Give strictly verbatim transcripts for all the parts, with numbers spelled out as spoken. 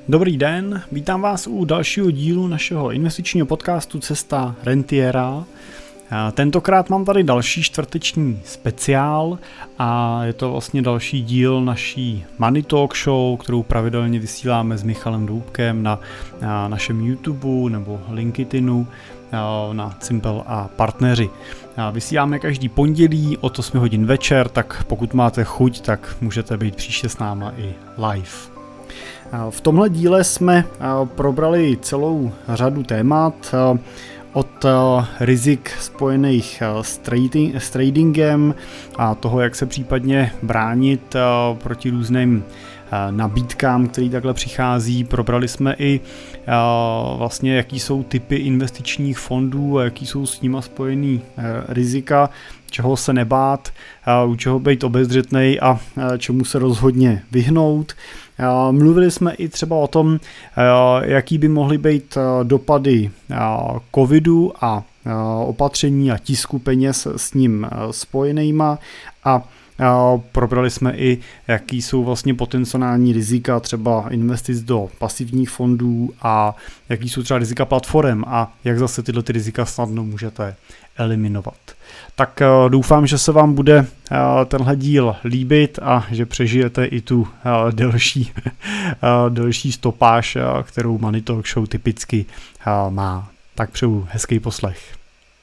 Dobrý den, vítám vás u dalšího dílu našeho investičního podcastu Cesta rentiera. Tentokrát mám tady další čtvrteční speciál a je to vlastně další díl naší Money Talk Show, kterou pravidelně vysíláme s Michalem Doubkem na, na našem YouTube nebo LinkedInu na Cimpel a partneři. Vysíláme každý pondělí od osm hodin večer, tak pokud máte chuť, tak můžete být příště s náma i live. V tomhle díle jsme probrali celou řadu témat, od rizik spojených s, trading, s tradingem a toho, jak se případně bránit proti různým nabídkám, který takhle přichází. Probrali jsme i vlastně, jaký jsou typy investičních fondů a jaký jsou s nima spojený rizika, čeho se nebát, u čeho být obezřetnej a čemu se rozhodně vyhnout. Mluvili jsme i třeba o tom, jaký by mohly být dopady covidu a opatření a tisku peněz s ním spojenýma a probrali jsme i, jaký jsou vlastně potenciální rizika třeba investic do pasivních fondů a jaký jsou třeba rizika platform a jak zase tyhle ty rizika snadno můžete eliminovat. Tak doufám, že se vám bude tenhle díl líbit a že přežijete i tu delší, delší stopáž, kterou Money Talk Show typicky má. Tak přeju hezký poslech.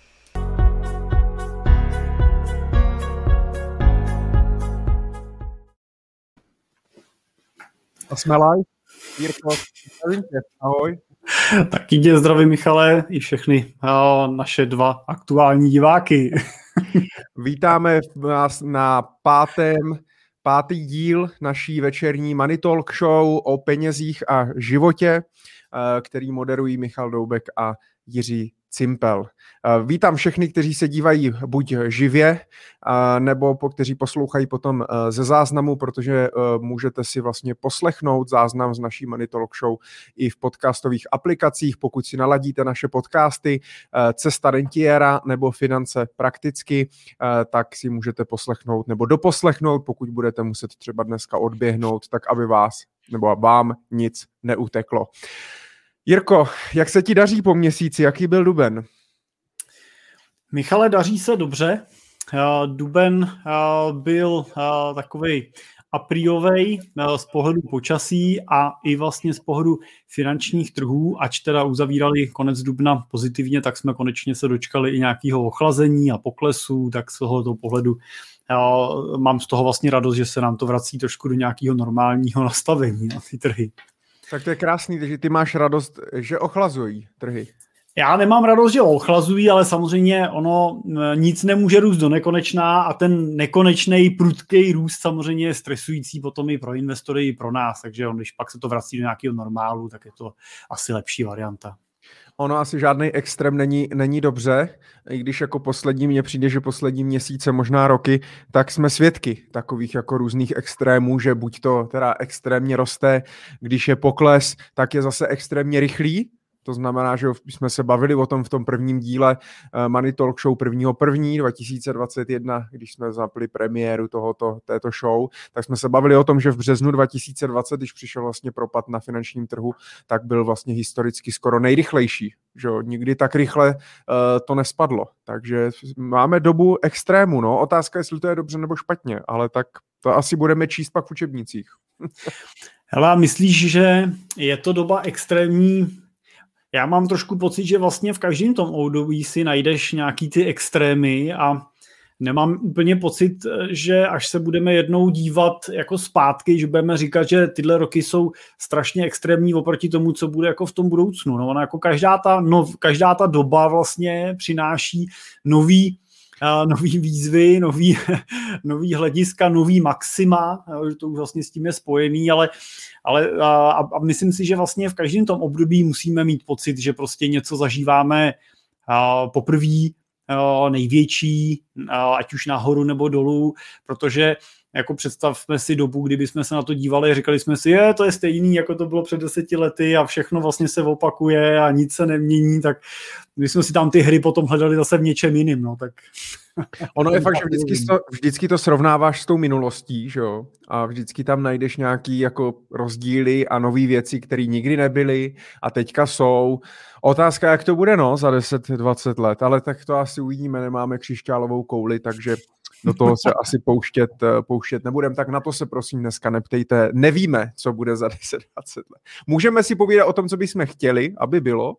A jsme live. Jirko, ahoj. Taky tě zdravím, Michale, i všechny naše dva aktuální diváky. Vítáme vás na pátém, pátý díl naší večerní Money Talk Show o penězích a životě, který moderují Michal Doubek a Jiří Cimpel. Vítám všechny, kteří se dívají buď živě, nebo po, kteří poslouchají potom ze záznamu, protože můžete si vlastně poslechnout záznam z naší Money Talk Show i v podcastových aplikacích, pokud si naladíte naše podcasty Cesta rentiera nebo Finance prakticky, tak si můžete poslechnout nebo doposlechnout, pokud budete muset třeba dneska odběhnout, tak aby vás nebo vám nic neuteklo. Jirko, jak se ti daří po měsíci? Jaký byl duben? Michale, daří se dobře. Duben byl takovej aprílovej z pohledu počasí a i vlastně z pohledu finančních trhů, ač teda uzavírali konec dubna pozitivně, tak jsme konečně se dočkali i nějakého ochlazení a poklesu, tak z tohoto pohledu mám z toho vlastně radost, že se nám to vrací trošku do nějakého normálního nastavení na ty trhy. Tak to je krásný, že ty máš radost, že ochlazují trhy. Já nemám radost, že ochlazují, ale samozřejmě ono nic nemůže růst do nekonečná a ten nekonečný prudký růst samozřejmě je stresující potom i pro investory, i pro nás, takže on, když pak se to vrací do nějakého normálu, tak je to asi lepší varianta. Ono asi žádný extrém není, není dobře, i když jako poslední, mně přijde, že poslední měsíce, možná roky, tak jsme svědky takových jako různých extrémů, že buď to teda extrémně roste, když je pokles, tak je zase extrémně rychlý. To znamená, že jsme se bavili o tom v tom prvním díle Money Talk Show prvního prvního dva tisíce dvacet jedna, když jsme zapli premiéru tohoto, této show, tak jsme se bavili o tom, že v březnu dva tisíce dvacet, když přišel vlastně propad na finančním trhu, tak byl vlastně historicky skoro nejrychlejší. Že nikdy tak rychle uh, to nespadlo. Takže máme dobu extrému. No. Otázka, jestli to je dobře nebo špatně, ale tak to asi budeme číst pak v učebnicích. Hele, myslíš, že je to doba extrémní? Já mám trošku pocit, že vlastně v každém tom období si najdeš nějaký ty extrémy a nemám úplně pocit, že až se budeme jednou dívat jako zpátky, že budeme říkat, že tyhle roky jsou strašně extrémní oproti tomu, co bude jako v tom budoucnu. No, ona jako každá ta, no, každá ta doba vlastně přináší nový Uh, nový výzvy, nový, nový hlediska, nový maxima, že to už vlastně s tím je spojený, ale, ale uh, a, a myslím si, že vlastně v každém tom období musíme mít pocit, že prostě něco zažíváme uh, poprvé, uh, největší, uh, ať už nahoru nebo dolů, protože jako představme si dobu, kdyby jsme se na to dívali a říkali jsme si, je, to je stejný, jako to bylo před deseti lety a všechno vlastně se opakuje a nic se nemění, tak my jsme si tam ty hry potom hledali zase v něčem jiným, no, tak... Ono je fakt, že vždycky to, vždycky to srovnáváš s tou minulostí, že jo? A vždycky tam najdeš nějaký jako rozdíly a nové věci, které nikdy nebyly a teďka jsou. Otázka, jak to bude, no, za deset dvacet let, ale tak to asi uvidíme, nemáme křišťálovou kouli, takže do toho se asi pouštět, pouštět nebudem, tak na to se prosím dneska neptejte. Nevíme, co bude za deset dvacet let. Můžeme si povídat o tom, co bychom chtěli, aby bylo,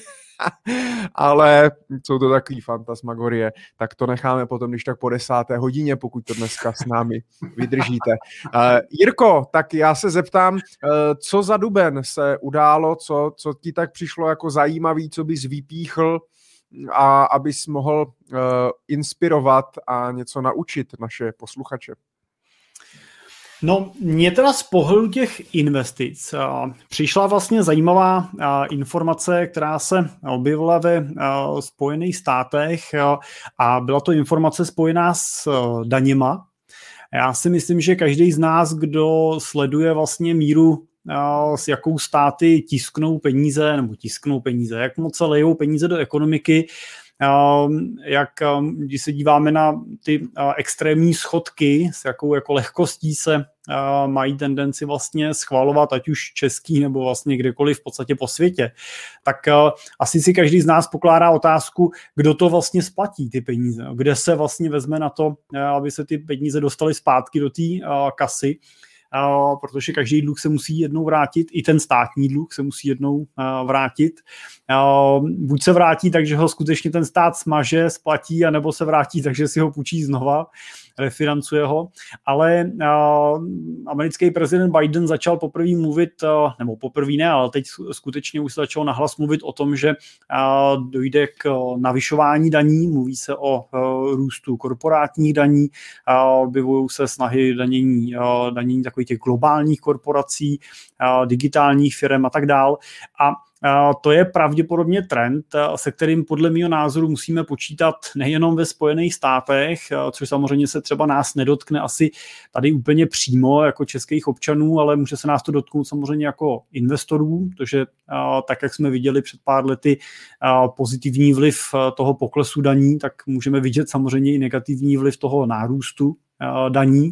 ale jsou to takový fantasmagorie, tak to necháme potom, když tak po desáté hodině, pokud to dneska s námi vydržíte. Uh, Jirko, tak já se zeptám, uh, co za duben se událo, co, co ti tak přišlo jako zajímavý, co bys vypíchl, a abys mohl uh, inspirovat a něco naučit naše posluchače. No, mě teda z pohledu těch investic uh, přišla vlastně zajímavá uh, informace, která se objevila ve uh, Spojených státech uh, a byla to informace spojená s uh, daněma. Já si myslím, že každý z nás, kdo sleduje vlastně míru, s jakou státy tisknou peníze, nebo tisknou peníze, jak moc se lejou peníze do ekonomiky, jak když se díváme na ty extrémní schodky, s jakou jako lehkostí se mají tendenci vlastně schvalovat, ať už český nebo vlastně kdekoliv v podstatě po světě, tak asi si každý z nás pokládá otázku, kdo to vlastně splatí ty peníze, kde se vlastně vezme na to, aby se ty peníze dostaly zpátky do té kasy. Uh, protože každý dluh se musí jednou vrátit, i ten státní dluh se musí jednou uh, vrátit. Uh, buď se vrátí tak, že ho skutečně ten stát smaže, splatí, anebo se vrátí tak, že si ho půjčí znova, refinancuje ho. Ale uh, americký prezident Biden začal poprvé mluvit, uh, nebo poprvé ne, ale teď skutečně už se začal nahlas mluvit o tom, že uh, dojde k uh, navyšování daní, mluví se o uh, růstu korporátních daní, uh, objevují se snahy danění, uh, danění takových těch globálních korporací, uh, digitálních firm a tak dál. A to je pravděpodobně trend, se kterým podle mého názoru musíme počítat nejenom ve Spojených státech, což samozřejmě se třeba nás nedotkne asi tady úplně přímo jako českých občanů, ale může se nás to dotknout samozřejmě jako investorů, protože tak, jak jsme viděli před pár lety pozitivní vliv toho poklesu daní, tak můžeme vidět samozřejmě i negativní vliv toho nárůstu daní.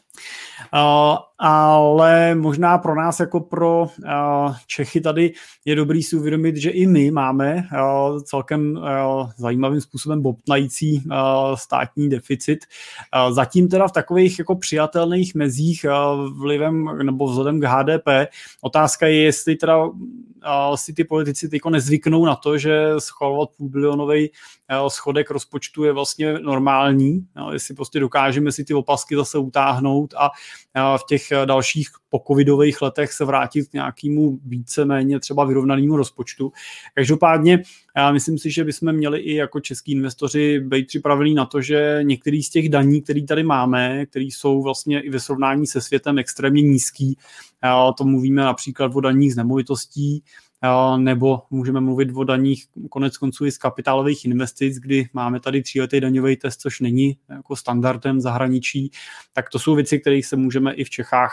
Uh, ale možná pro nás jako pro uh, Čechy tady je dobrý si uvědomit, že i my máme uh, celkem uh, zajímavým způsobem bobtnající uh, státní deficit. Uh, zatím teda v takových jako přijatelných mezích uh, vlivem nebo vzhledem k H D P. Otázka je, jestli teda uh, si ty politici tyko nezvyknou na to, že schvalovat půlbilionový uh, schodek rozpočtu je vlastně normální. Uh, jestli prostě dokážeme si ty opasky zase utáhnout a v těch dalších pocovidových letech se vrátit k nějakému víceméně třeba vyrovnanému rozpočtu. Každopádně já myslím si, že bychom měli i jako český investoři být připravení na to, že některý z těch daní, které tady máme, které jsou vlastně i ve srovnání se světem extrémně nízký, to mluvíme například o daních z nemovitostí, nebo můžeme mluvit o daních konec konců i z kapitálových investic, kdy máme tady tříletý daňový test, což není jako standardem zahraničí, tak to jsou věci, kterých se můžeme i v Čechách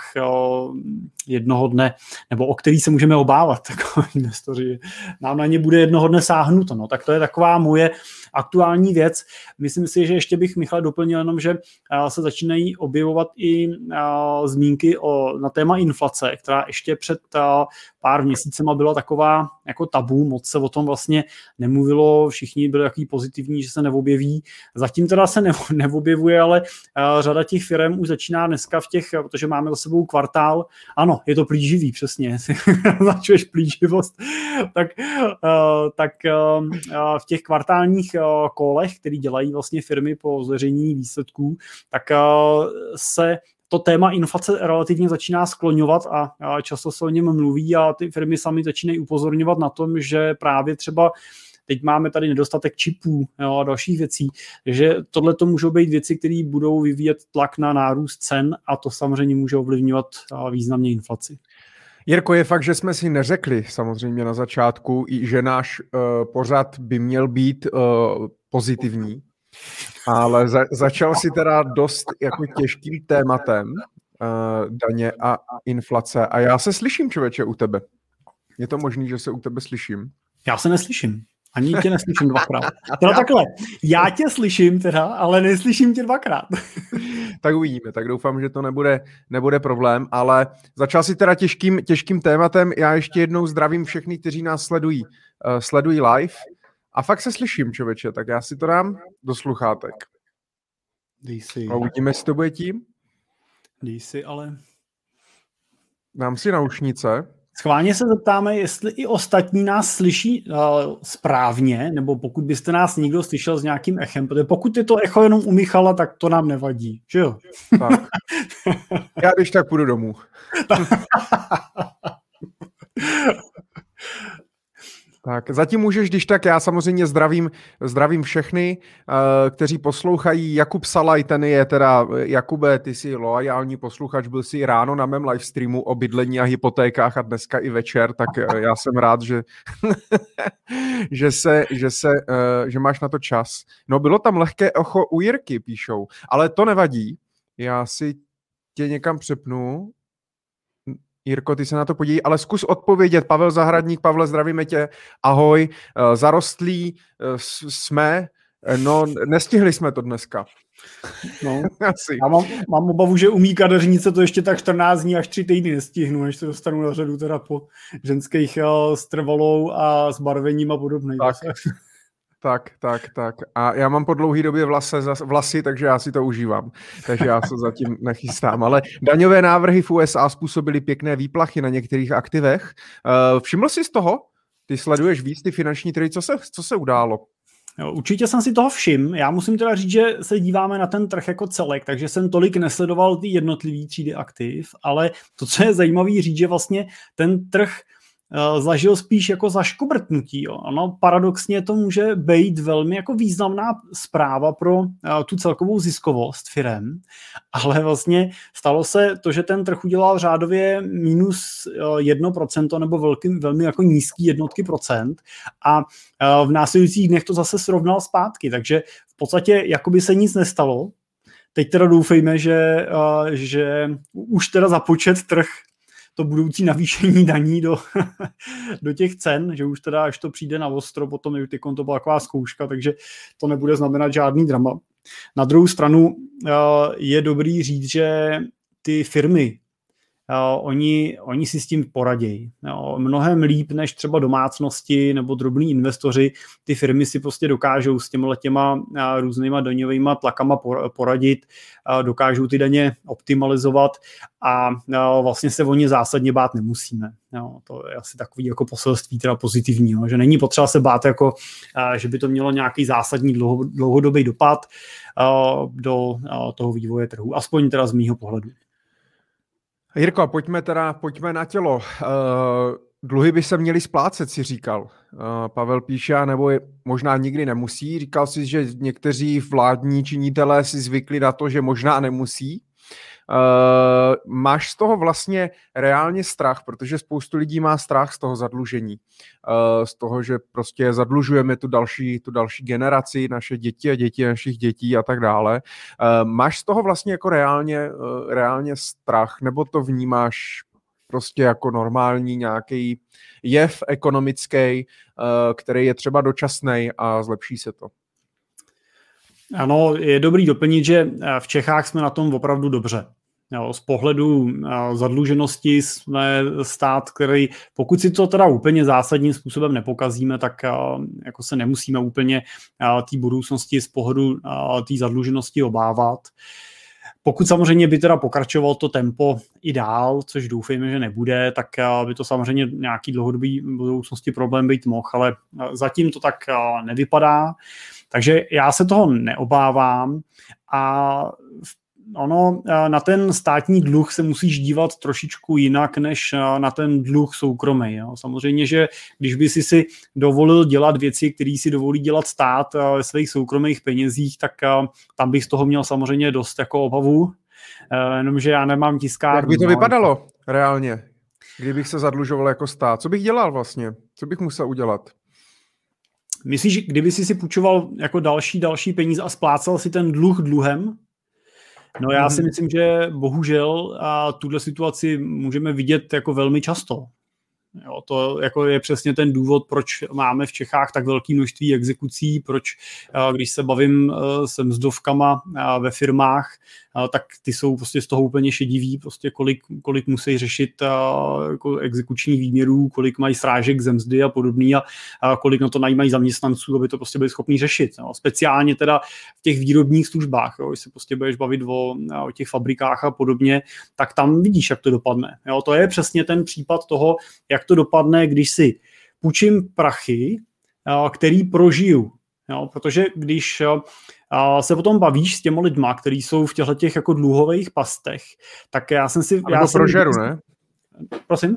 jednoho dne, nebo o kterých se můžeme obávat jako investoři. Nám na ně bude jednoho dne sáhnuto. No. Tak to je taková moje aktuální věc. Myslím si, že ještě bych, Michal, doplnil jenom, že se začínají objevovat i zmínky o, na téma inflace, která ještě před pár měsícema byla taková jako tabu, moc se o tom vlastně nemluvilo, všichni byli takový pozitivní, že se neobjeví. Zatím teda se neobjevuje, ale řada těch firm už začíná dneska v těch, protože máme za sebou kvartál, ano, je to plíživý, přesně, začuješ plíživost, tak, tak v těch kvartálních kolech, který dělají vlastně firmy po zveřejnění výsledků, tak se to téma inflace relativně začíná skloňovat a, a často se o něm mluví a ty firmy sami začínají upozorňovat na tom, že právě třeba teď máme tady nedostatek čipů, jo, a dalších věcí, že tohle to můžou být věci, které budou vyvíjet tlak na nárůst cen a to samozřejmě může ovlivňovat významně inflaci. Jirko, je fakt, že jsme si neřekli samozřejmě na začátku, že náš uh, pořad by měl být uh, pozitivní, ale za, začal si teda dost jako těžkým tématem uh, daně a inflace a já se slyším, člověče, u tebe. Je to možný, že se u tebe slyším? Já se neslyším. Ani tě neslyším dvakrát. Teda takhle, já tě slyším teda, ale neslyším tě dvakrát. Tak uvidíme, tak doufám, že to nebude, nebude problém, ale začal si teda těžkým, těžkým tématem. Já ještě jednou zdravím všechny, kteří nás sledují, uh, sledují live a fakt se slyším, člověče, tak já si to dám do sluchátek. Dej si. A uvidíme, jestli to bude tím. Dej si, ale... Dám si naušnice. Schválně se zeptáme, jestli i ostatní nás slyší uh, správně, nebo pokud byste nás někdo slyšel s nějakým echem, protože pokud je to echo jenom u Michala, tak to nám nevadí, že jo? Tak. Já když tak půjdu domů. Tak, zatím můžeš, když tak, já samozřejmě zdravím, zdravím všechny, uh, kteří poslouchají. Jakub Salaj, ten je teda, Jakube, ty jsi loajální posluchač, byl jsi ráno na mém livestreamu o bydlení a hypotékách a dneska i večer, tak uh, já jsem rád, že, že, se, že, se, uh, že máš na to čas. No, bylo tam lehké ocho u Jirky, píšou, ale to nevadí, já si tě někam přepnu. Jirko, ty se na to podívej, ale zkus odpovědět. Pavel Zahradník, Pavle, zdravíme tě. Ahoj, zarostlí jsme, no nestihli jsme to dneska. No, asi. Já mám, mám obavu, že u mý kadeřnice to ještě tak čtrnáct dní až tři týdny nestihnu, než se dostanu na řadu teda po ženských s trvalou a s barvením a podobně. Tak. Tak, tak, tak. A já mám po dlouhý době vlase, vlasy, takže já si to užívám. Takže já se zatím nechystám. Ale daňové návrhy v U S A způsobily pěkné výplachy na některých aktivech. Uh, všiml jsi z toho? Ty sleduješ víc ty finanční trhy. Co se, co se událo? Jo, určitě jsem si toho všiml. Já musím teda říct, že se díváme na ten trh jako celek, takže jsem tolik nesledoval ty jednotlivý třídy aktiv, ale to, co je zajímavé říct, že vlastně ten trh zažil spíš jako zaškobrtnutí. Jo. Ano, paradoxně to může být velmi jako významná zpráva pro uh, tu celkovou ziskovost firem, ale vlastně stalo se to, že ten trh udělal řádově minus uh, jedno procento nebo velký, velmi jako nízký jednotky procent a uh, v následujících dnech to zase srovnal zpátky, takže v podstatě jakoby se nic nestalo. Teď teda doufejme, že, uh, že už teda započet trh to budoucí navýšení daní do, do těch cen, že už teda, až to přijde na ostro, potom je to byla taková zkouška, takže to nebude znamenat žádný drama. Na druhou stranu je dobrý říct, že ty firmy, oni, oni si s tím poradějí. Mnohem líp než třeba domácnosti nebo drobní investoři, ty firmy si prostě dokážou s těma těma různýma daňovýma tlakama poradit, dokážou ty daně optimalizovat a vlastně se o ně zásadně bát nemusíme. No, to je asi takový jako poselství teda pozitivní, že není potřeba se bát, jako, že by to mělo nějaký zásadní dlouho, dlouhodobý dopad do toho vývoje trhu, aspoň teda z mýho pohledu. Jirko, pojďme teda, pojďme na tělo. Uh, dluhy by se měly splácet, si říkal. Uh, Pavel píše, nebo je, možná nikdy nemusí. Říkal si, že někteří vládní činitelé si zvykli na to, že možná nemusí. Uh, máš z toho vlastně reálně strach, protože spoustu lidí má strach z toho zadlužení. Uh, z toho, že prostě zadlužujeme tu další, tu další generaci, naše děti a děti našich dětí a tak dále. Uh, máš z toho vlastně jako reálně, uh, reálně strach, nebo to vnímáš prostě jako normální nějaký jev ekonomický, uh, který je třeba dočasnej a zlepší se to? Ano, je dobrý doplnit, že v Čechách jsme na tom opravdu dobře. Jo, z pohledu zadluženosti jsme stát, který, pokud si to teda úplně zásadním způsobem nepokazíme, tak jako se nemusíme úplně té budoucnosti z pohledu té zadluženosti obávat. Pokud samozřejmě by teda pokračoval to tempo i dál, což doufejme, že nebude, tak by to samozřejmě nějaký dlouhodobý budoucnosti problém být mohl, ale zatím to tak nevypadá. Takže já se toho neobávám a ono, na ten státní dluh se musíš dívat trošičku jinak, než na ten dluh soukromý. Jo. Samozřejmě, že když by si si dovolil dělat věci, které si dovolí dělat stát ve svých soukromých penězích, tak tam bych z toho měl samozřejmě dost jako obavu, jenomže já nemám tiskárnu. Jak by to vypadalo reálně, kdybych se zadlužoval jako stát? Co bych dělal vlastně? Co bych musel udělat? Myslíš, kdyby si si půjčoval jako další, další peníze a splácal si ten dluh dluhem? No já si myslím, že bohužel a tuhle situaci můžeme vidět jako velmi často. Jo, to jako je přesně ten důvod, proč máme v Čechách tak velké množství exekucí, proč, když se bavím se mzdovkama ve firmách, tak ty jsou prostě z toho úplně šediví, prostě kolik, kolik musí řešit jako exekučních výměrů, kolik mají srážek ze mzdy a podobný a kolik na to najímají zaměstnanců, aby to prostě byli schopni řešit. Jo. Speciálně teda v těch výrobních službách, jo, když se prostě budeš bavit o, o těch fabrikách a podobně, tak tam vidíš, jak to dopadne. Jo. To je přesně ten případ toho, jak to dopadne, když si půjčím prachy, který prožiju. Jo, protože když se potom bavíš s těmi lidma, kteří jsou v těchto těch jako dluhových pastech, tak já jsem si... Já jsem, prožeru, ne? Prosím?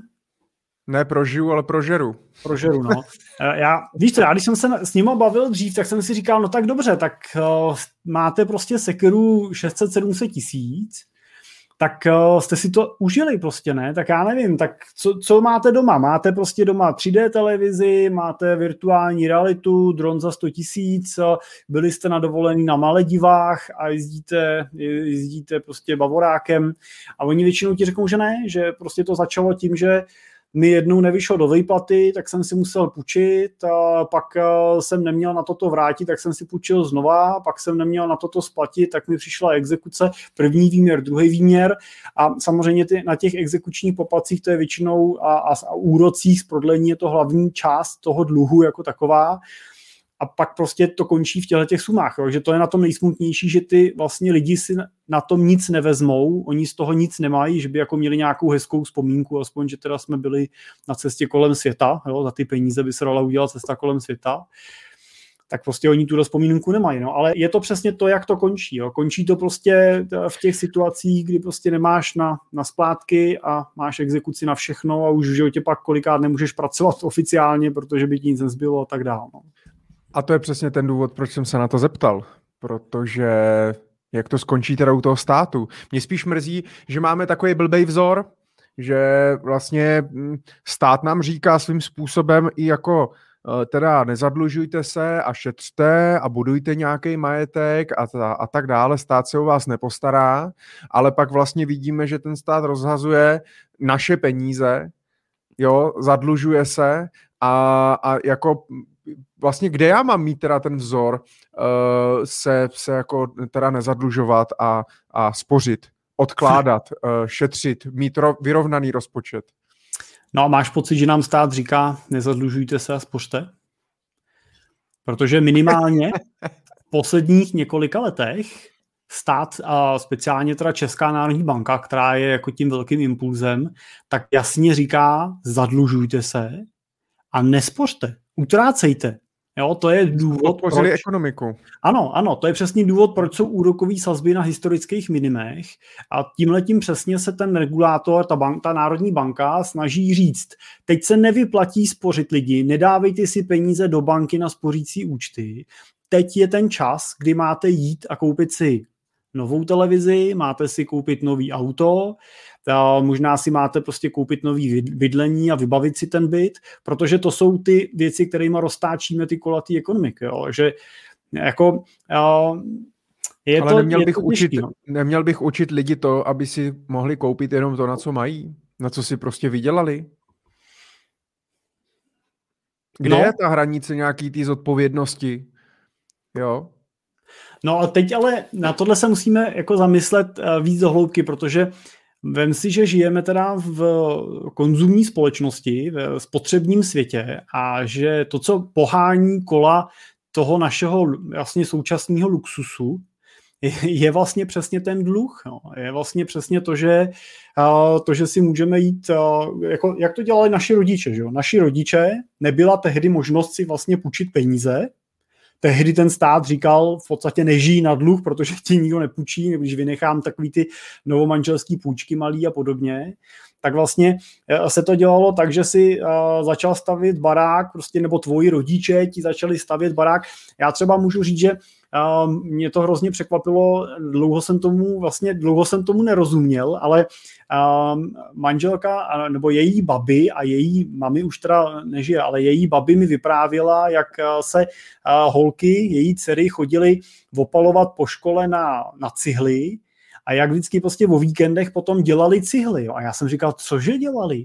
Ne prožiju, ale prožeru. Prožeru, no. Já, víš co, já když jsem se s nima bavil dřív, tak jsem si říkal, no tak dobře, tak uh, máte prostě sekeru šest set sedm set tisíc, tak uh, jste si to užili prostě, ne? Tak já nevím, tak co, co máte doma? Máte prostě doma tři dé televizi, máte virtuální realitu, dron za sto tisíc, byli jste na dovolený na Maledivách a jezdíte, jezdíte prostě bavorákem a oni většinou ti řeknou, že ne, že prostě to začalo tím, že mi jednou nevyšlo do výplaty, tak jsem si musel půjčit, a pak jsem neměl na toto vrátit, tak jsem si půjčil znova, pak jsem neměl na toto splatit, tak mi přišla exekuce, první výměr, druhý výměr a samozřejmě ty, na těch exekučních poplatcích to je většinou a, a, a úrocích z prodlení je to hlavní část toho dluhu jako taková. A pak prostě to končí v těchto těch sumách, jo? Že to je na tom nejsmutnější, že ty vlastně lidi si na tom nic nevezmou, oni z toho nic nemají, že by jako měli nějakou hezkou vzpomínku, aspoň, že teda jsme byli na cestě kolem světa, jo? Za ty peníze by se dala udělat cesta kolem světa, tak prostě oni tu vzpomínku nemají, no, ale je to přesně to, jak to končí, jo? Končí to prostě v těch situacích, kdy prostě nemáš na, na splátky a máš exekuci na všechno a už v životě pak kolikrát nemůžeš pracovat oficiálně, protože by ti nic nezbylo a tak dále, no. A to je přesně ten důvod, proč jsem se na to zeptal, protože jak to skončí teda u toho státu. Mě spíš mrzí, že máme takový blbej vzor, že vlastně stát nám říká svým způsobem i jako teda nezadlužujte se a šetřte a budujte nějaký majetek a, ta, a tak dále, stát se o vás nepostará, ale pak vlastně vidíme, že ten stát rozhazuje naše peníze, jo, zadlužuje se a, a jako vlastně kde já mám mít teda ten vzor uh, se, se jako teda nezadlužovat a, a spořit, odkládat, uh, šetřit, mít ro, vyrovnaný rozpočet? No a máš pocit, že nám stát říká, nezadlužujte se a spořte? Protože minimálně v posledních několika letech stát a speciálně teda Česká národní banka, která je jako tím velkým impulzem, tak jasně říká, zadlužujte se a nespořte, utrácejte. Jo, to je důvod, proč... ekonomiku. Ano, ano, to je přesný důvod, proč jsou úrokové sazby na historických minimech a tímhletím přesně se ten regulátor, ta, bank, ta národní banka snaží říct, teď se nevyplatí spořit lidi, nedávejte si peníze do banky na spořící účty, teď je ten čas, kdy máte jít a koupit si novou televizi, máte si koupit nový auto, možná si máte prostě koupit nový bydlení a vybavit si ten byt, protože to jsou ty věci, kterými roztáčíme ty kola té ekonomiky. Jo? Že jako, je Ale to, neměl, je bych to učit, těžký, no. neměl bych učit lidi to, aby si mohli koupit jenom to, na co mají, na co si prostě vydělali? Kde no. je ta hranice nějaký té zodpovědnosti? Jo? No a teď ale na tohle se musíme jako zamyslet víc do hloubky, protože vem si, že žijeme teda v konzumní společnosti, v spotřebním světě a že to, co pohání kola toho našeho vlastně současného luxusu, je vlastně přesně ten dluh. No. Je vlastně přesně to, že, to, že si můžeme jít, jako, jak to dělali naši rodiče. Že jo? Naši rodiče, nebyla tehdy možnost si vlastně půjčit peníze. Tehdy ten stát říkal, v podstatě nežijí na dluh, protože ti nikdo nepůjčí, když vynechám takový ty novomanželský půjčky malý a podobně, tak vlastně se to dělalo tak, že si uh, začal stavět barák, prostě, nebo tvoji rodiče ti začali stavět barák. Já třeba můžu říct, že uh, mě to hrozně překvapilo, dlouho jsem tomu, vlastně dlouho jsem tomu nerozuměl, ale uh, manželka, nebo její babi a její mami už teda nežije, ale její babi mi vyprávěla, jak se uh, holky, její dcery chodily opalovat po škole na, na cihly, a jak vždycky prostě o víkendech potom dělali cihly. Jo. A já jsem říkal, cože dělali?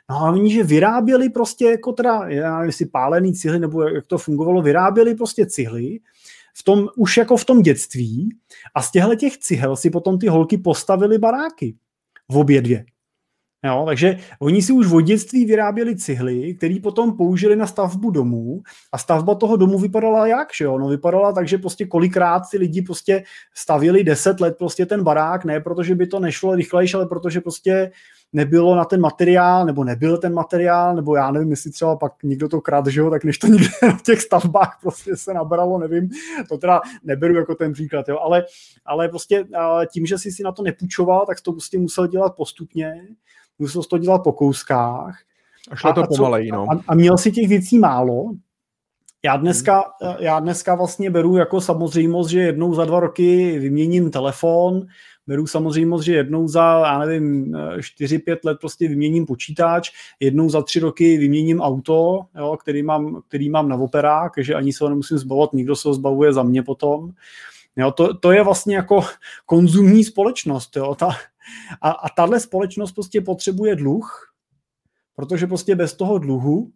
No a oni, že vyráběli prostě jako teda, já nevím, jestli pálený cihly, nebo jak to fungovalo, vyráběli prostě cihly, v tom, už jako v tom dětství a z těchto těch cihel si potom ty holky postavili baráky. V obě dvě. Jo, takže oni si už v dětství vyráběli cihly, které potom použili na stavbu domů a stavba toho domu vypadala jak, že jo? No vypadala tak, že prostě kolikrát si lidi prostě stavěli deset let prostě ten barák, ne protože by to nešlo rychlejš, ale protože prostě nebylo na ten materiál, nebo nebyl ten materiál, nebo já nevím, jestli třeba pak někdo to krad, že jo, tak než to někde na těch stavbách prostě se nabralo, nevím, to teda neberu jako ten příklad, jo, ale, ale prostě tím, že jsi si na to nepůjčoval, tak to prostě musel dělat postupně, musel to dělat po kouskách. A šlo to a, pomalej, no. A, a měl si těch věcí málo. Já dneska, hmm. já dneska vlastně beru jako samozřejmost, že jednou za dva roky vyměním telefon, beru samozřejmost, že jednou za, já nevím, čtyři pět let prostě vyměním počítač, jednou za tři roky vyměním auto, jo, který, mám, který mám na operák, takže ani se ho nemusím zbavovat, nikdo se ho zbavuje za mě potom. Jo, to, to je vlastně jako konzumní společnost. Jo, ta, a, a tahle společnost prostě potřebuje dluh, protože prostě bez toho dluhu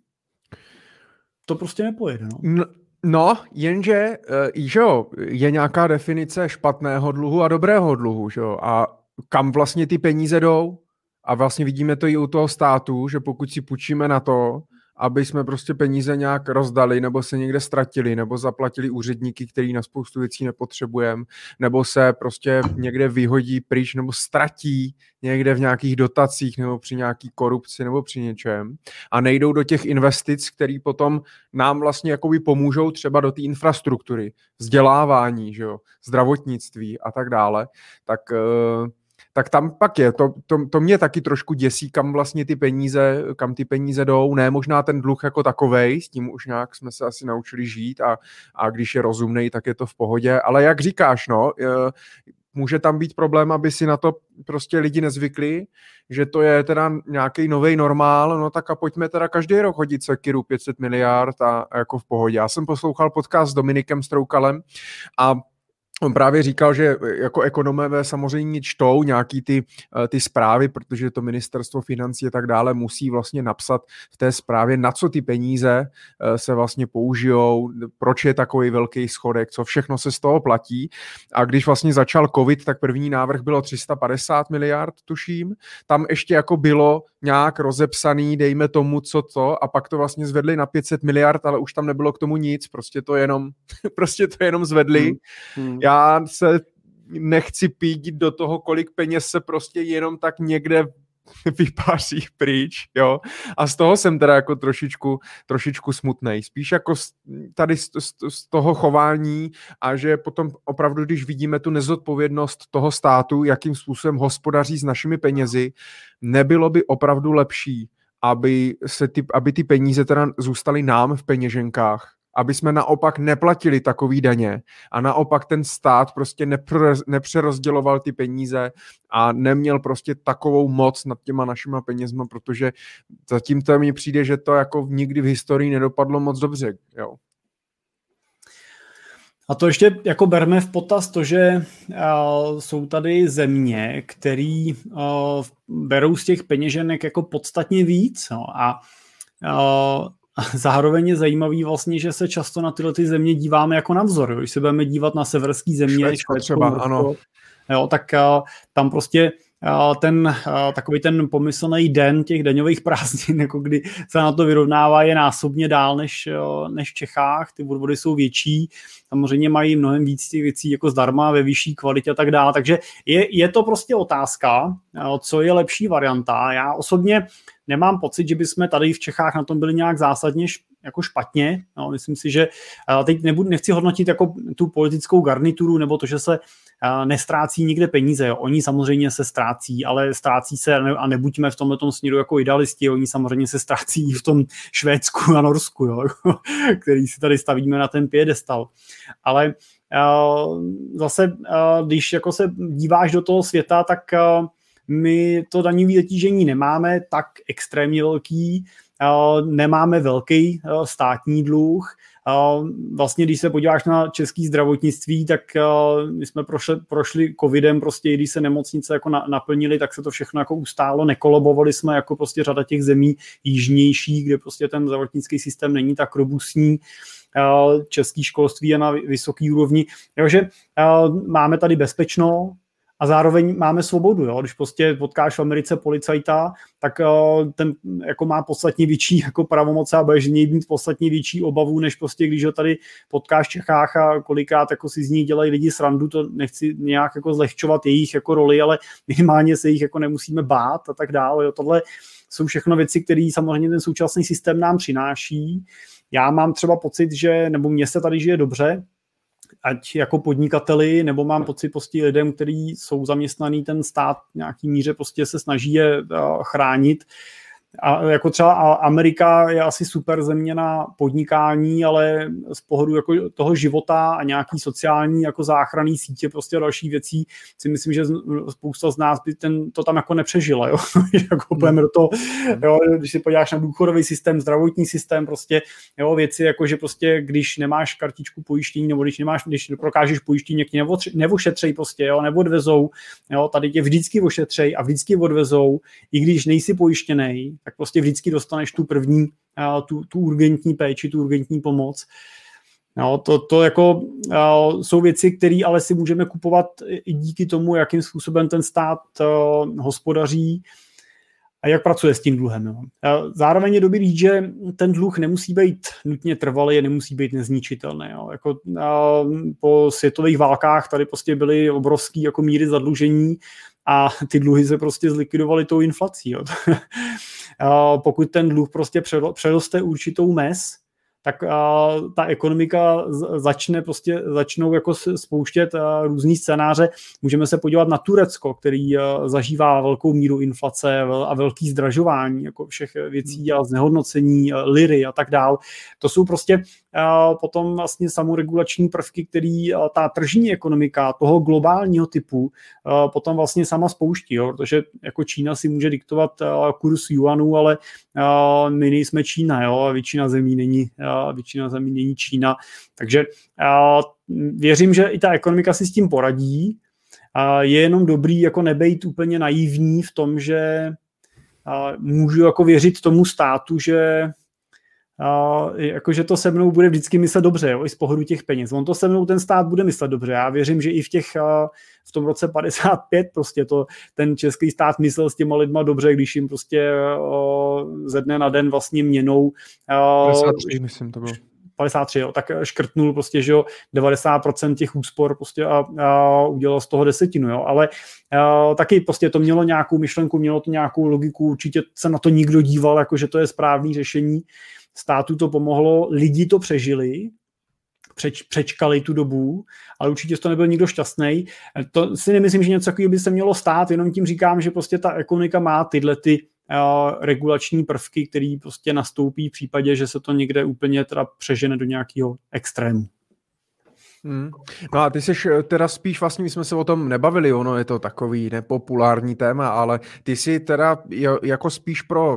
to prostě nepojede. No, no, no jenže že jo, je nějaká definice špatného dluhu a dobrého dluhu. Že jo? A kam vlastně ty peníze jdou? A vlastně vidíme to i u toho státu, že pokud si půjčíme na to, aby jsme prostě peníze nějak rozdali, nebo se někde ztratili, nebo zaplatili úředníky, který na spoustu věcí nepotřebujeme, nebo se prostě někde vyhodí pryč, nebo ztratí někde v nějakých dotacích, nebo při nějaký korupci, nebo při něčem a nejdou do těch investic, které potom nám vlastně jakoby pomůžou třeba do té infrastruktury, vzdělávání, že jo, zdravotnictví a tak dále, tak... Uh, tak tam pak je, to, to, to mě taky trošku děsí, kam vlastně ty peníze, kam ty peníze jdou, ne možná ten dluh jako takovej, s tím už nějak jsme se asi naučili žít a, a když je rozumnej, tak je to v pohodě, ale jak říkáš, no, může tam být problém, aby si na to prostě lidi nezvykli, že to je teda nějaký novej normál, no tak a pojďme teda každý rok hodit sekiru pět set miliard a, a jako v pohodě. Já jsem poslouchal podcast s Dominikem Stroukalem a on právě říkal, že jako ekonomové samozřejmě čtou nějaký ty, ty zprávy, protože to ministerstvo financí a tak dále musí vlastně napsat v té zprávě, na co ty peníze se vlastně použijou, proč je takový velký schodek, co všechno se z toho platí. A když vlastně začal covid, tak první návrh bylo tři sta padesát miliard, tuším. Tam ještě jako bylo nějak rozepsaný, dejme tomu, co to, a pak to vlastně zvedli na pět set miliard, ale už tam nebylo k tomu nic, prostě to jenom, prostě to jenom zvedli. Hmm. Hmm. Já se nechci pídit do toho, kolik peněz se prostě jenom tak někde vypaří pryč, jo. A z toho jsem teda jako trošičku, trošičku smutnej. Spíš jako tady z, z, z toho chování a že potom opravdu, když vidíme tu nezodpovědnost toho státu, jakým způsobem hospodaří s našimi penězi, nebylo by opravdu lepší, aby, se ty, aby ty peníze teda zůstaly nám v peněženkách, aby jsme naopak neplatili takový daně a naopak ten stát prostě nepr- nepřerozděloval ty peníze a neměl prostě takovou moc nad těma našima penězma, protože zatím to mi přijde, že to jako nikdy v historii nedopadlo moc dobře, jo. A to ještě jako berme v potaz to, že uh, jsou tady země, který uh, berou z těch peněženek jako podstatně víc, no, a uh, zároveň je zajímavý vlastně, že se často na tyhle ty země díváme jako na vzor. Když se budeme dívat na severský země, Švédsko třeba, Norsko, ano. Jo, tak uh, tam prostě uh, ten uh, takový ten pomyslný den těch daňových prázdnin, jako kdy se na to vyrovnává, je násobně dál než, uh, než v Čechách. Ty odvody jsou větší, samozřejmě mají mnohem víc těch věcí jako zdarma, ve vyšší kvalitě a tak dále. Takže je, je to prostě otázka, uh, co je lepší varianta. Já osobně nemám pocit, že bychom tady v Čechách na tom byli nějak zásadně jako špatně. No, myslím si, že teď nebudu, nechci hodnotit jako tu politickou garnituru nebo to, že se nestrácí nikde peníze. Jo. Oni samozřejmě se ztrácí, ale ztrácí se a nebuďme v tomhletom směru jako idealisti. Oni samozřejmě se ztrácí v tom Švédsku a Norsku, jo, který si tady stavíme na ten piedestal. Ale zase, když jako se díváš do toho světa, tak my to daňové zatížení nemáme tak extrémně velký, nemáme velký státní dluh, Vlastně, když se podíváš na český zdravotnictví, tak my jsme prošli, prošli covidem, prostě když se nemocnice jako na, naplnily, tak se to všechno jako ustálo, nekolobovali jsme jako prostě řada těch zemí jižnějších, kde prostě ten zdravotnický systém není tak robustní. Český školství je na vysoký úrovni. Takže máme tady bezpečno a zároveň máme svobodu. Jo? Když prostě potkáš v Americe policajta, tak ten jako má podstatně větší jako pravomoce a budeš něj mít podstatně větší obavu, než prostě když ho tady potkáš v Čechách a kolikrát jako si z nich dělají lidi srandu, to nechci nějak jako zlehčovat jejich jako roli, ale minimálně se jich jako nemusíme bát a tak dále. Jo? Tohle jsou všechno věci, které samozřejmě ten současný systém nám přináší. Já mám třeba pocit, že, nebo mně se tady žije dobře, ať jako podnikateli, nebo mám pocit prostě lidem, kteří jsou zaměstnaný, ten stát v nějaký míře prostě se snaží je chránit. A jako třeba Amerika je asi super země na podnikání, ale z pohledu jako toho života a nějaký sociální jako záchranný sítě prostě další věcí si myslím, že spousta z nás by ten, to tam jako nepřežila. Jo? jako pojeme do toho, jo? Když si podíváš na důchodový systém, zdravotní systém, prostě jo, věci jako, že prostě když nemáš kartičku pojištění, nebo když nemáš, když prokážeš pojištění, tě neošetřej prostě, jo? Neodvezou, jo? Tady tě vždycky ošetřej a vždycky odvezou, i když nejsi pojištěnej, tak prostě vždycky dostaneš tu první, tu, tu urgentní péči, tu urgentní pomoc. No, to, to jako uh, jsou věci, které ale si můžeme kupovat i díky tomu, jakým způsobem ten stát uh, hospodaří a jak pracuje s tím dluhem. Jo. Uh, zároveň je dobrý říct, že ten dluh nemusí být nutně trvalý, nemusí být nezničitelný. Jo. Jako, uh, po světových válkách tady prostě byly obrovský jako míry zadlužení a ty dluhy se prostě zlikvidovaly tou inflací. Jo. Pokud ten dluh prostě přeroste určitou mez, tak uh, ta ekonomika začne prostě, začnou jako spouštět uh, různý scénáře. Můžeme se podívat na Turecko, který uh, zažívá velkou míru inflace a velký zdražování jako všech věcí a znehodnocení uh, liry a tak dál. To jsou prostě uh, potom vlastně samoregulační prvky, který uh, ta tržní ekonomika toho globálního typu uh, potom vlastně sama spouští, jo? Protože jako Čína si může diktovat uh, kurz juanu, ale uh, my nejsme Čína, jo? A většina zemí není uh, většina zemí není Čína. Takže uh, věřím, že i ta ekonomika si s tím poradí. Uh, je jenom dobrý jako nebejt úplně naivní v tom, že uh, můžu jako věřit tomu státu, že Uh, jako, že to se mnou bude vždycky myslet dobře, jo, i z pohledu těch peněz. On to se mnou ten stát bude myslet dobře. Já věřím, že i v těch uh, v tom roce padesát pět prostě to ten český stát myslel s těma lidma dobře, když jim prostě uh, ze dne na den vlastně měnou uh, padesát tři, myslím, to bylo. padesát tři, jo, tak škrtnul prostě, že jo, devadesát procent těch úspor prostě a, a udělal z toho desetinu, jo, ale a, taky prostě to mělo nějakou myšlenku, mělo to nějakou logiku, určitě se na to nikdo díval, jako že to je správný řešení. Státu to pomohlo, lidi to přežili, přeč, přečkali tu dobu, ale určitě to nebyl nikdo šťastný. To si nemyslím, že něco takového by se mělo stát, jenom tím říkám, že prostě ta ekonomika má tyhle ty uh, regulační prvky, které prostě nastoupí v případě, že se to někde úplně teda přežene do nějakého extrému. Hmm. No a ty jsi teda spíš, vlastně my jsme se o tom nebavili, ono je to takový nepopulární téma, ale ty jsi teda jako spíš pro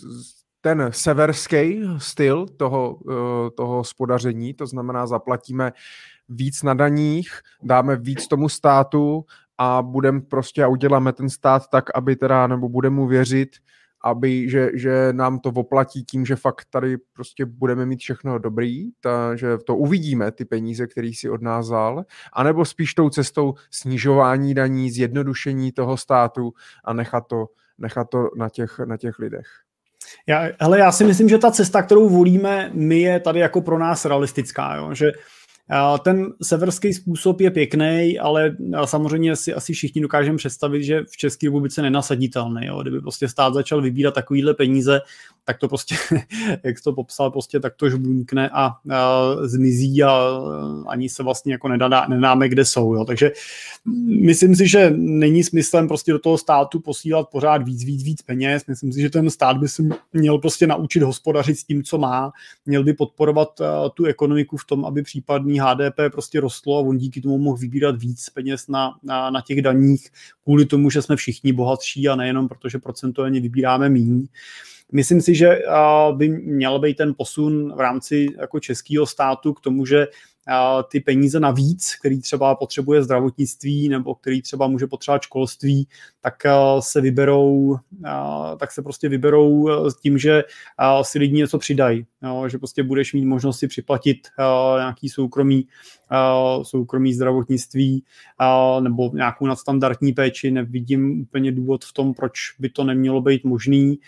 ten severský styl toho, toho hospodaření, to znamená zaplatíme víc na daních, dáme víc tomu státu a budeme prostě a uděláme ten stát tak, aby teda, nebo budeme mu věřit, aby, že, že nám to oplatí tím, že fakt tady prostě budeme mít všechno dobrý, ta, že to uvidíme, ty peníze, který si od nás vzal, anebo spíš tou cestou snižování daní, zjednodušení toho státu a nechat to, nechat to na těch, na těch lidech. Já, hele, já si myslím, že ta cesta, kterou volíme, my je tady jako pro nás realistická, jo? Že ten severský způsob je pěkný, ale samozřejmě si asi všichni dokážeme představit, že v České republice nenasaditelný. Jo? Kdyby prostě stát začal vybírat takovýhle peníze, tak to prostě, jak jsi to popsal, prostě tak to žbůňkne a, a zmizí a ani se vlastně jako nedá, nedáme, kde jsou. Jo? Takže myslím si, že není smyslem prostě do toho státu posílat pořád víc, víc, víc peněz. Myslím si, že ten stát by se měl prostě naučit hospodařit s tím, co má. Měl by podporovat uh, tu ekonomiku v tom, aby případný nominální H D P prostě rostlo a on díky tomu mohl vybírat víc peněz na, na, na těch daních kvůli tomu, že jsme všichni bohatší a nejenom protože procentuálně vybíráme míň. Myslím si, že by měl být ten posun v rámci jako českého státu k tomu, že ty peníze navíc, který třeba potřebuje zdravotnictví nebo který třeba může potřebovat školství, tak se vyberou, tak se prostě vyberou tím, že si lidi něco přidají. Jo, že prostě budeš mít možnost si připlatit nějaký soukromý, soukromý zdravotnictví nebo nějakou nadstandardní péči. Nevidím úplně důvod v tom, proč by to nemělo být možný.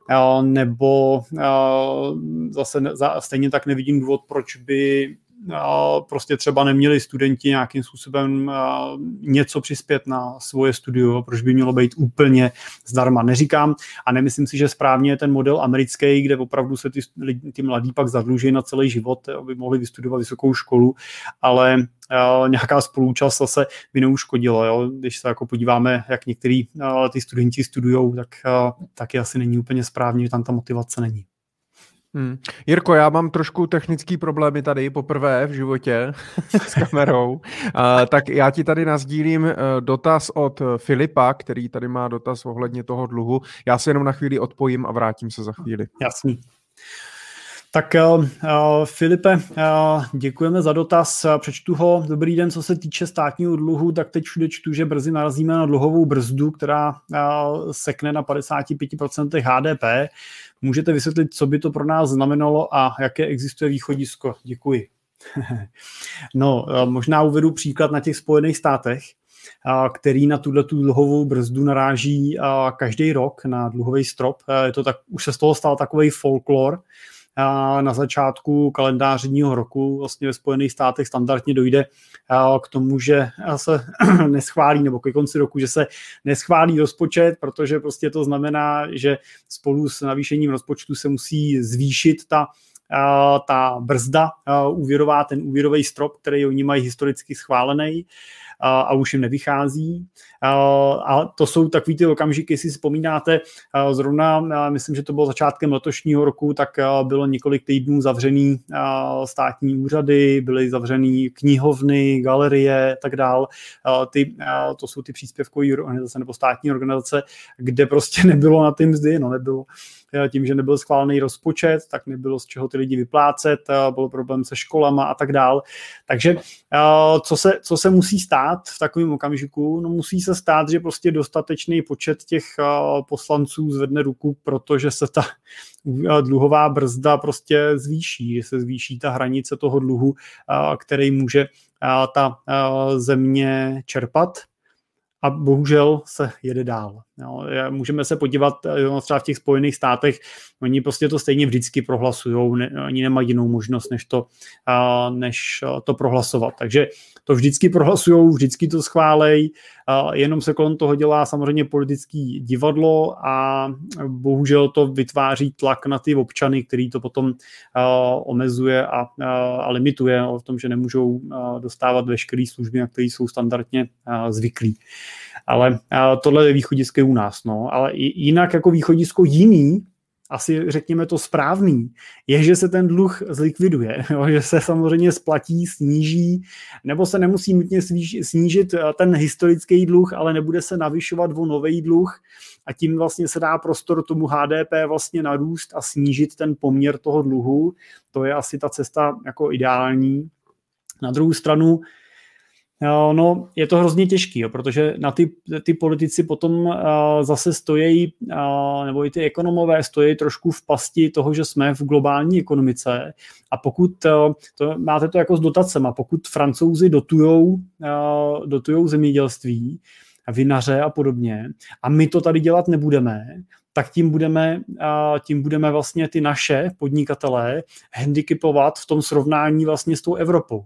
Nebo zase stejně tak nevidím důvod, proč by prostě třeba neměli studenti nějakým způsobem něco přispět na svoje studium, proč by mělo být úplně zdarma. Neříkám a nemyslím si, že správně je ten model americký, kde opravdu se ty, ty mladí pak zadluží na celý život, aby mohli vystudovat vysokou školu, ale uh, nějaká spoluúčast zase by neuškodila. Jo? Když se jako podíváme, jak některý uh, ty studenti studujou, tak uh, taky asi není úplně správně, že tam ta motivace není. Hmm. Jirko, já mám trošku technický problémy tady poprvé v životě s kamerou, uh, tak já ti tady nasdílím uh, dotaz od Filipa, který tady má dotaz ohledně toho dluhu. Já se jenom na chvíli odpojím a vrátím se za chvíli. Jasný. Tak uh, Filipe, uh, děkujeme za dotaz, přečtu ho. Dobrý den, co se týče státního dluhu, tak teď všude čtu, že brzy narazíme na dluhovou brzdu, která uh, sekne na padesát pět procent H D P. Můžete vysvětlit, co by to pro nás znamenalo a jaké existuje východisko? Děkuji. No, možná uvedu příklad na těch Spojených státech, který na tuto dluhovou brzdu naráží každý rok na dluhový strop. Je to tak, už se z toho stal takový folklor. Na začátku kalendářního roku vlastně ve Spojených státech standardně dojde k tomu, že se neschválí, nebo ke konci roku, že se neschválí rozpočet, protože prostě to znamená, že spolu s navýšením rozpočtu se musí zvýšit ta, ta brzda úvěrová, ten úvěrový strop, který oni mají historicky schválený a, a už jim nevychází. A, a to jsou takový ty okamžiky, jestli si vzpomínáte, zrovna, myslím, že to bylo začátkem letošního roku, tak bylo několik týdnů zavřený státní úřady, byly zavřený knihovny, galerie, tak dál. Ty, to jsou ty příspěvkové organizace nebo státní organizace, kde prostě nebylo na ty mzdy, no nebylo. Tím, že nebyl schválený rozpočet, tak nebylo z čeho ty lidi vyplácet, byl problém se školama a tak dál. Takže co se, co se musí stát v takovém okamžiku? No musí se stát, že prostě dostatečný počet těch poslanců zvedne ruku, protože se ta dluhová brzda prostě zvýší, že se zvýší ta hranice toho dluhu, který může ta země čerpat. A bohužel se jede dál. Jo, můžeme se podívat třeba v těch Spojených státech, oni prostě to stejně vždycky prohlasujou, ne, oni nemají jinou možnost, než to, než to prohlasovat. Takže to vždycky prohlasujou, vždycky to schválej, jenom se kolem toho dělá samozřejmě politický divadlo a bohužel to vytváří tlak na ty občany, který to potom omezuje a, a limituje v tom, že nemůžou dostávat veškeré služby, na které jsou standardně zvyklí. Ale tohle je východisko u nás. No. Ale jinak jako východisko jiný, asi řekněme to správný, je, že se ten dluh zlikviduje, jo, že se samozřejmě splatí, sníží, nebo se nemusí nutně snížit ten historický dluh, ale nebude se navyšovat o nový dluh a tím vlastně se dá prostor tomu H D P vlastně narůst a snížit ten poměr toho dluhu. To je asi ta cesta jako ideální. Na druhou stranu no, je to hrozně těžký, jo, protože na ty, ty politici potom uh, zase stojí, uh, nebo i ty ekonomové stojí trošku v pasti toho, že jsme v globální ekonomice a pokud, uh, to, máte to jako s dotacema, pokud Francouzi dotujou, uh, dotujou zemědělství, vinaře a podobně a my to tady dělat nebudeme, tak tím budeme, uh, tím budeme vlastně ty naše podnikatelé handicapovat v tom srovnání vlastně s tou Evropou.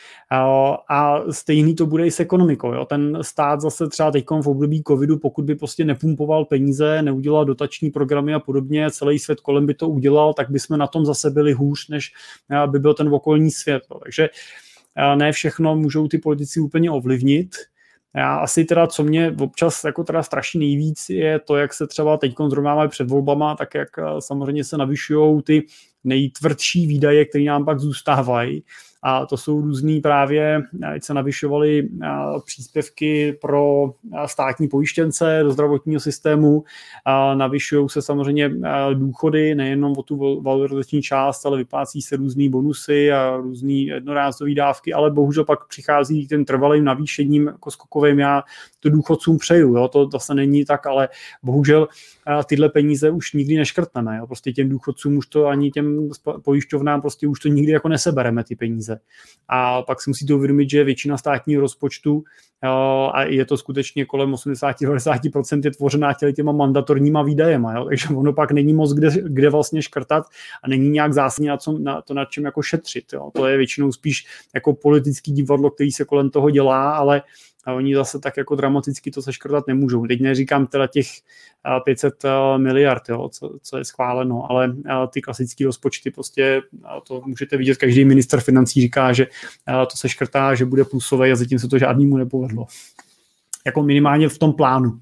A stejný to bude i s ekonomikou. Jo. Ten stát zase třeba teď v období covidu, pokud by prostě nepumpoval peníze, neudělal dotační programy a podobně, celý svět kolem by to udělal, tak bychom na tom zase byli hůř, než by byl ten okolní svět. Jo. Takže ne všechno můžou ty politici úplně ovlivnit. Já asi teda, co mě občas jako teda strašně nejvíc, je to, jak se třeba teď zrovna máme před volbama, tak jak samozřejmě se navyšujou ty nejtvrdší výdaje, které nám pak zůstávají. a to jsou různý právě, ať se navyšovaly příspěvky pro státní pojištěnce do zdravotního systému, navyšují se samozřejmě důchody, nejenom o tu valorizační část, ale vyplácí se různý bonusy a různý jednorázové dávky, ale bohužel pak přichází tím trvalým navýšením jako skokovým. Já to důchodcům přeju, jo? To zase není tak, ale bohužel tyhle peníze už nikdy neškrtneme. Jo? Prostě těm důchodcům už to ani těm pojišťovnám prostě už to nikdy jako nesebereme ty peníze. A pak si musíte uvědomit, že většina státního rozpočtu a je to skutečně kolem osmdesát až devadesát procent je tvořená těma mandatorníma výdajema, jo? Takže ono pak není moc kde, kde vlastně škrtat a není nějak zásadně na, co, na to, nad čem jako šetřit. Jo? To je většinou spíš jako politický divadlo, který se kolem toho dělá, ale a oni zase tak jako dramaticky to seškrtat nemůžou. Teď neříkám teda těch pět set miliard, jo, co, co je schváleno, ale ty klasické rozpočty prostě, to můžete vidět, každý ministr financí říká, že to seškrtá, že bude plusové a zatím se to žádnému nepovedlo. Jako minimálně v tom plánu.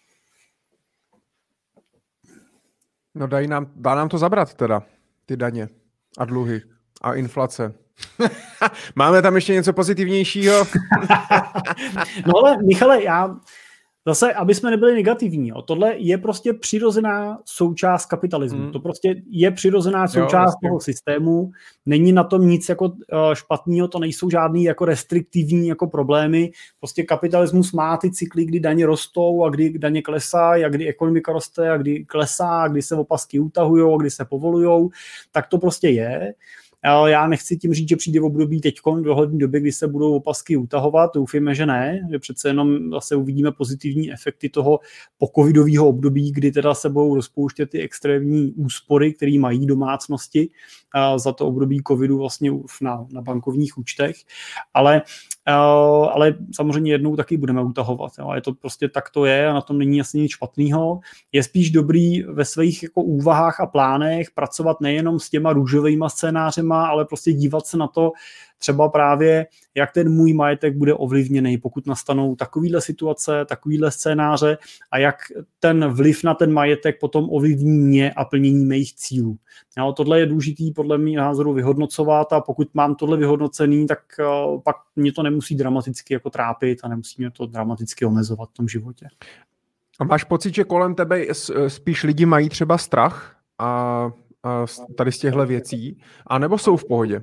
No dají nám, dá nám to zabrat teda, ty daně a dluhy a inflace. Máme tam ještě něco pozitivnějšího? No ale Michale, já zase, aby jsme nebyli negativní, jo, tohle je prostě přirozená součást kapitalismu. Hmm. To prostě je přirozená součást jo, toho systému. Není na tom nic jako špatného, to nejsou žádný jako restriktivní jako problémy. Prostě kapitalismus má ty cykly, kdy daně rostou a kdy daně klesají a kdy ekonomika roste a kdy klesá a kdy se opasky utahujou a kdy se povolujou. Tak to prostě je. Já nechci tím říct, že přijde v období teďkon v dohledné době, kdy se budou opasky utahovat, doufujeme, že ne, že přece jenom zase uvidíme pozitivní efekty toho pocovidového období, kdy teda se budou rozpouštět ty extrémní úspory, které mají domácnosti za to období covidu vlastně na, na bankovních účtech, ale Uh, ale samozřejmě jednou taky budeme utahovat. Jo. Je to prostě tak to je a na tom není asi nic špatného. Je spíš dobrý ve svých jako úvahách a plánech pracovat nejenom s těma růžovýma scénářema, ale prostě dívat se na to třeba právě, jak ten můj majetek bude ovlivněný, pokud nastanou takovýhle situace, takovýhle scénáře a jak ten vliv na ten majetek potom ovlivní mě a plnění mých cílů. Jo, tohle je důležitý podle mého názoru vyhodnocovat a pokud mám tohle vyhodnocený, tak uh, pak mě to nemusí dramaticky jako trápit a nemusí mě to dramaticky omezovat v tom životě. A máš pocit, že kolem tebe spíš lidi mají třeba strach a, a tady z těchto věcí, anebo jsou v pohodě?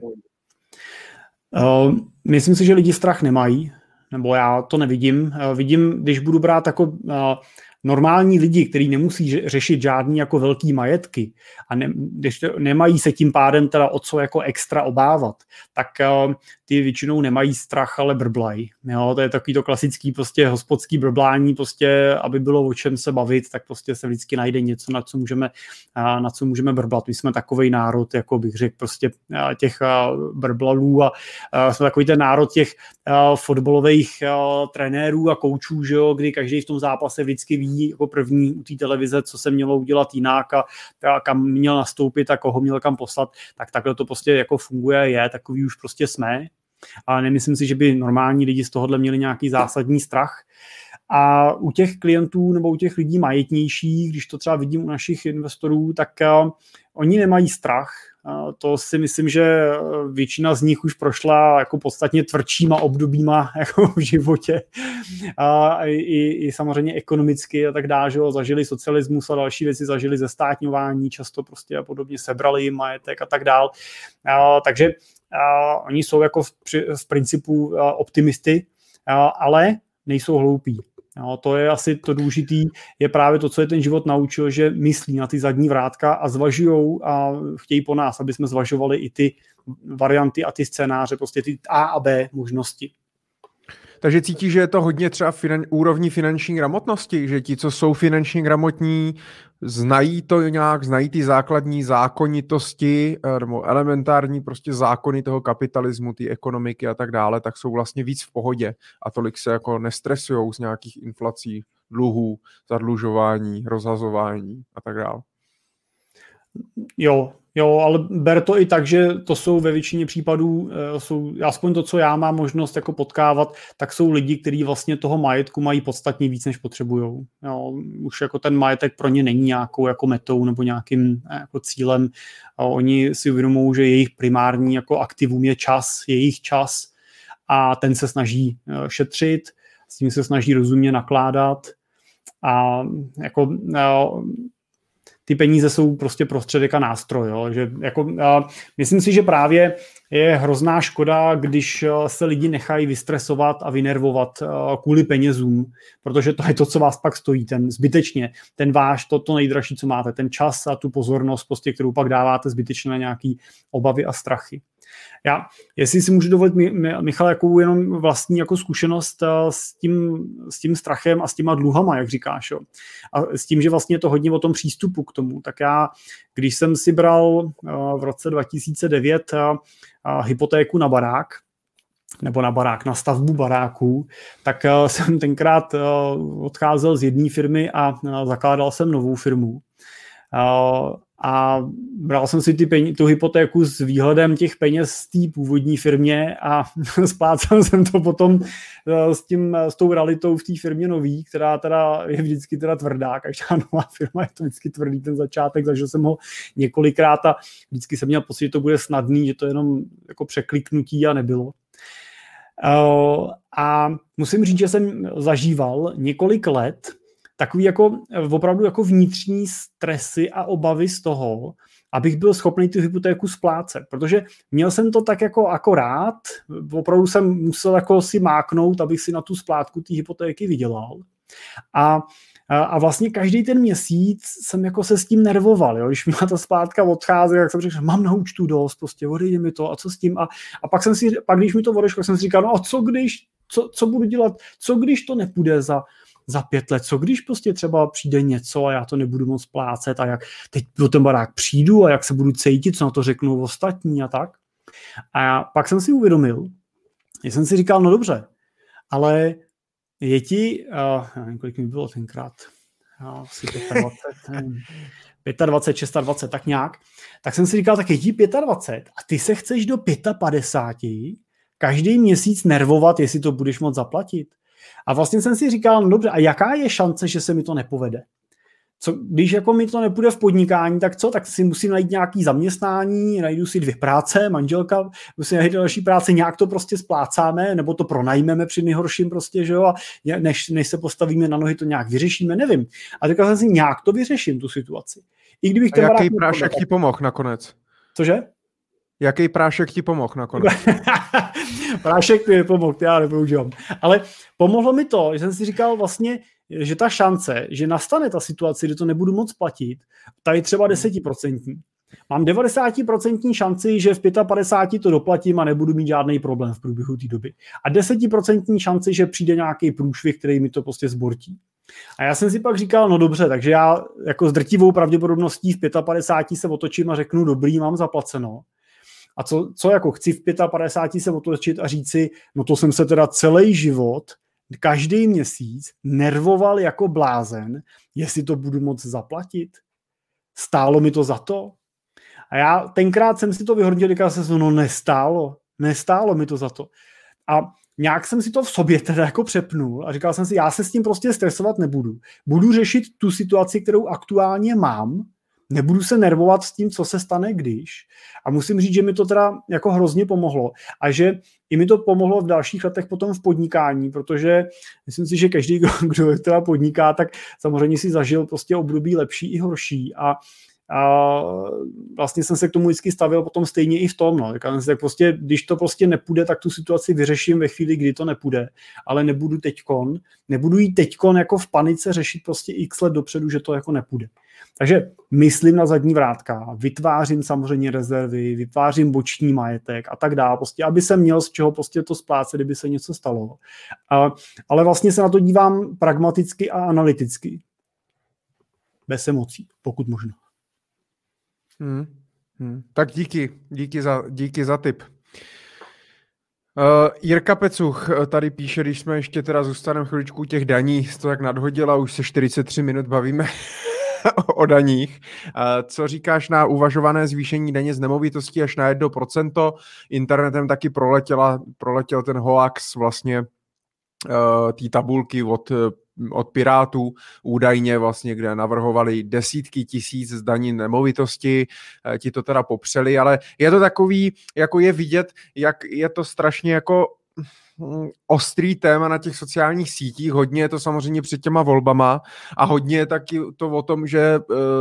Uh, myslím si, že lidi strach nemají, nebo já to nevidím. Uh, vidím, když budu brát jako uh, normální lidi, kteří nemusí řešit žádný jako velký majetky a ne, když nemají se tím pádem teda o co jako extra obávat, tak uh, ty většinou nemají strach, ale brblají. Jo, to je takový to klasický prostě hospodský brblání, prostě aby bylo o čem se bavit, tak prostě se vždycky najde něco, na co můžeme, uh, na co můžeme brblat. My jsme takovej národ, jako bych řekl, prostě uh, těch uh, brblalů a uh, jsme takový ten národ těch uh, fotbalových uh, trenérů a koučů, že jo, kdy každý v tom zápase vždycky ví jako první u té televize, co se mělo udělat jinak a, a kam měl nastoupit a koho měl kam poslat, tak takhle to prostě jako funguje, je, takový už prostě jsme. A nemyslím si, že by normální lidi z tohohle měli nějaký zásadní strach. A u těch klientů nebo u těch lidí majetnějších, když to třeba vidím u našich investorů, tak uh, oni nemají strach. Uh, to si myslím, že většina z nich už prošla jako podstatně tvrdšíma obdobíma jako v životě. Uh, i, i samozřejmě ekonomicky a tak dále, že jo, zažili socialismus a další věci, zažili zestátňování, často prostě a podobně sebrali jim majetek a tak dále. Uh, takže uh, oni jsou jako v, v principu uh, optimisty, uh, ale nejsou hloupí. No, to je asi to důležitý, je právě to, co je ten život naučil, že myslí na ty zadní vrátka a zvažujou a chtějí po nás, aby jsme zvažovali i ty varianty a ty scénáře, prostě ty A a B možnosti. Takže cítíš, že je to hodně třeba finan- úrovní finanční gramotnosti, že ti, co jsou finančně gramotní, znají to nějak, znají ty základní zákonitosti nebo elementární prostě zákony toho kapitalismu, té ekonomiky a tak dále, tak jsou vlastně víc v pohodě a tolik se jako nestresujou z nějakých inflací, dluhů, zadlužování, rozhazování a tak dále. Jo, Jo, ale ber to i tak, že to jsou ve většině případů, jsou, aspoň to, co já mám možnost jako potkávat, tak jsou lidi, kteří vlastně toho majetku mají podstatně víc, než potřebujou. Jo, už jako ten majetek pro ně není nějakou jako metou nebo nějakým jako cílem. A oni si uvědomují, že jejich primární jako aktivum je čas, jejich čas a ten se snaží šetřit, s tím se snaží rozumně nakládat a jako ty peníze jsou prostě prostředek a nástroj. Jo? Že jako, a myslím si, že právě je hrozná škoda, když se lidi nechají vystresovat a vynervovat kvůli penězům, protože to je to, co vás pak stojí, ten zbytečně, ten váš, to, to nejdražší, co máte, ten čas a tu pozornost, prostě, kterou pak dáváte zbytečně na nějaký obavy a strachy. Já, jestli si můžu dovolit, Michal, jakou jenom vlastní jako zkušenost s tím, s tím strachem a s těma dluhama, jak říkáš, jo. A s tím, že vlastně je to hodně o tom přístupu k tomu, tak já, když jsem si bral v roce dva tisíce devět hypotéku na barák, nebo na barák, na stavbu baráků, tak jsem tenkrát odcházel z jedné firmy a zakládal jsem novou firmu. A bral jsem si ty peníze, tu hypotéku s výhledem těch peněz z té původní firmě a splácel jsem to potom s, tím, s tou realitou v té firmě nový, která teda je vždycky teda tvrdá. Každá nová firma je to vždycky tvrdý ten začátek, zažil jsem ho několikrát a vždycky jsem měl pocit, že to bude snadný, že to jenom jako překliknutí a nebylo. A musím říct, že jsem zažíval několik let takový jako opravdu jako vnitřní stresy a obavy z toho, abych byl schopný tu hypotéku splácet, protože měl jsem to tak jako akorát, opravdu jsem musel jako si máknout, abych si na tu splátku té hypotéky vydělal. A, a vlastně každý ten měsíc jsem jako se s tím nervoval, jo? Když mi ta splátka odchází, tak jsem řekl, mám na účtu dost, prostě odejde mi to a co s tím. A, a pak jsem si, pak když mi to odešlo, jsem si říkal, no a co když, co, co budu dělat, co když to nepůjde za za pět let, co když prostě třeba přijde něco a já to nebudu moc splácet a jak teď do ten barák přijdu a jak se budu cítit, co na to řeknou ostatní a tak. A já, pak jsem si uvědomil, že jsem si říkal, no dobře, ale je ti, uh, nevím, kolik mi bylo tenkrát, asi dvacet pět, dvacet pět, dvacet šest, tak nějak, tak jsem si říkal, tak je ti dvacet pět a ty se chceš do padesát pět každý měsíc nervovat, jestli to budeš moct zaplatit. A vlastně jsem si říkal, no dobře, a jaká je šance, že se mi to nepovede? Co, když jako mi to nepůjde v podnikání, tak co? Tak si musím najít nějaký zaměstnání, najdu si dvě práce, manželka, musím najít další práce, nějak to prostě splácáme, nebo to pronajmeme při nejhorším prostě, že jo, a než, než se postavíme na nohy, to nějak vyřešíme, nevím. A říkal jsem si, nějak to vyřeším, tu situaci. I kdybych a jaký prášek ti pomohl nakonec? Cože? Jaký prášek ti pomohl nakonec? Prášek mi pomohl, já nepoužívám. Ale pomohlo mi to, že jsem si říkal vlastně, že ta šance, že nastane ta situace, kdy to nebudu moc platit, ta je třeba deset procent. Mám devadesát procent šanci, že v padesát pět to doplatím a nebudu mít žádný problém v průběhu té doby. A deset procent šanci, že přijde nějaký průšvih, který mi to prostě zbortí. A já jsem si pak říkal, no dobře, takže já jako s drtivou pravděpodobností v padesát pět se otočím a řeknu, dobrý, mám zaplaceno. A co, co jako chci v padesát pět se otočit a říct si, no to jsem se teda celý život, každý měsíc nervoval jako blázen, jestli to budu moc zaplatit. Stálo mi to za to? A já tenkrát jsem si to vyhodnotil, říkal jsem, no nestálo, nestálo mi to za to. A nějak jsem si to v sobě teda jako přepnul a říkal jsem si, já se s tím prostě stresovat nebudu. Budu řešit tu situaci, kterou aktuálně mám, nebudu se nervovat s tím, co se stane, když. A musím říct, že mi to teda jako hrozně pomohlo. A že i mi to pomohlo v dalších letech potom v podnikání, protože myslím si, že každý, kdo teda podniká, tak samozřejmě si zažil prostě období lepší i horší. A, a vlastně jsem se k tomu vždycky stavil potom stejně i v tom. No. Tak prostě, když to prostě nepůjde, tak tu situaci vyřeším ve chvíli, kdy to nepůjde. Ale nebudu teďkon, nebudu jít teďkon jako v panice řešit prostě x let dopředu, že to jako nepůjde. Takže myslím na zadní vrátka, vytvářím samozřejmě rezervy, vytvářím boční majetek a tak dále, prostě, aby jsem měl z čeho prostě to splácet, kdyby se něco stalo. A, ale vlastně se na to dívám pragmaticky a analyticky. Bez emocí, pokud možno. Hmm. Hmm. Tak díky, díky za, díky za tip. Uh, Jirka Pecuch tady píše, když jsme ještě teda zůstaneme chviličku těch daní, to jak nadhodila, už se čtyřicet tři minut bavíme. o daních. Co říkáš na uvažované zvýšení daně z nemovitostí až na jedno procento? Internetem taky proletěla, proletěl ten hoax vlastně té tabulky od, od Pirátů, údajně vlastně, kde navrhovali desítky tisíc zdaní nemovitosti, ti to teda popřeli, ale je to takový, jako je vidět, jak je to strašně jako ostrý téma na těch sociálních sítích, hodně je to samozřejmě před těma volbama a hodně je taky to o tom, že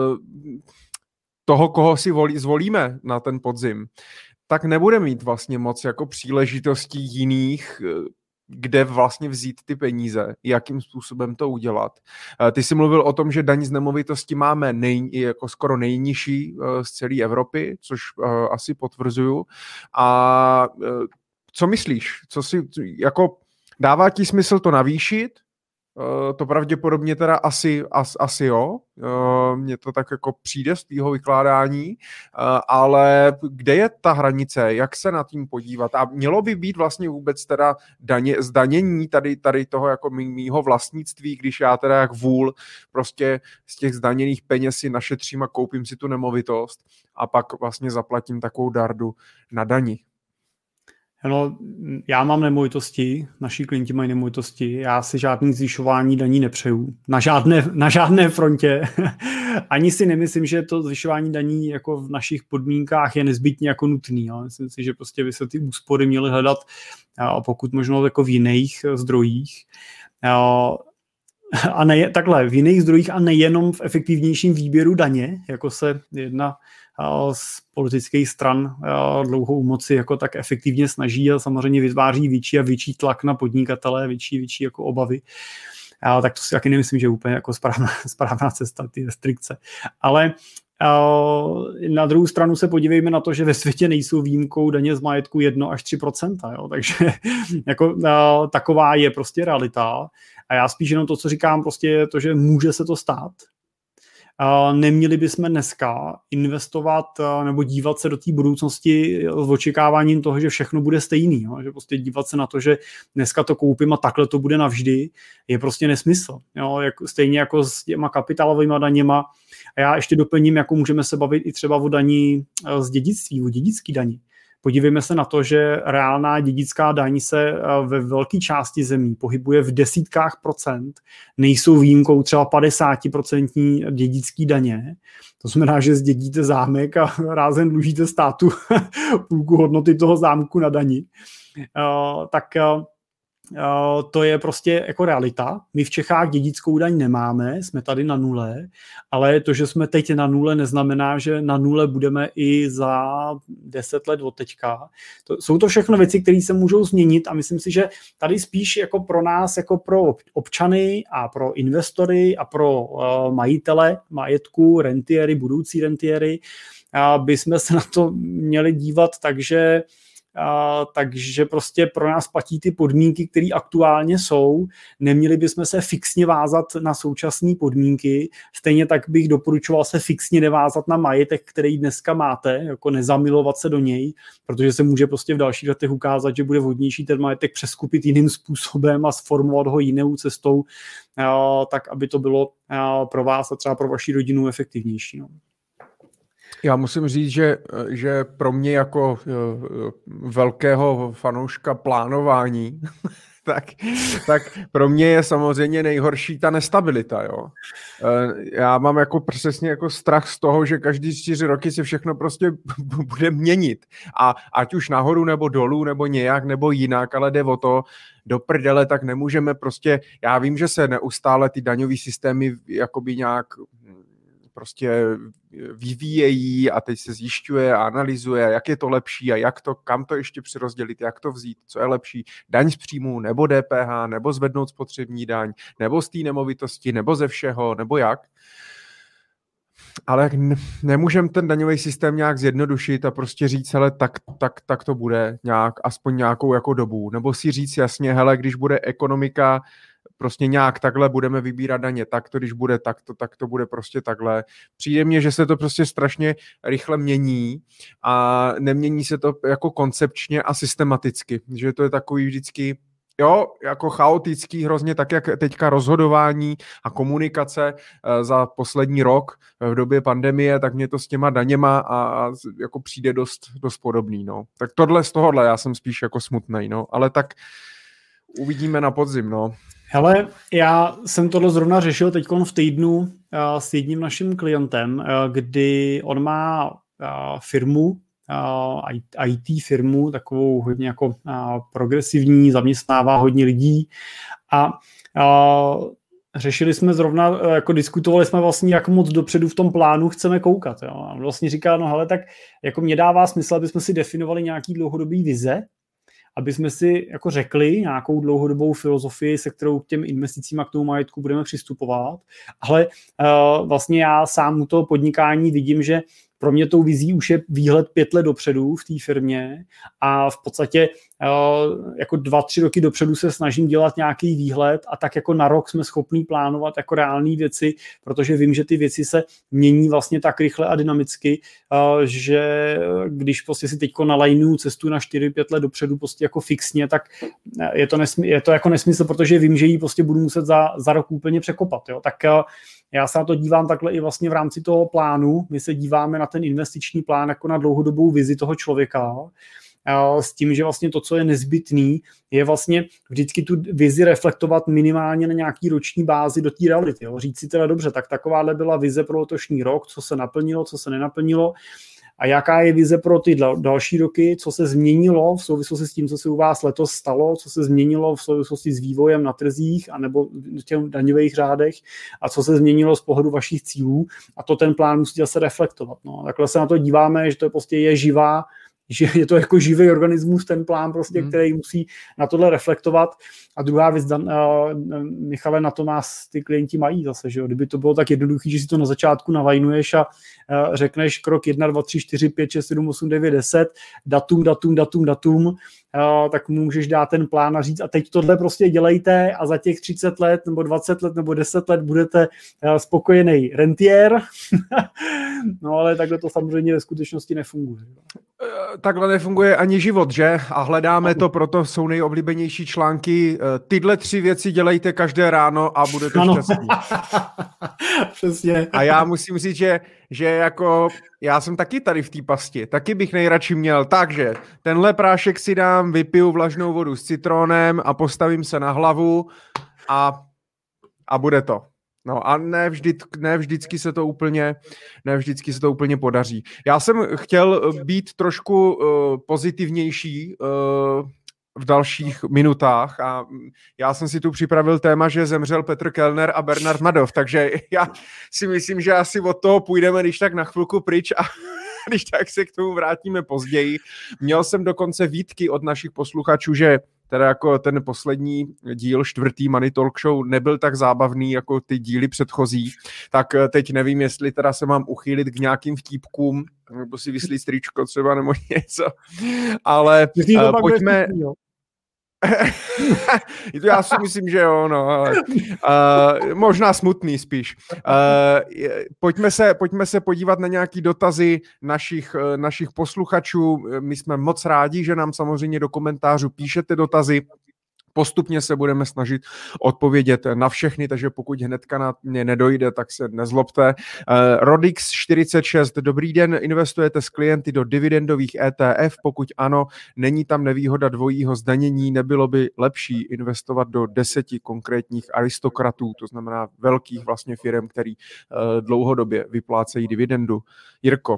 toho, koho si volí, zvolíme na ten podzim, tak nebude mít vlastně moc jako příležitostí jiných, kde vlastně vzít ty peníze, jakým způsobem to udělat. Ty jsi mluvil o tom, že daň z nemovitosti máme nej, jako skoro nejnižší z celé Evropy, což asi potvrzuju. A co myslíš? Co si, jako dává ti smysl to navýšit? To pravděpodobně teda asi, as, asi jo. Mně to tak jako přijde z tvýho vykládání, ale kde je ta hranice? Jak se na tím podívat? A mělo by být vlastně vůbec teda daně, zdanění tady, tady toho jako mý, mýho vlastnictví, když já teda jak vůl prostě z těch zdaněných peněz si našetřím a koupím si tu nemovitost a pak vlastně zaplatím takovou dardu na dani. No, já mám nemovitosti, naši klienti mají nemovitosti, já si žádný zvyšování daní nepřeju. Na žádné, na žádné frontě. Ani si nemyslím, že to zvyšování daní jako v našich podmínkách je nezbytně jako nutný. Jo. Myslím si, že prostě by se ty úspory měly hledat pokud možno jako v jiných zdrojích. A ne, takhle, v jiných zdrojích a nejenom v efektivnějším výběru daně, jako se jedna z politických stran dlouhou moci jako tak efektivně snaží a samozřejmě vytváří větší a větší tlak na podnikatele, větší větší jako obavy. A tak to si taky nemyslím, že je úplně jako správná, správná cesta, ty restrikce. Ale na druhou stranu se podívejme na to, že ve světě nejsou výjimkou daně z majetku jedna až tři procenta, jo? Takže jako, taková je prostě realita. A já spíš jenom to, co říkám, prostě je to, že může se to stát. Neměli bychom dneska investovat nebo dívat se do té budoucnosti s očekáváním toho, že všechno bude stejný. Jo? Že prostě dívat se na to, že dneska to koupím a takhle to bude navždy, je prostě nesmysl. Jo? Jak, stejně jako s těma kapitálovými daněma. A já ještě doplním, jako můžeme se bavit i třeba o daní z dědictví, o dědický daní. Podívejme se na to, že reálná dědická daň se ve velké části zemí pohybuje v desítkách procent, nejsou výjimkou třeba padesátiprocentní dědický daně. To znamená, že zdědíte zámek a rázem dlužíte státu půlku hodnoty toho zámku na dani. Tak to je prostě jako realita. My v Čechách dědickou daň nemáme, jsme tady na nule, ale to, že jsme teď na nule, neznamená, že na nule budeme i za deset let od teďka. To, jsou to všechno věci, které se můžou změnit a myslím si, že tady spíš jako pro nás, jako pro občany a pro investory a pro uh, majitele majetku, rentiéry, budoucí rentiéry, uh, bychom se na to měli dívat, takže Uh, takže prostě pro nás platí ty podmínky, které aktuálně jsou. Neměli bychom se fixně vázat na současné podmínky. Stejně tak bych doporučoval se fixně nevázat na majetek, který dneska máte, jako nezamilovat se do něj, protože se může prostě v dalších letech ukázat, že bude vhodnější ten majetek přeskupit jiným způsobem a sformovat ho jinou cestou, uh, tak aby to bylo uh, pro vás a třeba pro vaši rodinu efektivnější. No. Já musím říct, že, že pro mě jako velkého fanouška plánování, tak, tak pro mě je samozřejmě nejhorší ta nestabilita. Jo. Já mám jako přesně jako strach z toho, že každý čtyři roky se všechno prostě bude měnit. A ať už nahoru nebo dolů, nebo nějak, nebo jinak, ale jde o to, do prdele, tak nemůžeme prostě, já vím, že se neustále ty daňový systémy jakoby nějak prostě vyvíjejí a teď se zjišťuje a analyzuje, jak je to lepší a jak to, kam to ještě přirozdělit, jak to vzít, co je lepší, daň z příjmů, nebo D P H, nebo zvednout spotřební daň, nebo z té nemovitosti, nebo ze všeho, nebo jak. Ale ne, nemůžeme ten daňový systém nějak zjednodušit a prostě říct, hele, tak, tak, tak to bude nějak, aspoň nějakou jako dobu. Nebo si říct jasně, hele, když bude ekonomika prostě nějak takhle budeme vybírat daně, tak to, když bude takto, tak to bude prostě takhle. Přijde mně, že se to prostě strašně rychle mění a nemění se to jako koncepčně a systematicky, že to je takový vždycky jo, jako chaotický hrozně, tak jak teďka rozhodování a komunikace za poslední rok v době pandemie, tak mě to s těma daněma a, a jako přijde dost, dost podobný, no. Tak tohle z tohohle já jsem spíš jako smutnej, no, ale tak uvidíme na podzim, no. Hele, já jsem tohle zrovna řešil teď v týdnu uh, s jedním naším klientem, uh, kdy on má uh, firmu, uh, í té firmu, takovou hodně jako uh, progresivní, zaměstnává hodně lidí a uh, řešili jsme zrovna, uh, jako diskutovali jsme vlastně, jak moc dopředu v tom plánu chceme koukat. Jo? A vlastně říká, no hele, tak jako mě dává smysl, aby jsme si definovali nějaký dlouhodobý vize, aby jsme si jako řekli nějakou dlouhodobou filozofii, se kterou k těm investicím a k tomu majetku budeme přistupovat. Ale uh, vlastně já sám u toho podnikání vidím, že pro mě tou vizí už je výhled pět let dopředu v té firmě a v podstatě uh, jako dva, tři roky dopředu se snažím dělat nějaký výhled a tak jako na rok jsme schopní plánovat jako reální věci, protože vím, že ty věci se mění vlastně tak rychle a dynamicky, uh, že když prostě si teďko nalajnuju cestu na čtyři pět let dopředu prostě jako fixně, tak je to, nesmysl, je to jako nesmysl, protože vím, že ji prostě budu muset za, za rok úplně překopat. Jo? Tak uh, já se na to dívám takhle i vlastně v rámci toho plánu. My se díváme na ten investiční plán jako na dlouhodobou vizi toho člověka s tím, že vlastně to, co je nezbytný, je vlastně vždycky tu vizi reflektovat minimálně na nějaký roční bázi do té reality. Jo. Říct si teda dobře, tak takováhle byla vize pro letošní rok, co se naplnilo, co se nenaplnilo a jaká je vize pro ty další roky, co se změnilo v souvislosti s tím, co se u vás letos stalo, co se změnilo v souvislosti s vývojem na trzích anebo v těch daňových řádech a co se změnilo z pohledu vašich cílů a to ten plán musí zase reflektovat. No. Takhle se na to díváme, že to prostě je živá, že je to jako živý organismus, ten plán, prostě, hmm. který musí na tohle reflektovat. A druhá věc, Dan, uh, Michale, na to nás ty klienti mají zase, že jo? Kdyby to bylo tak jednoduché, že si to na začátku nalajnuješ a uh, řekneš krok jedna, dva, tři, čtyři, pět, šest, sedm, osm, devět, deset, datum, datum, datum, datum, uh, tak můžeš dát ten plán a říct a teď tohle prostě dělejte a za těch třicet let nebo dvacet let nebo deset let budete uh, spokojený rentiér. No ale takhle to samozřejmě ve skutečnosti nefunguje. Takhle nefunguje ani život, že? A hledáme to, proto jsou nejoblíbenější články. Tyhle tři věci dělejte každé ráno a budete ano. šťastní. Přesně. A já musím říct, že, že jako já jsem taky tady v té pasti. Taky bych nejradši měl. Takže tenhle prášek si dám, vypiju vlažnou vodu s citronem a postavím se na hlavu a, a bude to. No a ne, vždy, ne vždycky se to úplně, ne vždycky se to úplně podaří. Já jsem chtěl být trošku uh, pozitivnější uh, v dalších minutách a já jsem si tu připravil téma, že zemřel Petr Kellner a Bernard Madoff, takže já si myslím, že asi od toho půjdeme když tak na chvilku pryč a když tak se k tomu vrátíme později. Měl jsem dokonce výtky od našich posluchačů, že teda jako ten poslední díl, čtvrtý Money Talk Show, nebyl tak zábavný jako ty díly předchozí, tak teď nevím, jestli teda se mám uchýlit k nějakým vtípkům, nebo si vyslít tričko třeba, nebo něco, ale uh, pojďme... Já si myslím, že jo, no, ale uh, možná smutný spíš. Uh, pojďme, se, pojďme se podívat na nějaký dotazy našich, našich posluchačů. My jsme moc rádi, že nám samozřejmě do komentářů píšete dotazy. Postupně se budeme snažit odpovědět na všechny, takže pokud hnedka na mě nedojde, tak se nezlobte. Uh, Rodix čtyřicet šest, dobrý den, investujete s klienty do dividendových E T F? Pokud ano, není tam nevýhoda dvojího zdanění, nebylo by lepší investovat do deseti konkrétních aristokratů, to znamená velkých vlastně firem, který uh, dlouhodobě vyplácejí dividendu? Jirko.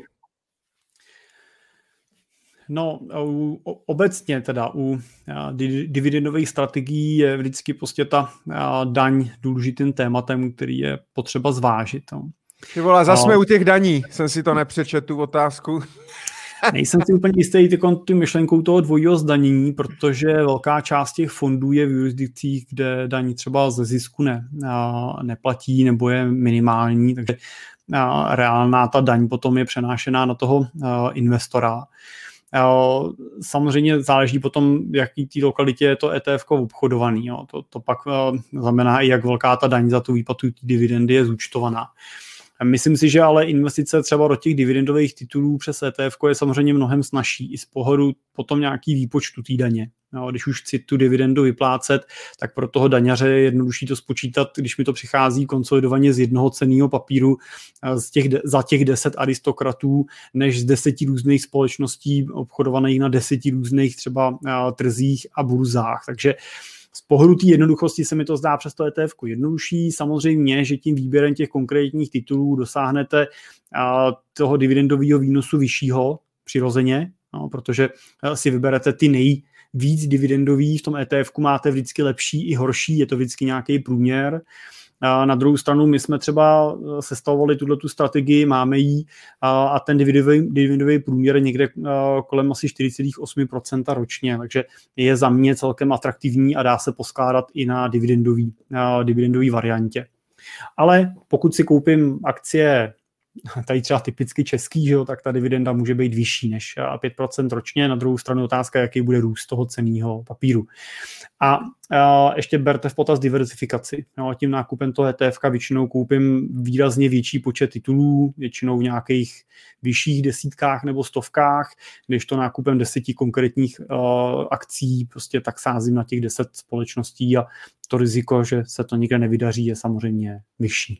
No, u, obecně teda u a, dividendových strategií je vždycky prostě ta a, daň důležitým tématem, který je potřeba zvážit. No. Ty vole, zas jsme u těch daní, jsem si to nepřečetl, tu otázku. Nejsem si úplně jistý ty myšlenkou toho dvojího zdanění, protože velká část těch fondů je v jurisdikcích, kde daní třeba ze zisku ne, a, neplatí nebo je minimální, takže a, reálná ta daň potom je přenášená na toho a, investora. Samozřejmě záleží potom, v jaký té lokalitě je to E T F obchodovaný. Jo. To, to pak znamená i, jak velká ta daň za tu výplatu dividendy je zúčtovaná. Myslím si, že ale investice třeba do těch dividendových titulů přes E T F je samozřejmě mnohem snazší i z pohledu potom nějaký výpočtu té daně. No, když už chci tu dividendu vyplácet, tak pro toho daňaře je jednodušší to spočítat, když mi to přichází konsolidovaně z jednoho cenného papíru z těch, za těch deset aristokratů, než z deseti různých společností obchodovaných na deseti různých třeba trzích a burzách. Takže z pohledu té jednoduchosti se mi to zdá přes to E T F jednodušší. Samozřejmě, že tím výběrem těch konkrétních titulů dosáhnete toho dividendového výnosu vyššího přirozeně, no, protože si vyberete ty nej víc dividendový, v tom E T F máte vždycky lepší i horší, je to vždycky nějaký průměr. Na druhou stranu my jsme třeba sestavovali tuto strategii, máme ji a ten dividendový, dividendový průměr je někde kolem asi čtyři celá osm procenta ročně, takže je za mě celkem atraktivní a dá se poskládat i na dividendový, na dividendový variantě. Ale pokud si koupím akcie tady třeba typicky český, že jo, tak ta dividenda může být vyšší než pět procent ročně. Na druhou stranu otázka, jaký bude růst toho cenného papíru. A, a ještě berte v potaz diversifikaci. No, tím nákupem toho E T F většinou koupím výrazně větší počet titulů, většinou v nějakých vyšších desítkách nebo stovkách, když to nákupem deseti konkrétních uh, akcí prostě tak sázím na těch deset společností a to riziko, že se to nikde nevydaří, je samozřejmě vyšší.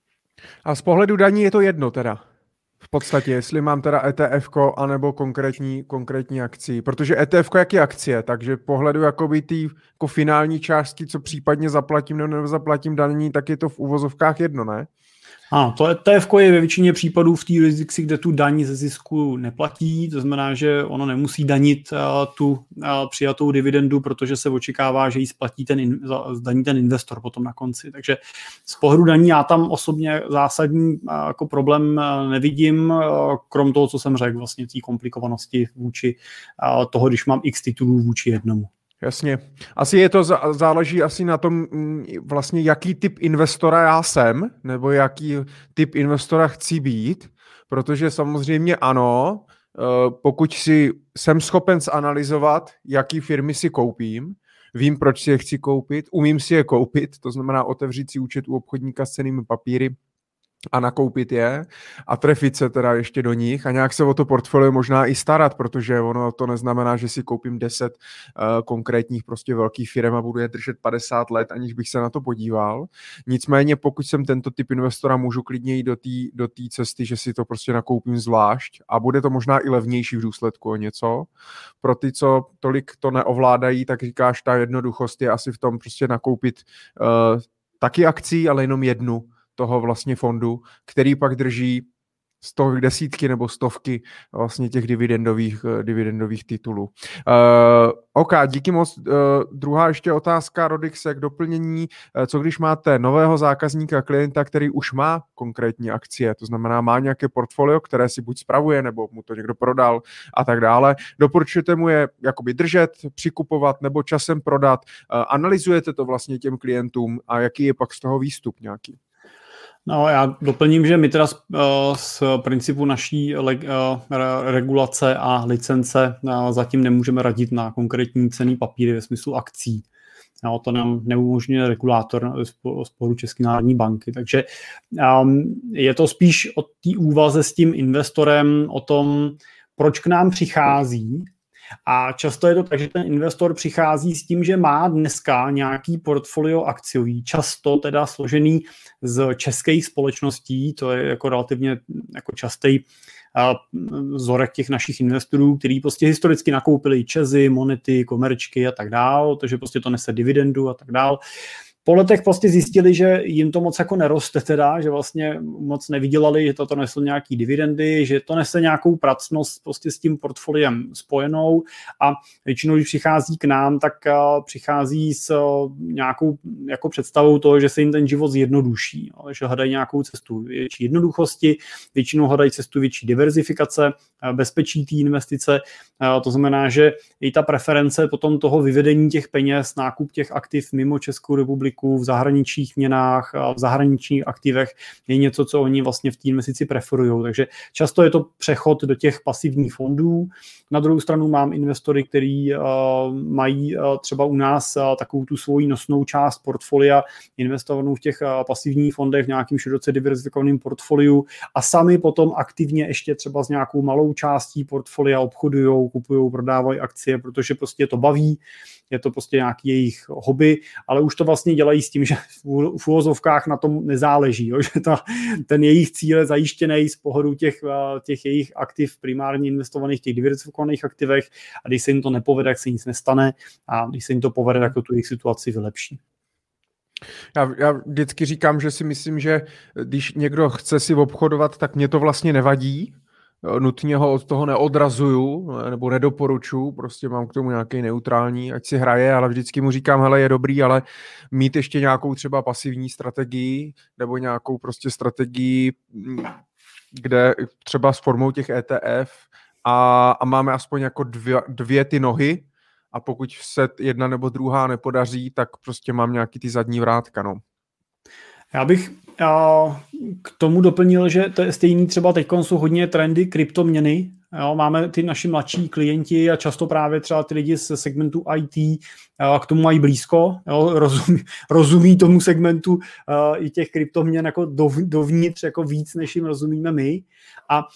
A z pohledu daní je to jedno teda. V podstatě, jestli mám teda E T F ko anebo konkrétní, konkrétní akci. Protože E T F ko jak je akcie, takže v pohledu jakoby tý jako finální částky, co případně zaplatím nebo nezaplatím daní, tak je to v uvozovkách jedno, ne? A to E T F je ve většině případů v té jurisdikci, kde tu daň ze zisku neplatí, to znamená, že ono nemusí danit uh, tu uh, přijatou dividendu, protože se očekává, že ji splatí ten, in, zdaní ten investor potom na konci. Takže z pohledu daní já tam osobně zásadní uh, jako problém uh, nevidím, uh, krom toho, co jsem řekl, vlastně té komplikovanosti vůči uh, toho, když mám x titulů vůči jednomu. Jasně. Asi je to, záleží asi na tom vlastně, jaký typ investora já jsem, nebo jaký typ investora chci být, protože samozřejmě ano, pokud si jsem schopen zanalyzovat, jaký firmy si koupím, vím, proč si je chci koupit, umím si je koupit, to znamená otevřít si účet u obchodníka s cennými papíry a nakoupit je a trefit se teda ještě do nich a nějak se o to portfolio možná i starat, protože ono to neznamená, že si koupím deset uh, konkrétních prostě velkých firm a budu je držet padesát let, aniž bych se na to podíval. Nicméně pokud jsem tento typ investora, můžu klidně jít do té do té cesty, že si to prostě nakoupím zvlášť a bude to možná i levnější v důsledku o něco. Pro ty, co tolik to neovládají, tak říkáš, ta jednoduchost je asi v tom prostě nakoupit uh, taky akcí, ale jenom jednu toho vlastně fondu, který pak drží stovky, desítky nebo stovky vlastně těch dividendových, dividendových titulů. Uh, OK, díky moc. Uh, druhá ještě otázka, Rodixe, k doplnění. Uh, co když máte nového zákazníka, klienta, který už má konkrétní akcie, to znamená má nějaké portfolio, které si buď spravuje, nebo mu to někdo prodal a tak dále. Doporučujete mu je jakoby držet, přikupovat nebo časem prodat. Uh, analyzujete to vlastně těm klientům a jaký je pak z toho výstup nějaký? No, já doplním, že my teda z, z principu naší le, regulace a licence zatím nemůžeme radit na konkrétní cenný papíry ve smyslu akcí. No, to nám neumožňuje regulátor z pohledu České národní banky. Takže um, je to spíš o té úvaze s tím investorem, o tom, proč k nám přichází. A často je to tak, že ten investor přichází s tím, že má dneska nějaký portfolio akciový, často teda složený z českých společností, to je jako relativně jako častý vzorek těch našich investorů, který prostě historicky nakoupili Čezy, Monety, Komerčky a tak dál, takže prostě to nese dividendu a tak dál. Po letech prostě zjistili, že jim to moc jako neroste teda, že vlastně moc nevydělali, že to neslo nějaký dividendy, že to nese nějakou pracnost prostě s tím portfoliem spojenou a většinou, když přichází k nám, tak přichází s nějakou jako představou toho, že se jim ten život zjednoduší, že hledají nějakou cestu větší jednoduchosti, většinou hledají cestu větší diverzifikace, bezpečí té investice, to znamená, že i ta preference potom toho vyvedení těch peněz, nákup těch aktiv mimo Českou republiku riziku v zahraničních měnách a v zahraničních aktivech je něco, co oni vlastně v té investici preferují. Takže často je to přechod do těch pasivních fondů. Na druhou stranu mám investory, kteří uh, mají uh, třeba u nás uh, takovou tu svoji nosnou část portfolia investovanou v těch uh, pasivních fondech v nějakým široce diverzifikovaným portfoliu a sami potom aktivně ještě třeba s nějakou malou částí portfolia obchodujou, kupujou, prodávají akcie, protože prostě to baví, je to prostě nějaký jejich hobby, ale už to vlastně dělají s tím, že v uvozovkách na tom nezáleží, jo? Že ta, ten jejich cíl je zajištěný z pohledu těch, těch jejich aktiv primárně investovaných v těch diversifikovaných aktivech a když se jim to nepovede, tak se nic nestane a když se jim to povede, tak to tu jejich situaci vylepší. Já, já vždycky říkám, že si myslím, že když někdo chce si obchodovat, tak mě to vlastně nevadí, nutně ho od toho neodrazuju nebo nedoporučuju, prostě mám k tomu nějaký neutrální, ať si hraje, ale vždycky mu říkám, hele, je dobrý, ale mít ještě nějakou třeba pasivní strategii nebo nějakou prostě strategii, kde třeba s formou těch E T F a, a máme aspoň jako dvě, dvě ty nohy a pokud se jedna nebo druhá nepodaří, tak prostě mám nějaký ty zadní vrátka, no. Já bych a, k tomu doplnil, že to je stejný, třeba teď jsou hodně trendy kryptoměny. Jo, máme ty naši mladší klienti a často právě třeba ty lidi z segmentu I T a, k tomu mají blízko, jo, rozumí, rozumí tomu segmentu a, i těch kryptoměn jako dov, dovnitř jako víc, než jim rozumíme my. A, a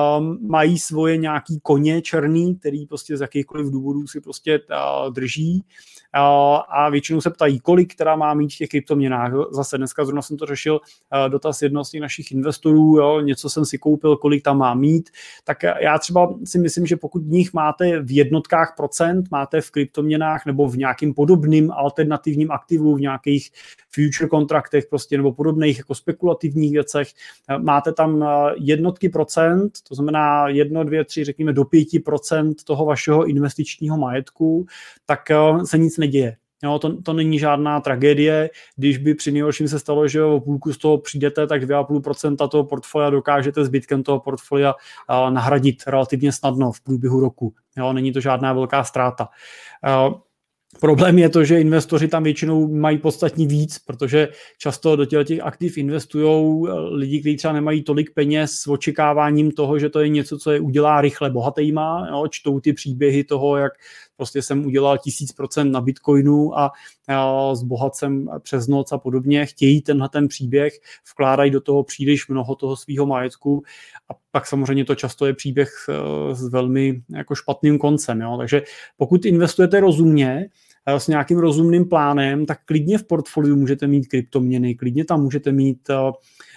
mají svoje nějaký koně černý, který prostě z jakýchkoliv důvodů si prostě a, drží. A, a většinou se ptají, kolik teda má mít v těch kryptoměnách. Zase dneska zrovna jsem to řešil, dotaz jednoho z těch našich investorů, jo, něco jsem si koupil, kolik tam má mít. Tak já třeba si myslím, že pokud v nich máte v jednotkách procent, máte v kryptoměnách nebo v nějakým podobným alternativním aktivu, v nějakých future kontraktech prostě nebo podobných jako spekulativních věcech, máte tam jednotky procent, to znamená jedno, dvě, tři, řekněme do pěti procent toho vašeho investičního majetku, tak se nic neděje. Jo, to, to není žádná tragédie, když by při nejhorším se stalo, že o půlku z toho přijdete, tak dvě celá pět procenta toho portfolia dokážete zbytkem toho portfolia uh, nahradit relativně snadno v průběhu roku. Jo, není to žádná velká ztráta. Uh, Problém je to, že investoři tam většinou mají podstatně víc, protože často do těch aktiv investují lidi, kteří třeba nemají tolik peněz s očekáváním toho, že to je něco, co je udělá rychle bohatejma. Jo, čtou ty příběhy toho, jak prostě jsem udělal tisíc procent na Bitcoinu a, a zbohat jsem přes noc a podobně. Chtějí tenhle ten příběh, vkládají do toho příliš mnoho toho svého majetku a pak samozřejmě to často je příběh s velmi jako špatným koncem. Jo. Takže pokud investujete rozumně, s nějakým rozumným plánem, tak klidně v portfoliu můžete mít kryptoměny, klidně tam můžete mít uh,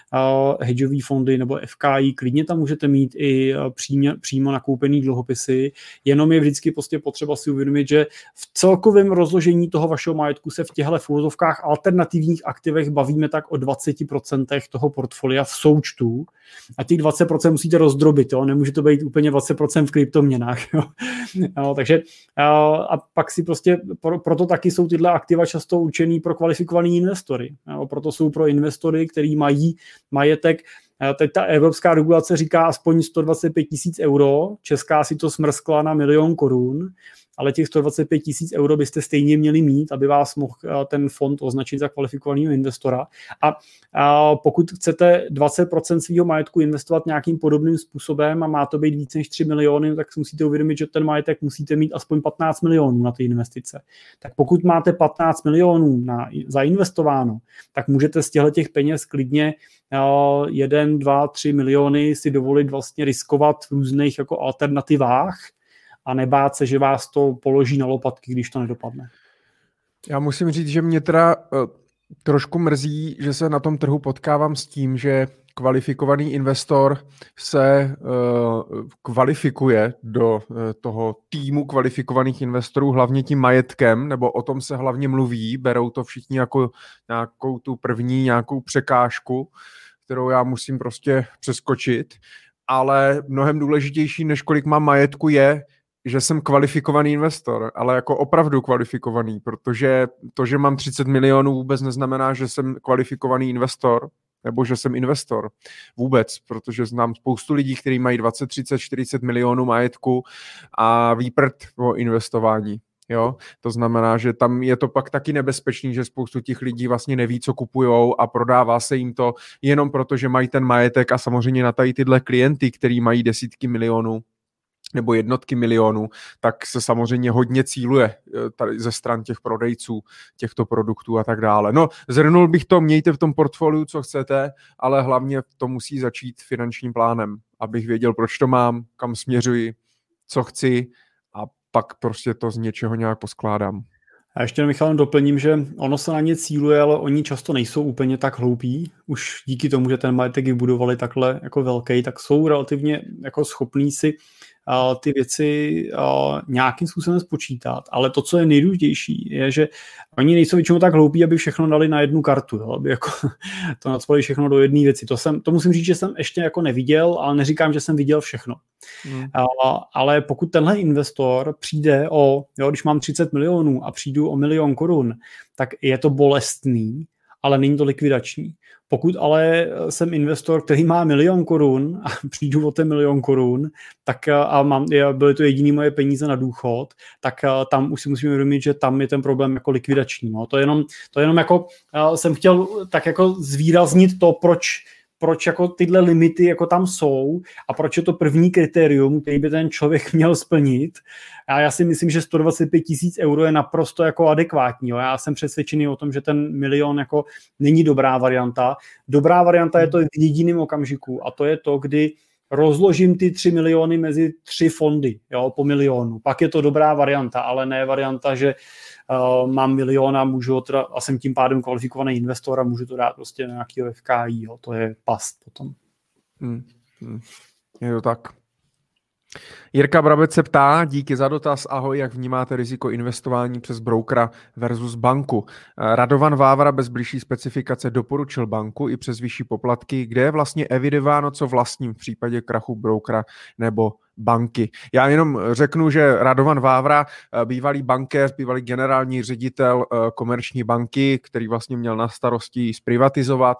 uh, hedžové fondy nebo F K I, klidně tam můžete mít i uh, přímě, přímo nakoupený dluhopisy, jenom je vždycky prostě potřeba si uvědomit, že v celkovém rozložení toho vašeho majetku se v těchto úvozovkách alternativních aktivech bavíme tak o dvacet procent toho portfolia v součtu a těch dvacet procent musíte rozdrobit, jo? Nemůže to být úplně dvacet procent v kryptoměnách. Jo? No, takže uh, a pak si prostě pro, proto taky jsou tyhle aktiva často určený pro kvalifikovaný investory. Jo? Proto jsou pro investory, který mají majetek. Teď ta evropská regulace říká aspoň sto dvacet pět tisíc euro, česká si to smrskla na milion korun, ale těch sto dvacet pět tisíc euro byste stejně měli mít, aby vás mohl ten fond označit za kvalifikovaného investora. A, a pokud chcete dvacet procent svého majetku investovat nějakým podobným způsobem a má to být víc než tři miliony, tak si musíte uvědomit, že ten majetek musíte mít aspoň patnáct milionů na ty investice. Tak pokud máte patnáct milionů na, zainvestováno, tak můžete z těch peněz klidně jeden, dva, tři miliony si dovolit vlastně riskovat v různých jako alternativách a nebát se, že vás to položí na lopatky, když to nedopadne. Já musím říct, že mě teda uh, trošku mrzí, že se na tom trhu potkávám s tím, že kvalifikovaný investor se uh, kvalifikuje do uh, toho týmu kvalifikovaných investorů hlavně tím majetkem, nebo o tom se hlavně mluví, berou to všichni jako nějakou tu první nějakou překážku, kterou já musím prostě přeskočit, ale mnohem důležitější, než kolik mám majetku, je, že jsem kvalifikovaný investor, ale jako opravdu kvalifikovaný, protože to, že mám třicet milionů, vůbec neznamená, že jsem kvalifikovaný investor, nebo že jsem investor. Vůbec, protože znám spoustu lidí, kteří mají dvacet, třicet, čtyřicet milionů majetku a výprd o investování. Jo, to znamená, že tam je to pak taky nebezpečný, že spoustu těch lidí vlastně neví, co kupujou a prodává se jim to jenom proto, že mají ten majetek a samozřejmě na tady tyhle klienty, který mají desítky milionů nebo jednotky milionů, tak se samozřejmě hodně cíluje tady ze stran těch prodejců těchto produktů a tak dále. No, zhrnul bych to, mějte v tom portfoliu, co chcete, ale hlavně to musí začít finančním plánem, abych věděl, proč to mám, kam směřuji, co chci a pak prostě to z něčeho nějak poskládám. A ještě Michal doplním, že ono se na ně cíluje, ale oni často nejsou úplně tak hloupí. Už díky tomu, že ten majetek vybudovali takhle jako velký, tak jsou relativně jako schopní si uh, ty věci uh, nějakým způsobem spočítat. Ale to, co je nejdůležitější, je, že oni nejsou většinou tak hloupí, aby všechno dali na jednu kartu, jo? Aby jako to nacpali všechno do jedné věci. To, jsem, to musím říct, že jsem ještě jako neviděl, ale neříkám, že jsem viděl všechno. Hmm. Uh, ale pokud tenhle investor přijde o, jo, když mám třicet milionů a přijdu o milion korun, tak je to bolestný, ale není to likvidační. Pokud ale jsem investor, který má milion korun a přijdu o ten milion korun, tak a mám, byly to jediný moje peníze na důchod, tak tam už si musíme uvědomit, že tam je ten problém jako likvidační. No. To jenom, to jenom jako jsem chtěl tak jako zvýraznit to, proč proč jako tyhle limity jako tam jsou a proč je to první kritérium, který by ten člověk měl splnit. A já si myslím, že sto dvacet pět tisíc euro je naprosto jako adekvátní. Jo. Já jsem přesvědčený o tom, že ten milion jako není dobrá varianta. Dobrá varianta je to v jediném okamžiku a to je to, kdy rozložím ty tři miliony mezi tři fondy, jo, po milionu. Pak je to dobrá varianta, ale ne varianta, že uh, mám milion a můžu teda, a jsem tím pádem kvalifikovaný investor a můžu to dát prostě na nějakého F K I, jo. To je past potom. Hmm. Hmm. Je to tak. Jirka Brabec se ptá, díky za dotaz, ahoj, jak vnímáte riziko investování přes brokera versus banku? Radovan Vávra bez bližší specifikace doporučil banku i přes vyšší poplatky, kde je vlastně evidováno, co vlastním v případě krachu brokera nebo banky. Já jenom řeknu, že Radovan Vávra, bývalý bankéř, bývalý generální ředitel Komerční banky, který vlastně měl na starosti zprivatizovat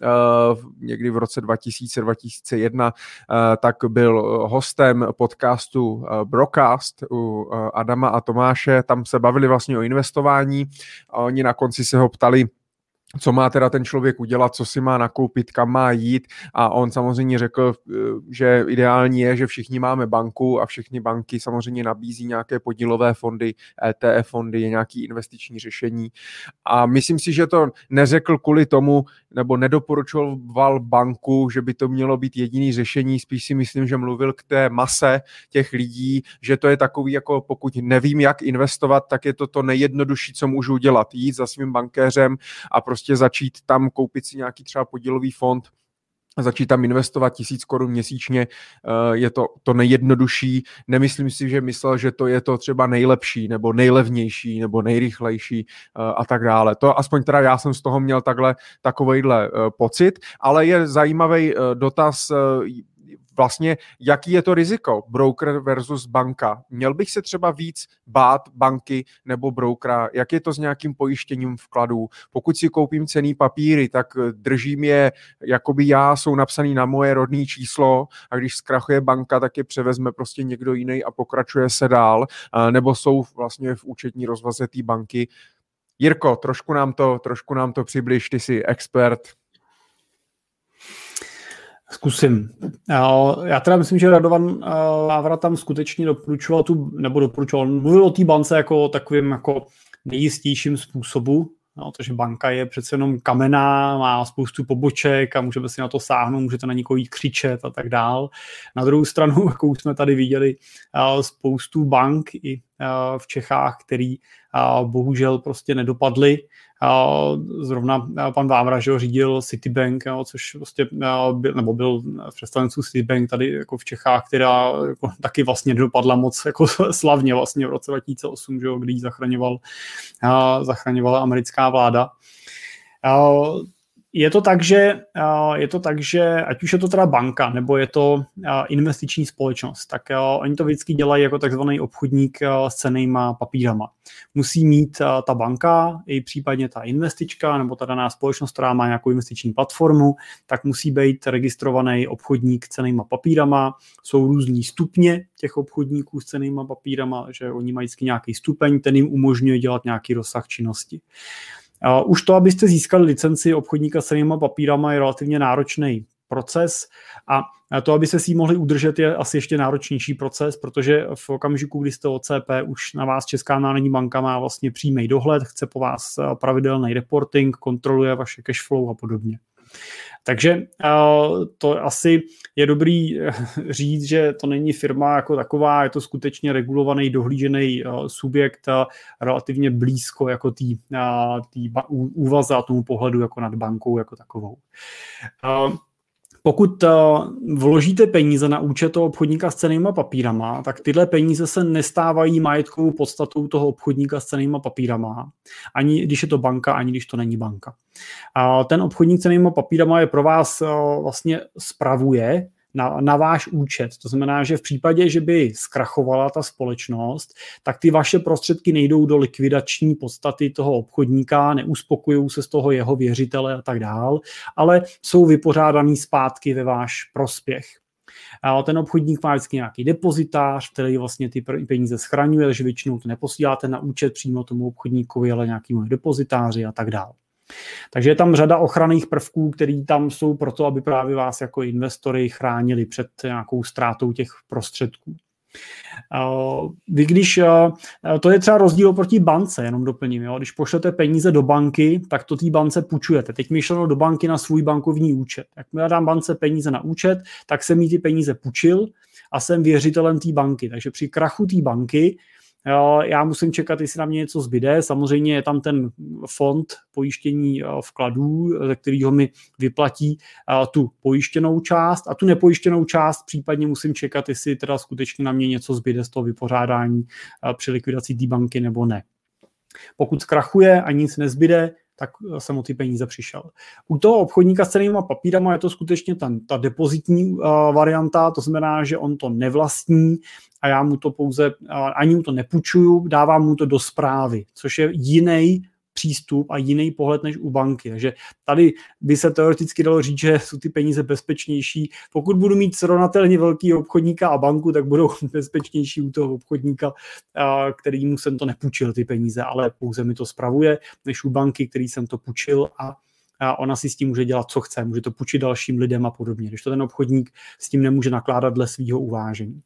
někdy v roce dva tisíce dva tisíce jedna, tak byl hostem podcastu Brocast u Adama a Tomáše. Tam se bavili vlastně o investování a oni na konci se ho ptali, co má teda ten člověk udělat, co si má nakoupit, kam má jít a on samozřejmě řekl, že ideální je, že všichni máme banku a všechny banky samozřejmě nabízí nějaké podílové fondy, E T F fondy, nějaké investiční řešení a myslím si, že to neřekl kvůli tomu, nebo nedoporučoval banku, že by to mělo být jediný řešení, spíš si myslím, že mluvil k té mase těch lidí, že to je takový, jako pokud nevím, jak investovat, tak je to to nejjednodušší, co můžu dělat, jít za svým bankéřem a prostě začít tam koupit si nějaký třeba podílový fond a začít tam investovat tisíc korun měsíčně, je to to nejjednodušší. Nemyslím si, že myslel, že to je to třeba nejlepší, nebo nejlevnější, nebo nejrychlejší a tak dále. To aspoň teda já jsem z toho měl takhle takovejhle pocit, ale je zajímavý dotaz, vlastně, jaký je to riziko broker versus banka. Měl bych se třeba víc bát banky nebo brokera, jak je to s nějakým pojištěním vkladů. Pokud si koupím cenný papíry, tak držím je, jakoby já, jsou napsaný na moje rodné číslo a když zkrachuje banka, tak je převezme prostě někdo jiný a pokračuje se dál, nebo jsou vlastně v účetní rozvaze té banky. Jirko, trošku nám to, trošku nám to přibliž, ty jsi expert. Zkusím. Já teda myslím, že Radovan Vávra tam skutečně doporučoval tu, nebo doporučoval, mluvil o té bance jako o takovým jako nejistějším způsobu, no, protože banka je přece jenom kamenná, má spoustu poboček a můžeme si na to sáhnout, můžete na někoho jít křičet a tak dál. Na druhou stranu, jako už jsme tady viděli, spoustu bank i v Čechách, který bohužel prostě nedopadly. Zrovna pan Vávra, že ho řídil Citibank, jo, což prostě byl, nebo byl představenců Citibank tady jako v Čechách, která jako taky vlastně dopadla moc jako slavně vlastně v roce dva tisíce osm, že jo, kdy ji zachraňoval, zachraňovala americká vláda. Je to tak, že, je to tak, že ať už je to teda banka, nebo je to investiční společnost, tak oni to vždycky dělají jako takzvaný obchodník s cennýma papírama. Musí mít ta banka, i případně ta investička, nebo ta daná společnost, která má nějakou investiční platformu, tak musí být registrovaný obchodník s cennýma papírama. Jsou různý stupně těch obchodníků s cennýma papírama, že oni mají vždycky nějaký stupeň, ten jim umožňuje dělat nějaký rozsah činnosti. Uh, už to, abyste získali licenci obchodníka s cennýma papírama, je relativně náročný proces a to, abyste si ji mohli udržet, je asi ještě náročnější proces, protože v okamžiku, kdy jste O C P, už na vás Česká národní banka má vlastně přímý dohled, chce po vás pravidelný reporting, kontroluje vaše cash flow a podobně. Takže uh, to asi je dobrý říct, že to není firma jako taková, je to skutečně regulovaný, dohlížený uh, subjekt uh, relativně blízko jako tý, uh, tý ba- úvaze a tomu pohledu jako nad bankou jako takovou. Uh, Pokud uh, vložíte peníze na účet toho obchodníka s cennýma papírama, tak tyhle peníze se nestávají majetkovou podstatou toho obchodníka s cennýma papírama, ani když je to banka, ani když to není banka. Uh, ten obchodník s cennýma papírama je pro vás uh, vlastně spravuje na, na váš účet. To znamená, že v případě, že by zkrachovala ta společnost, tak ty vaše prostředky nejdou do likvidační podstaty toho obchodníka, neuspokojují se z toho jeho věřitele a tak dál, ale jsou vypořádaný zpátky ve váš prospěch. A ten obchodník má vždycky nějaký depozitář, který vlastně ty peníze schraňuje, takže většinou to neposíláte na účet přímo tomu obchodníkovi, ale nějakému depozitáři a tak dál. Takže je tam řada ochranných prvků, které tam jsou proto, aby právě vás jako investory chránili před nějakou ztrátou těch prostředků. Vy když, to je třeba rozdíl proti bance, jenom doplním, jo? Když pošlete peníze do banky, tak to té bance půjčujete. Teď myšleno do banky na svůj bankovní účet. Jak já dám bance peníze na účet, tak jsem jí ty peníze půjčil a jsem věřitelem té banky. Takže při krachu té banky já musím čekat, jestli na mě něco zbyde. Samozřejmě je tam ten fond pojištění vkladů, ze kterého mi vyplatí tu pojištěnou část a tu nepojištěnou část případně musím čekat, jestli teda skutečně na mě něco zbyde z toho vypořádání při likvidaci té banky nebo ne. Pokud zkrachuje a nic nezbyde, tak jsem o ty peníze přišel. U toho obchodníka s cennýma papírama je to skutečně ten, ta depozitní uh, varianta, to znamená, že on to nevlastní a já mu to pouze, uh, ani mu to nepůjčuju, dávám mu to do správy, což je jiný přístup a jiný pohled než u banky. Takže tady by se teoreticky dalo říct, že jsou ty peníze bezpečnější. Pokud budu mít srovnatelně velký obchodníka a banku, tak budou bezpečnější u toho obchodníka, kterýmu jsem to nepůjčil ty peníze, ale pouze mi to spravuje, než u banky, který jsem to půjčil a a ona si s tím může dělat, co chce. Může to půjčit dalším lidem a podobně. Když to ten obchodník s tím nemůže nakládat dle svého uvážení.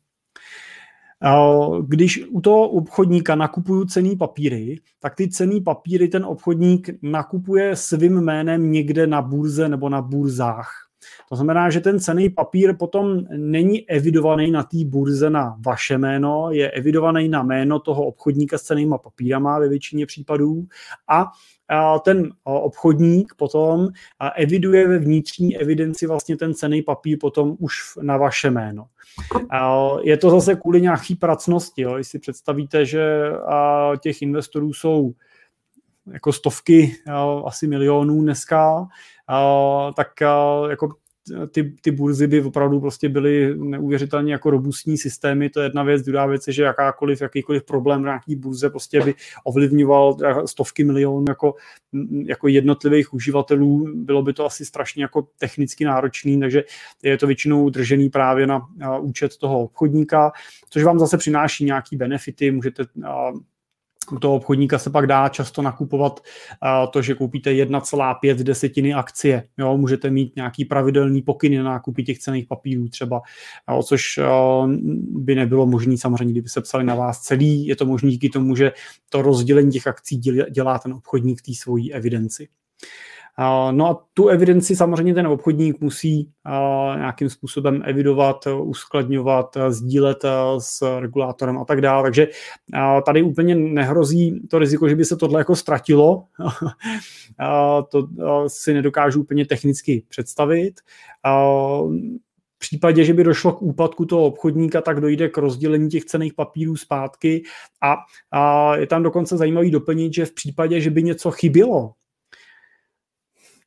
Když u toho obchodníka nakupuju cenný papíry, tak ty cenný papíry ten obchodník nakupuje svým jménem někde na burze nebo na burzách. To znamená, že ten cenný papír potom není evidovaný na té burze na vaše jméno, je evidovaný na jméno toho obchodníka s cennýma papírama ve většině případů a ten obchodník potom eviduje ve vnitřní evidenci vlastně ten cenný papír potom už na vaše jméno. Je to zase kvůli nějaký pracnosti, jo? Když si představíte, že těch investorů jsou jako stovky, asi milionů dneska, tak jako ty, ty burzy by opravdu prostě byly neuvěřitelně jako robustní systémy, to je jedna věc, druhá věc je, že jakákoliv, jakýkoliv problém na nějaký burze prostě by ovlivňoval stovky milionů jako, jako jednotlivých uživatelů, bylo by to asi strašně jako technicky náročný, takže je to většinou držený právě na, na účet toho obchodníka, což vám zase přináší nějaký benefity, můžete u toho obchodníka se pak dá často nakupovat uh, to, že koupíte jedna celá pět desetiny akcie. Jo, můžete mít nějaký pravidelný pokyny na nákupy těch cenných papírů třeba, uh, což uh, by nebylo možné samozřejmě, kdyby se psali na vás celý. Je to možné díky tomu, že to rozdělení těch akcí dělá ten obchodník v té svojí evidenci. No a tu evidenci samozřejmě ten obchodník musí nějakým způsobem evidovat, uskladňovat, sdílet s regulátorem a tak dále. Takže tady úplně nehrozí to riziko, že by se tohle jako ztratilo. To si nedokážu úplně technicky představit. V případě, že by došlo k úpadku toho obchodníka, tak dojde k rozdělení těch cenných papírů zpátky a, a je tam dokonce zajímavý doplnit, že v případě, že by něco chybělo,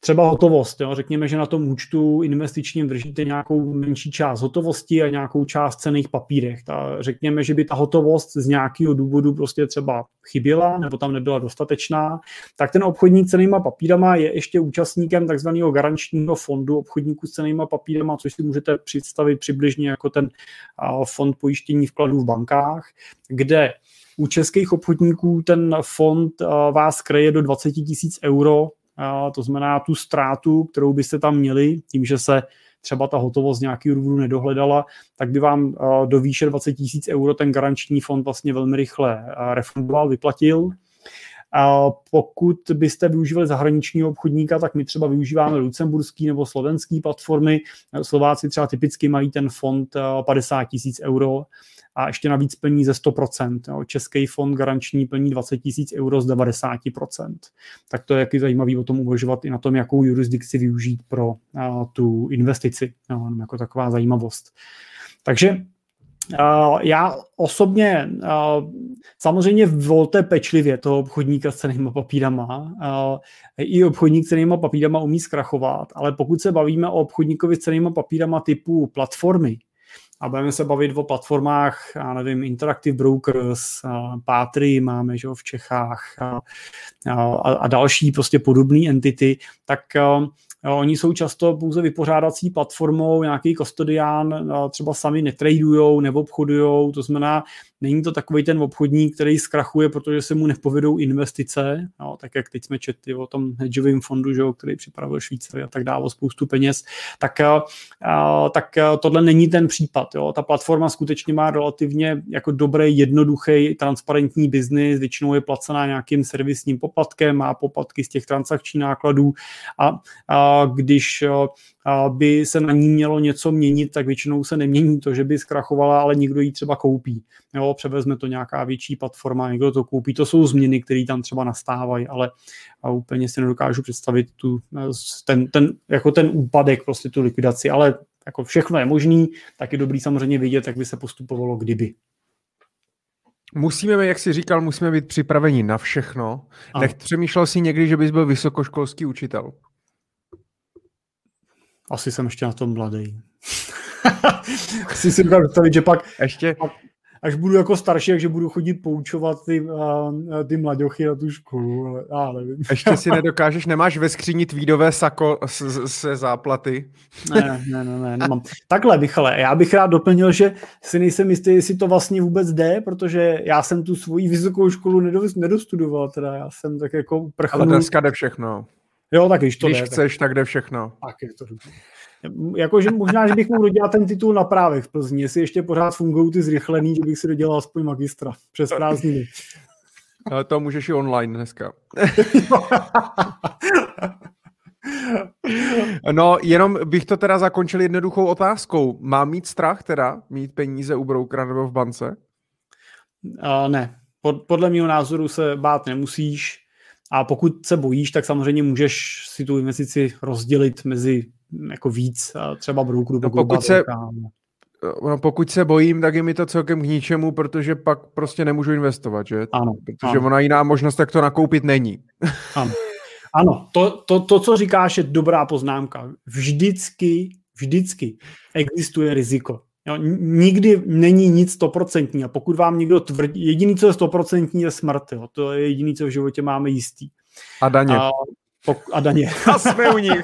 třeba hotovost. Jo? Řekněme, že na tom účtu investičním držíte nějakou menší část hotovosti a nějakou část cenných papírech. Ta, řekněme, že by ta hotovost z nějakého důvodu prostě třeba chyběla nebo tam nebyla dostatečná, tak ten obchodník s cennýma papírama je ještě účastníkem takzvaného garančního fondu obchodníků s cennýma papírama, což si můžete představit přibližně jako ten fond pojištění vkladů v bankách, kde u českých obchodníků ten fond vás kryje do dvacet tisíc euro, to znamená tu ztrátu, kterou byste tam měli, tím, že se třeba ta hotovost z nějakého důvodu nedohledala, tak by vám do výše dvacet tisíc euro ten garanční fond vlastně velmi rychle refundoval, vyplatil. A pokud byste využívali zahraničního obchodníka, tak my třeba využíváme lucemburský nebo slovenský platformy. Slováci třeba typicky mají ten fond padesát tisíc euro a ještě navíc plní ze sto procent. Český fond garanční plní dvacet tisíc euro z devadesát procent. Tak to je jaký zajímavý o tom uvažovat i na tom, jakou jurisdikci využít pro uh, tu investici. No, jako taková zajímavost. Takže Uh, já osobně uh, samozřejmě volte pečlivě toho obchodníka s cennýma papírama. Uh, I obchodník s cennýma papírama umí zkrachovat, ale pokud se bavíme o obchodníkovi s cennýma papírama typu platformy, a budeme se bavit o platformách, já nevím, Interactive Brokers, Pátry máme, že jo, v Čechách a, a, a další prostě podobné entity, tak a, oni jsou často pouze vypořádací platformou, nějaký kustodián, třeba sami netradujou, neobchodujou, to znamená, není to takový ten obchodník, který zkrachuje, protože se mu nepovedou investice, no, tak jak teď jsme četli o tom hedžovém fondu, že jo, který připravil Švýcary a tak dále, spoustu peněz, tak, a, tak tohle není ten případ. Jo. Ta platforma skutečně má relativně jako dobrý, jednoduchý, transparentní biznis, většinou je placená nějakým servisním poplatkem, má poplatky z těch transakčních nákladů a, a když a, by se na ní mělo něco měnit, tak většinou se nemění to, že by zkrachovala, ale někdo ji třeba koupí. Jo, převezme to nějaká větší platforma, někdo to koupí. To jsou změny, které tam třeba nastávají, ale a úplně si nedokážu představit tu, ten, ten, jako ten úpadek, prostě tu likvidaci, ale jako všechno je možný, tak je dobrý samozřejmě vidět, jak by se postupovalo kdyby. Musíme, jak jsi říkal, musíme být připraveni na všechno. Nech přemýšlel jsi někdy, že bys byl vysokoškolský učitel? Asi jsem ještě na tom mladý. Asi si dokážu představit, že pak, ještě... pak až budu jako starší, takže budu chodit poučovat ty, uh, ty mlaďochy na tu školu, ale já nevím. Ještě si nedokážeš, nemáš ve skříni tweedové sako se záplaty? Ne, ne, ne, ne, nemám. Takhle, Michale, já bych rád doplnil, že si nejsem jistý, jestli to vlastně vůbec jde, protože já jsem tu svoji vysokou školu nedostudoval, teda já jsem tak jako prchnul. Ale dneska jde všechno. Jo, tak když to Když jde. chceš, tak jde všechno. Tak je to dobře. Jakože možná, že bych mohl dodělat ten titul na právech v Plzni, jestli ještě pořád fungují ty zrychlený, že bych si dodělal aspoň magistra přes prázdniny. Ale to můžeš i online dneska. No, jenom bych to teda zakončil jednoduchou otázkou. Mám mít strach teda, mít peníze u broukera nebo v bance? Uh, ne. Pod, podle mého názoru se bát nemusíš a pokud se bojíš, tak samozřejmě můžeš si tu investici rozdělit mezi jako víc třeba brokerů. No pokud, se, no pokud se bojím, tak je mi to celkem k ničemu, protože pak prostě nemůžu investovat, že? Ano. Protože ano. ona jiná možnost, tak to nakoupit není. Ano, ano to, to, to, co říkáš, je dobrá poznámka. Vždycky, vždycky existuje riziko. Jo, nikdy není nic stoprocentní a pokud vám někdo tvrdí, jediný, co je stoprocentní, je smrt. Jo. To je jediný, co v životě máme jistý. A daně. A, pok- a daně. A jsme u nich.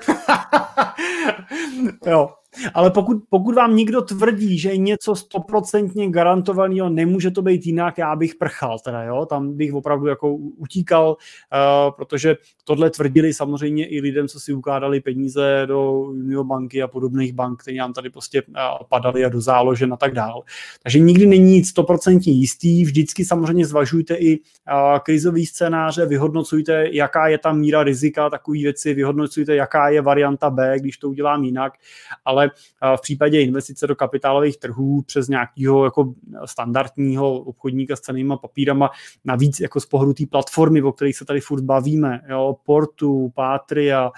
Jo. Ale pokud, pokud vám někdo tvrdí, že je něco stoprocentně garantovaného, nemůže to být jinak, já bych prchal teda, jo, tam bych opravdu jako utíkal, uh, protože tohle tvrdili samozřejmě i lidem, co si ukládali peníze do Union banky a podobných bank, které nám tady prostě uh, padaly a do záložen a tak dál. Takže nikdy není nic stoprocentně jistý, vždycky samozřejmě zvažujte i uh, krizový scénáře, vyhodnocujte, jaká je ta míra rizika, takové věci, vyhodnocujte, jaká je varianta B, když to udělám jinak, ale v případě investice do kapitálových trhů přes nějakého jako standardního obchodníka s cennýma papírama, navíc jako z pohledu té platformy, o kterých se tady furt bavíme, jo, Portu, Pátry a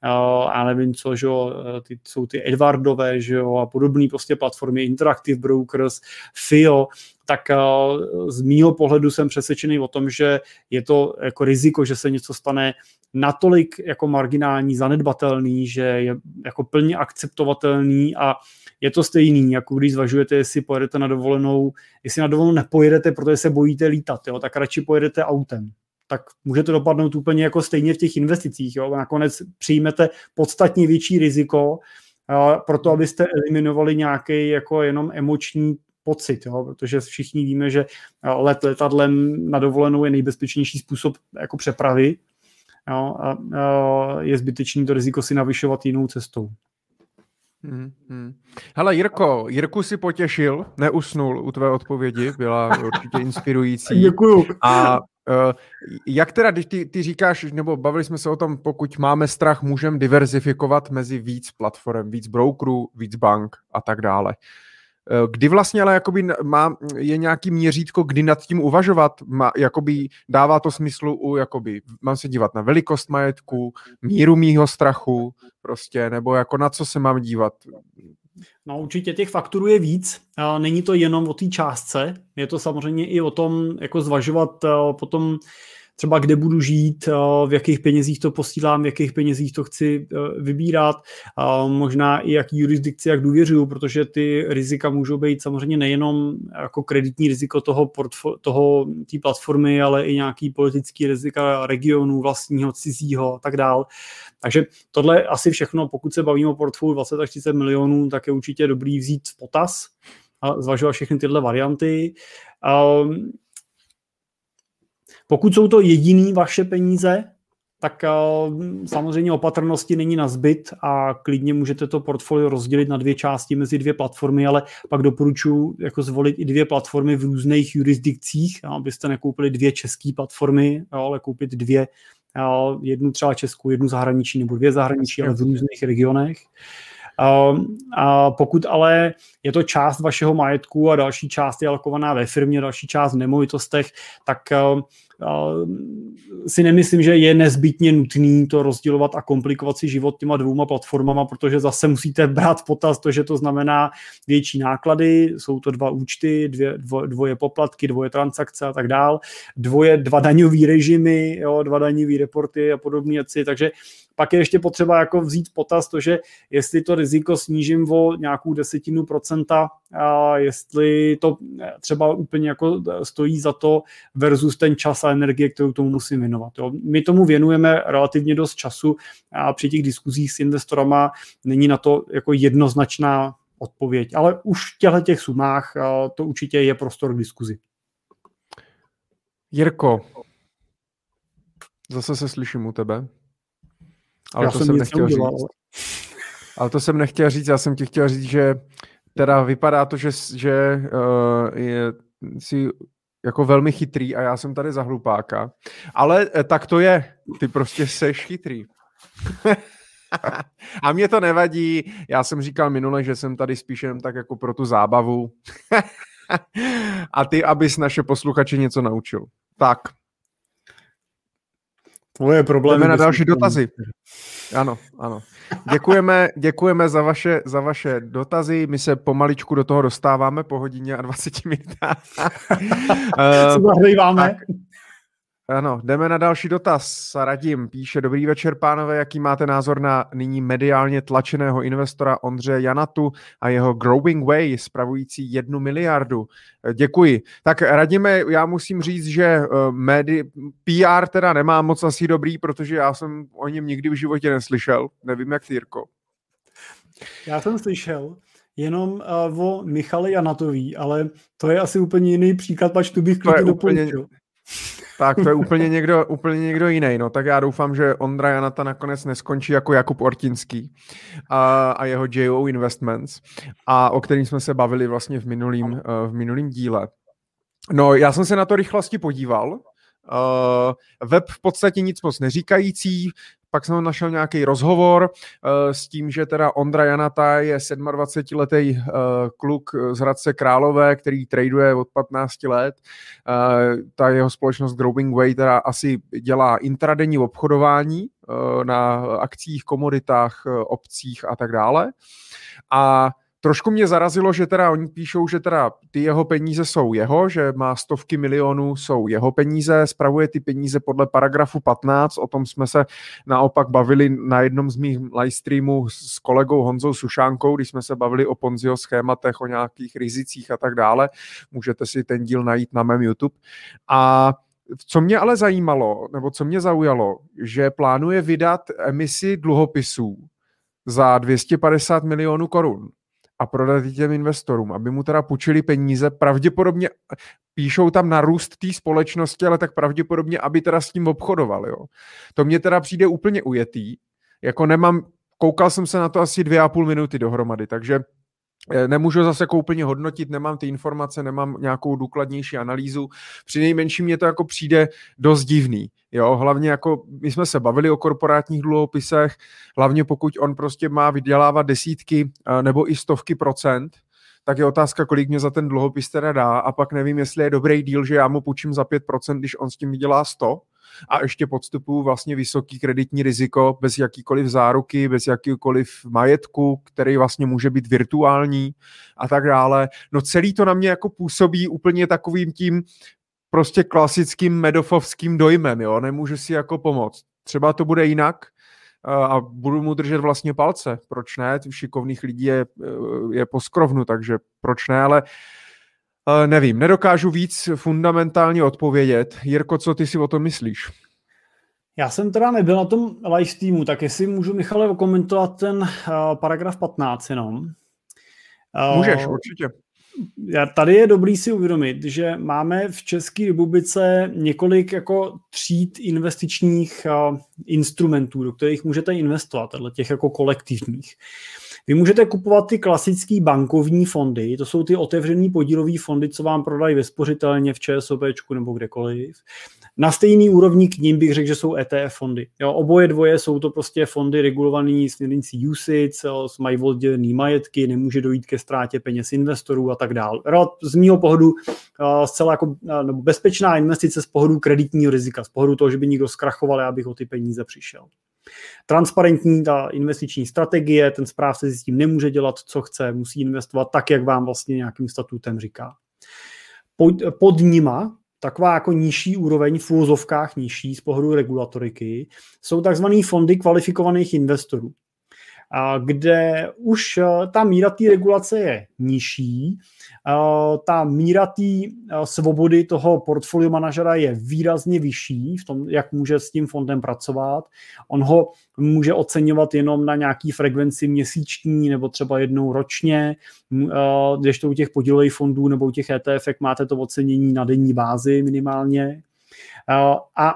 a nevím co, že jo, ty, jsou ty Edwardové, že jo, a podobné prostě platformy, Interactive Brokers, F I O, tak z mýho pohledu jsem přesvědčený o tom, že je to jako riziko, že se něco stane natolik jako marginální, zanedbatelný, že je jako plně akceptovatelný a je to stejný, jako když zvažujete, jestli pojedete na dovolenou, jestli na dovolenou nepojedete, protože se bojíte lítat, jo, tak radši pojedete autem. Tak může to dopadnout úplně jako stejně v těch investicích. Jo. Nakonec přijmete podstatně větší riziko, proto abyste eliminovali nějaký jako jenom emoční pocit, jo, protože všichni víme, že let letadlem na dovolenou je nejbezpečnější způsob jako přepravy, jo, a, a je zbytečný to riziko si navyšovat jinou cestou. Hmm, hmm. Hele, Jirko, Jirku si potěšil, neusnul u tvé odpovědi, byla určitě inspirující. Děkuju. A uh, jak teda, když ty, ty říkáš, nebo bavili jsme se o tom, pokud máme strach, můžeme diverzifikovat mezi víc platform, víc brokerů, víc bank a tak dále. Kdy vlastně ale jakoby má, je nějaký měřítko, kdy nad tím uvažovat, má, jakoby dává to smyslu u, jakoby, mám se dívat na velikost majetku, míru mýho strachu, prostě, nebo jako na co se mám dívat? No určitě těch faktorů je víc, není to jenom o té částce, je to samozřejmě i o tom, jako zvažovat potom třeba kde budu žít, v jakých penězích to posílám, v jakých penězích to chci vybírat, možná i jaký jurisdikci, jak důvěřuju, protože ty rizika můžou být samozřejmě nejenom jako kreditní riziko toho, portfo- toho té platformy, ale i nějaký politický rizika regionu, vlastního, cizího a tak dál. Takže tohle asi všechno, pokud se bavíme o portfoliu dvacet až třicet milionů, tak je určitě dobrý vzít v potaz a zvažovat všechny tyhle varianty. Um, Pokud jsou to jediný vaše peníze, tak uh, samozřejmě opatrnosti není na zbyt a klidně můžete to portfolio rozdělit na dvě části mezi dvě platformy, ale pak doporučuji jako zvolit i dvě platformy v různých jurisdikcích, abyste nekoupili dvě české platformy, ale koupit dvě, uh, jednu třeba českou, jednu zahraniční nebo dvě zahraniční, ale v různých regionech. Uh, a pokud ale je to část vašeho majetku a další část je alokovaná ve firmě, další část v nemovitostech, tak uh, uh, si nemyslím, že je nezbytně nutný to rozdělovat a komplikovat si život těma dvouma platformama, protože zase musíte brát v potaz to, že to znamená větší náklady, jsou to dva účty, dvě, dvo, dvoje poplatky, dvoje transakce a tak dál, dvoje, dva daňový režimy, jo, dva daňový reporty a podobné věci, takže pak je ještě potřeba jako vzít v potaz to, že jestli to riziko snížím o nějakou desetinu procenta, a jestli to třeba úplně jako stojí za to versus ten čas a energie, kterou tomu musím věnovat. Jo. My tomu věnujeme relativně dost času a při těch diskuzích s investorama není na to jako jednoznačná odpověď, ale už v těchto těch sumách to určitě je prostor k diskuzi. Jirko, zase se slyším u tebe. Ale já to jsem, jsem nechtěl říct. Ale to jsem nechtěl říct, já jsem ti chtěl říct, že teda vypadá to, že, že uh, je, jsi jako velmi chytrý a já jsem tady za hlupáka. Ale tak to je, ty prostě seš chytrý. A mě to nevadí, já jsem říkal minule, že jsem tady spíš jen tak jako pro tu zábavu. A ty, abys naše posluchače něco naučil. Tak. Tvoje problémy. Jdeme na další dotazy. Ano, ano. Děkujeme, děkujeme za vaše, za vaše dotazy. My se pomaličku do toho dostáváme po hodině a dvaceti minutách. Co zahrýváme? Ano, jdeme na další dotaz. Radim píše, dobrý večer, pánové, jaký máte názor na nyní mediálně tlačeného investora Ondřeje Janatu a jeho Growing Way, spravující jednu miliardu. Děkuji. Tak Radime, já musím říct, že médi, P R teda nemá moc asi dobrý, protože já jsem o něm nikdy v životě neslyšel. Nevím, jak ty, Jirko. Já jsem slyšel jenom uh, o Michale Janatový, ale to je asi úplně jiný příklad, pač tu bych klidně doporučil. Tak to je úplně někdo, úplně někdo jiný. No, tak já doufám, že Ondra Janata nakonec neskončí jako Jakub Ortinský a, a jeho J O Investments, a o kterým jsme se bavili vlastně v minulým, v minulým díle. No, já jsem se na to rychlosti podíval. Uh, web v podstatě nic moc neříkající, pak jsem našel nějaký rozhovor uh, s tím, že teda Ondra Janata je sedmadvacetiletý uh, kluk z Hradce Králové, který traduje od patnácti let. Uh, ta jeho společnost Growing Way teda asi dělá intradenní obchodování uh, na akcích, komoditách, uh, opcích a tak dále. A trošku mě zarazilo, že teda oni píšou, že teda ty jeho peníze jsou jeho, že má stovky milionů, jsou jeho peníze, spravuje ty peníze podle paragrafu patnáct, o tom jsme se naopak bavili na jednom z mých livestreamů s kolegou Honzou Sušánkou, když jsme se bavili o Ponziho schématech, o nějakých rizicích a tak dále. Můžete si ten díl najít na mém YouTube. A co mě ale zajímalo, nebo co mě zaujalo, že plánuje vydat emisi dluhopisů za dvě stě padesát milionů korun a prodat těm investorům, aby mu teda půjčili peníze, pravděpodobně píšou tam na růst té společnosti, ale tak pravděpodobně, aby teda s tím obchodoval, jo. To mně teda přijde úplně ujetý, jako nemám, koukal jsem se na to asi dvě a půl minuty dohromady, takže nemůžu zase jako úplně hodnotit, nemám ty informace, nemám nějakou důkladnější analýzu. Při nejmenším mě to jako přijde dost divný. Jo? Hlavně jako my jsme se bavili o korporátních dluhopisech, hlavně pokud on prostě má vydělávat desítky nebo i stovky procent, tak je otázka, kolik mě za ten dluhopis teda dá a pak nevím, jestli je dobrý deal, že já mu půjčím za pět procent, když on s tím vydělá sto a ještě podstupuju vlastně vysoký kreditní riziko bez jakýkoliv záruky, bez jakýkoliv majetku, který vlastně může být virtuální a tak dále. No celý to na mě jako působí úplně takovým tím prostě klasickým medofovským dojmem, jo, nemůžu si jako pomoct. Třeba to bude jinak a budu mu držet vlastně palce, proč ne, šikovných lidí je, je poskrovnu, takže proč ne, ale Uh, nevím, nedokážu víc fundamentálně odpovědět. Jirko, co ty si o tom myslíš? Já jsem teda nebyl na tom live streamu, tak jestli můžu, Michale, okomentovat ten uh, paragraf patnáct jenom. Uh, Můžeš, určitě. Tady je dobrý si uvědomit, že máme v České republice několik jako tříd investičních uh, instrumentů, do kterých můžete investovat, těch jako kolektivních. Vy můžete kupovat ty klasické bankovní fondy, to jsou ty otevřený podílový fondy, co vám prodají ve spořitelně, v ČSOBčku nebo kdekoliv. Na stejný úrovni k ním bych řekl, že jsou E T F fondy. Jo, oboje dvoje jsou to prostě fondy regulovaný směrnicí U C I T S, mají oddělený majetky, nemůže dojít ke ztrátě peněz investorů a tak dále. Z mýho pohledu zcela jako nebo bezpečná investice z pohledu kreditního rizika, z pohledu toho, že by někdo zkrachoval, já bych o ty peníze přišel. Transparentní ta investiční strategie, ten správce si s tím nemůže dělat, co chce, musí investovat tak, jak vám vlastně nějakým statutem říká. Pod, pod nima, taková jako nižší úroveň, v úvozovkách nižší z pohledu regulatoriky, jsou takzvaný fondy kvalifikovaných investorů, kde už ta míra té regulace je nižší, ta míra té svobody toho portfolio manažera je výrazně vyšší v tom, jak může s tím fondem pracovat. On ho může oceňovat jenom na nějaký frekvenci měsíční nebo třeba jednou ročně, když to u těch podílových fondů nebo u těch E T F máte to ocenění na denní bázi minimálně. A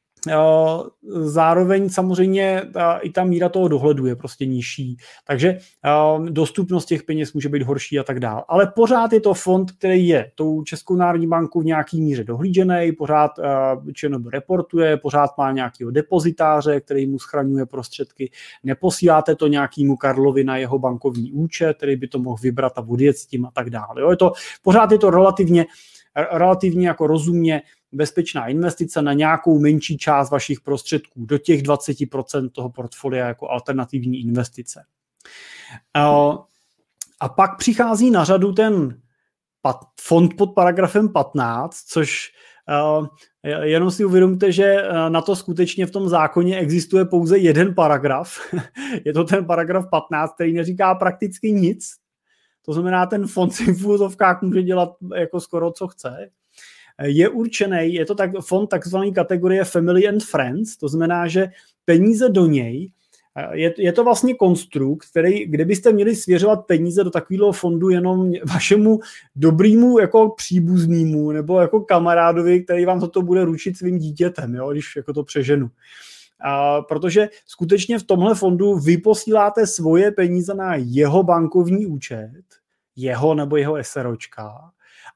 zároveň samozřejmě i ta míra toho dohledu je prostě nižší, takže dostupnost těch peněz může být horší a tak dále. Ale pořád je to fond, který je tou Českou národní bankou v nějaký míře dohlížený, pořád ČNB reportuje, pořád má nějakého depozitáře, který mu schraňuje prostředky. Neposíláte to nějakému Karlovi na jeho bankovní účet, který by to mohl vybrat a odjet s tím a tak dále. Jo, je to, pořád je to relativně, relativně jako rozumně bezpečná investice na nějakou menší část vašich prostředků, do těch dvacet procent toho portfolia jako alternativní investice. A pak přichází na řadu ten fond pod paragrafem patnáct, což jenom si uvědomte, že na to skutečně v tom zákoně existuje pouze jeden paragraf. Je to ten paragraf patnáct, který neříká prakticky nic. To znamená, ten fond si v úvozovkách může dělat jako skoro co chce. Je určený, je to tak, fond takzvané kategorie Family and Friends, to znamená, že peníze do něj, je, je to vlastně konstrukt, který, kde byste měli svěřovat peníze do takového fondu jenom vašemu dobrýmu jako příbuznému nebo jako kamarádovi, který vám toto bude ručit svým dítětem, jo, když jako to přeženu. A protože skutečně v tomhle fondu vy posíláte svoje peníze na jeho bankovní účet, jeho nebo jeho SROčka,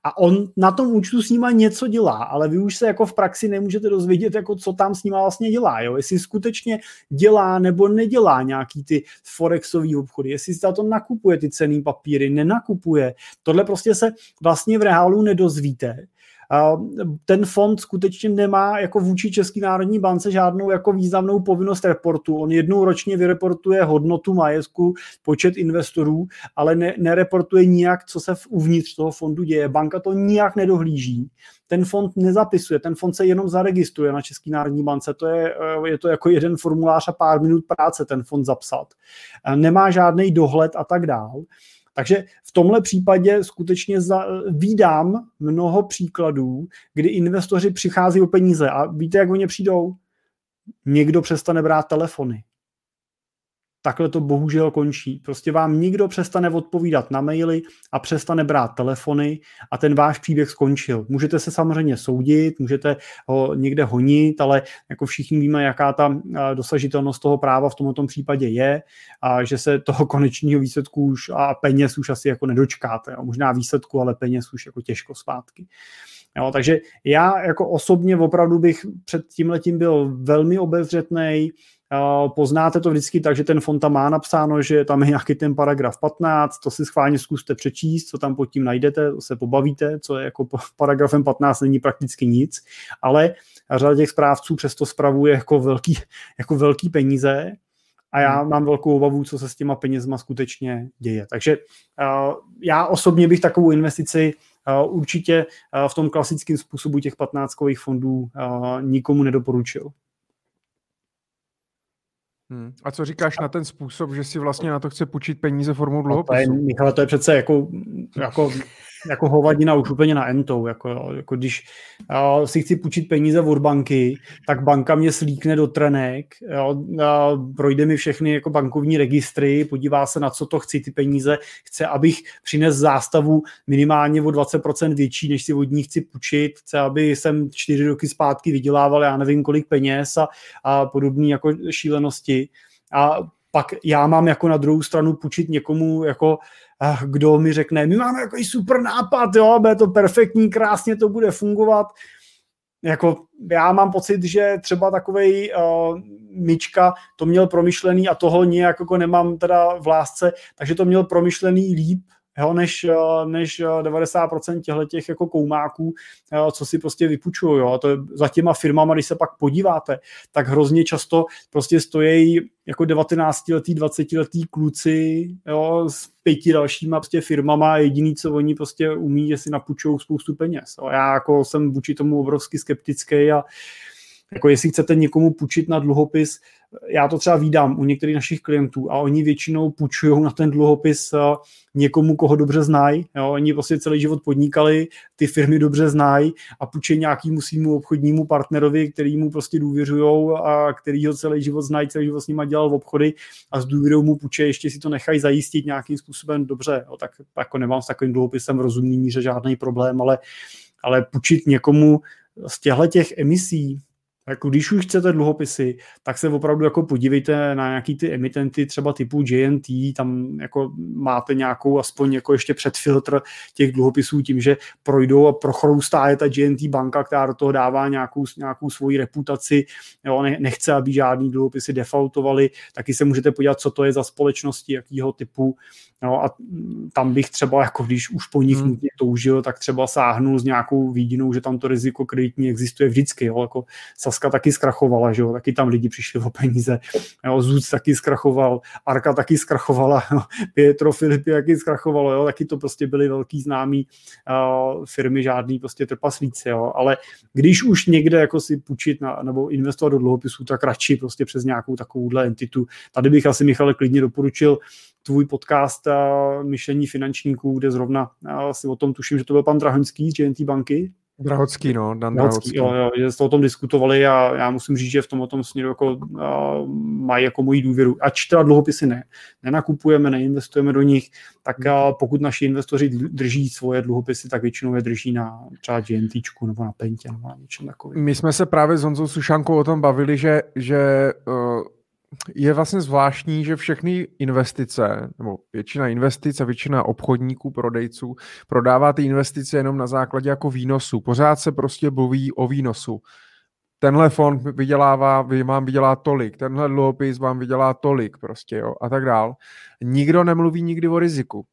A on na tom účtu s nima něco dělá, ale vy už se jako v praxi nemůžete dozvědět, jako co tam s nima vlastně dělá. Jo? Jestli skutečně dělá nebo nedělá nějaký ty forexový obchody, jestli za to nakupuje ty cenný papíry, nenakupuje. Tohle prostě se vlastně v reálu nedozvíte. Ten fond skutečně nemá jako vůči České národní bance žádnou jako významnou povinnost reportu. On jednou ročně vyreportuje hodnotu majetku, počet investorů, ale ne, nereportuje nijak, co se v, uvnitř toho fondu děje. Banka to nijak nedohlíží. Ten fond nezapisuje, ten fond se jenom zaregistruje na České národní bance. To je, je to jako jeden formulář a pár minut práce ten fond zapsat. Nemá žádný dohled a tak dál. Takže v tomhle případě skutečně za, vídám mnoho příkladů, kdy investoři přichází o peníze a víte, jak oni přijdou? Někdo přestane brát telefony. Takhle to bohužel končí. Prostě vám nikdo přestane odpovídat na maily a přestane brát telefony a ten váš příběh skončil. Můžete se samozřejmě soudit, můžete ho někde honit, ale jako všichni víme, jaká ta dosažitelnost toho práva v tomto případě je a že se toho konečného výsledku už a peněz už asi jako nedočkáte. Jo. Možná výsledku, ale peněz už jako těžko zpátky. Jo, takže já jako osobně opravdu bych před tímhletím byl velmi obezřetnej. Poznáte to vždycky tak, že ten fond tam má napsáno, že tam je nějaký ten paragraf patnáct, to si schválně zkuste přečíst, co tam pod tím najdete, to se pobavíte, co je jako paragrafem patnáct není prakticky nic, ale řada těch správců přesto spravuje jako velký, jako velký peníze a já mám velkou obavu, co se s těma penězma skutečně děje. Takže uh, já osobně bych takovou investici uh, určitě uh, v tom klasickém způsobu těch patnáctkových fondů uh, nikomu nedoporučil. Hmm. A co říkáš na ten způsob, že si vlastně na to chce půjčit peníze formou dluhopisu? No, Michale, to je přece jako, jako, jako hovadina už úplně na entou. Jako, jako když uh, si chci půjčit peníze od banky, tak banka mě slíkne do trenek, jo, uh, projde mi všechny jako bankovní registry, podívá se, na co to chci ty peníze, chce, abych přines zástavu minimálně o dvacet procent větší, než si od ní chci půjčit, chce, aby jsem čtyři roky zpátky vydělával, já nevím kolik peněz a, a podobné jako šílenosti. A pak já mám jako na druhou stranu půjčit někomu, jako, kdo mi řekne, my máme jako super nápad, jo, bude to perfektní, krásně to bude fungovat. Jako, já mám pocit, že třeba takovej uh, Mička to měl promyšlený a toho nějak jako nemám teda v lásce, takže to měl promyšlený líp, jo, než, než devadesát procent těch jako koumáků, jo, co si prostě vypůjčují. Jo. To je za těma firmama, když se pak podíváte, tak hrozně často prostě stojí jako devatenáctiletý, dvacetiletý kluci, jo, s pěti dalšíma prostě firmama a jediný, co oni prostě umí, je si napůjčují spoustu peněz. Jo. Já jako jsem vůči tomu obrovsky skeptický a jako jestli chcete někomu půjčit na dluhopis, já to třeba vídám u některých našich klientů a oni většinou půjčují na ten dluhopis někomu, koho dobře znají. Oni prostě celý život podnikali, ty firmy dobře znají a půjčí nějakému svýmu obchodnímu partnerovi, kterýmu prostě důvěřujou a který ho celý život znají, celý život s nima dělal obchody a s důvěrou mu půjčí, ještě si to nechají zajistit nějakým způsobem dobře. Jo, tak jako nemám s takovým dluhopisem v rozumný míře žádný problém, ale, ale půjčit někomu z těchto těch emisí, jako když už chcete dluhopisy, tak se opravdu jako podívejte na nějaký ty emitenty třeba typu J N T, tam jako máte nějakou aspoň jako ještě předfiltr těch dluhopisů tím, že projdou a prochroustá je ta J N T banka, která do toho dává nějakou, nějakou svoji reputaci, jo, nechce, aby žádný dluhopisy defaultovaly, taky se můžete podívat, co to je za společnosti, jakýho typu, no a tam bych třeba, jako když už po nich hmm. nutně toužil, tak třeba sáhnul s nějakou vidinou, že tam to riziko kreditní existuje vždycky, jo, jako Saska taky zkrachovala, že jo, taky tam lidi přišli o peníze, jo, Zuc taky zkrachoval, Arka taky zkrachovala, jo, Pietro Filippi taky zkrachovalo, jo, taky to prostě byly velký známý uh, firmy, žádný prostě trpaslíci, jo, ale když už někde jako si půjčit na, nebo investovat do dluhopisů, tak radši prostě přes nějakou takovouhle entitu. Tady bych asi, Michale, klidně doporučil tvůj podcast uh, Myšlení finančníků, kde zrovna uh, si o tom tuším, že to byl pan Drahoňský z J N T banky. Drahocký, no, Dan Drahocký. Jo, jo, že jste o tom diskutovali a já musím říct, že v tom, tom směru jako, uh, mají jako moji důvěru. Ač teda dluhopisy ne, nenakupujeme, neinvestujeme do nich, tak uh, pokud naši investoři drží svoje dluhopisy, tak většinou je drží na třeba GNTčku nebo na Pentě nebo na něčem takovým. My jsme se právě s Honzou Sušankou o tom bavili, že, že uh, je vlastně zvláštní, že všechny investice, nebo většina investic a většina obchodníků, prodejců, prodává ty investice jenom na základě jako výnosu. Pořád se prostě mluví o výnosu. Tenhle fond vydělává, vám vydělá tolik, tenhle dluhopis vám vydělá tolik prostě, jo, a tak dál. Nikdo nemluví nikdy o riziku.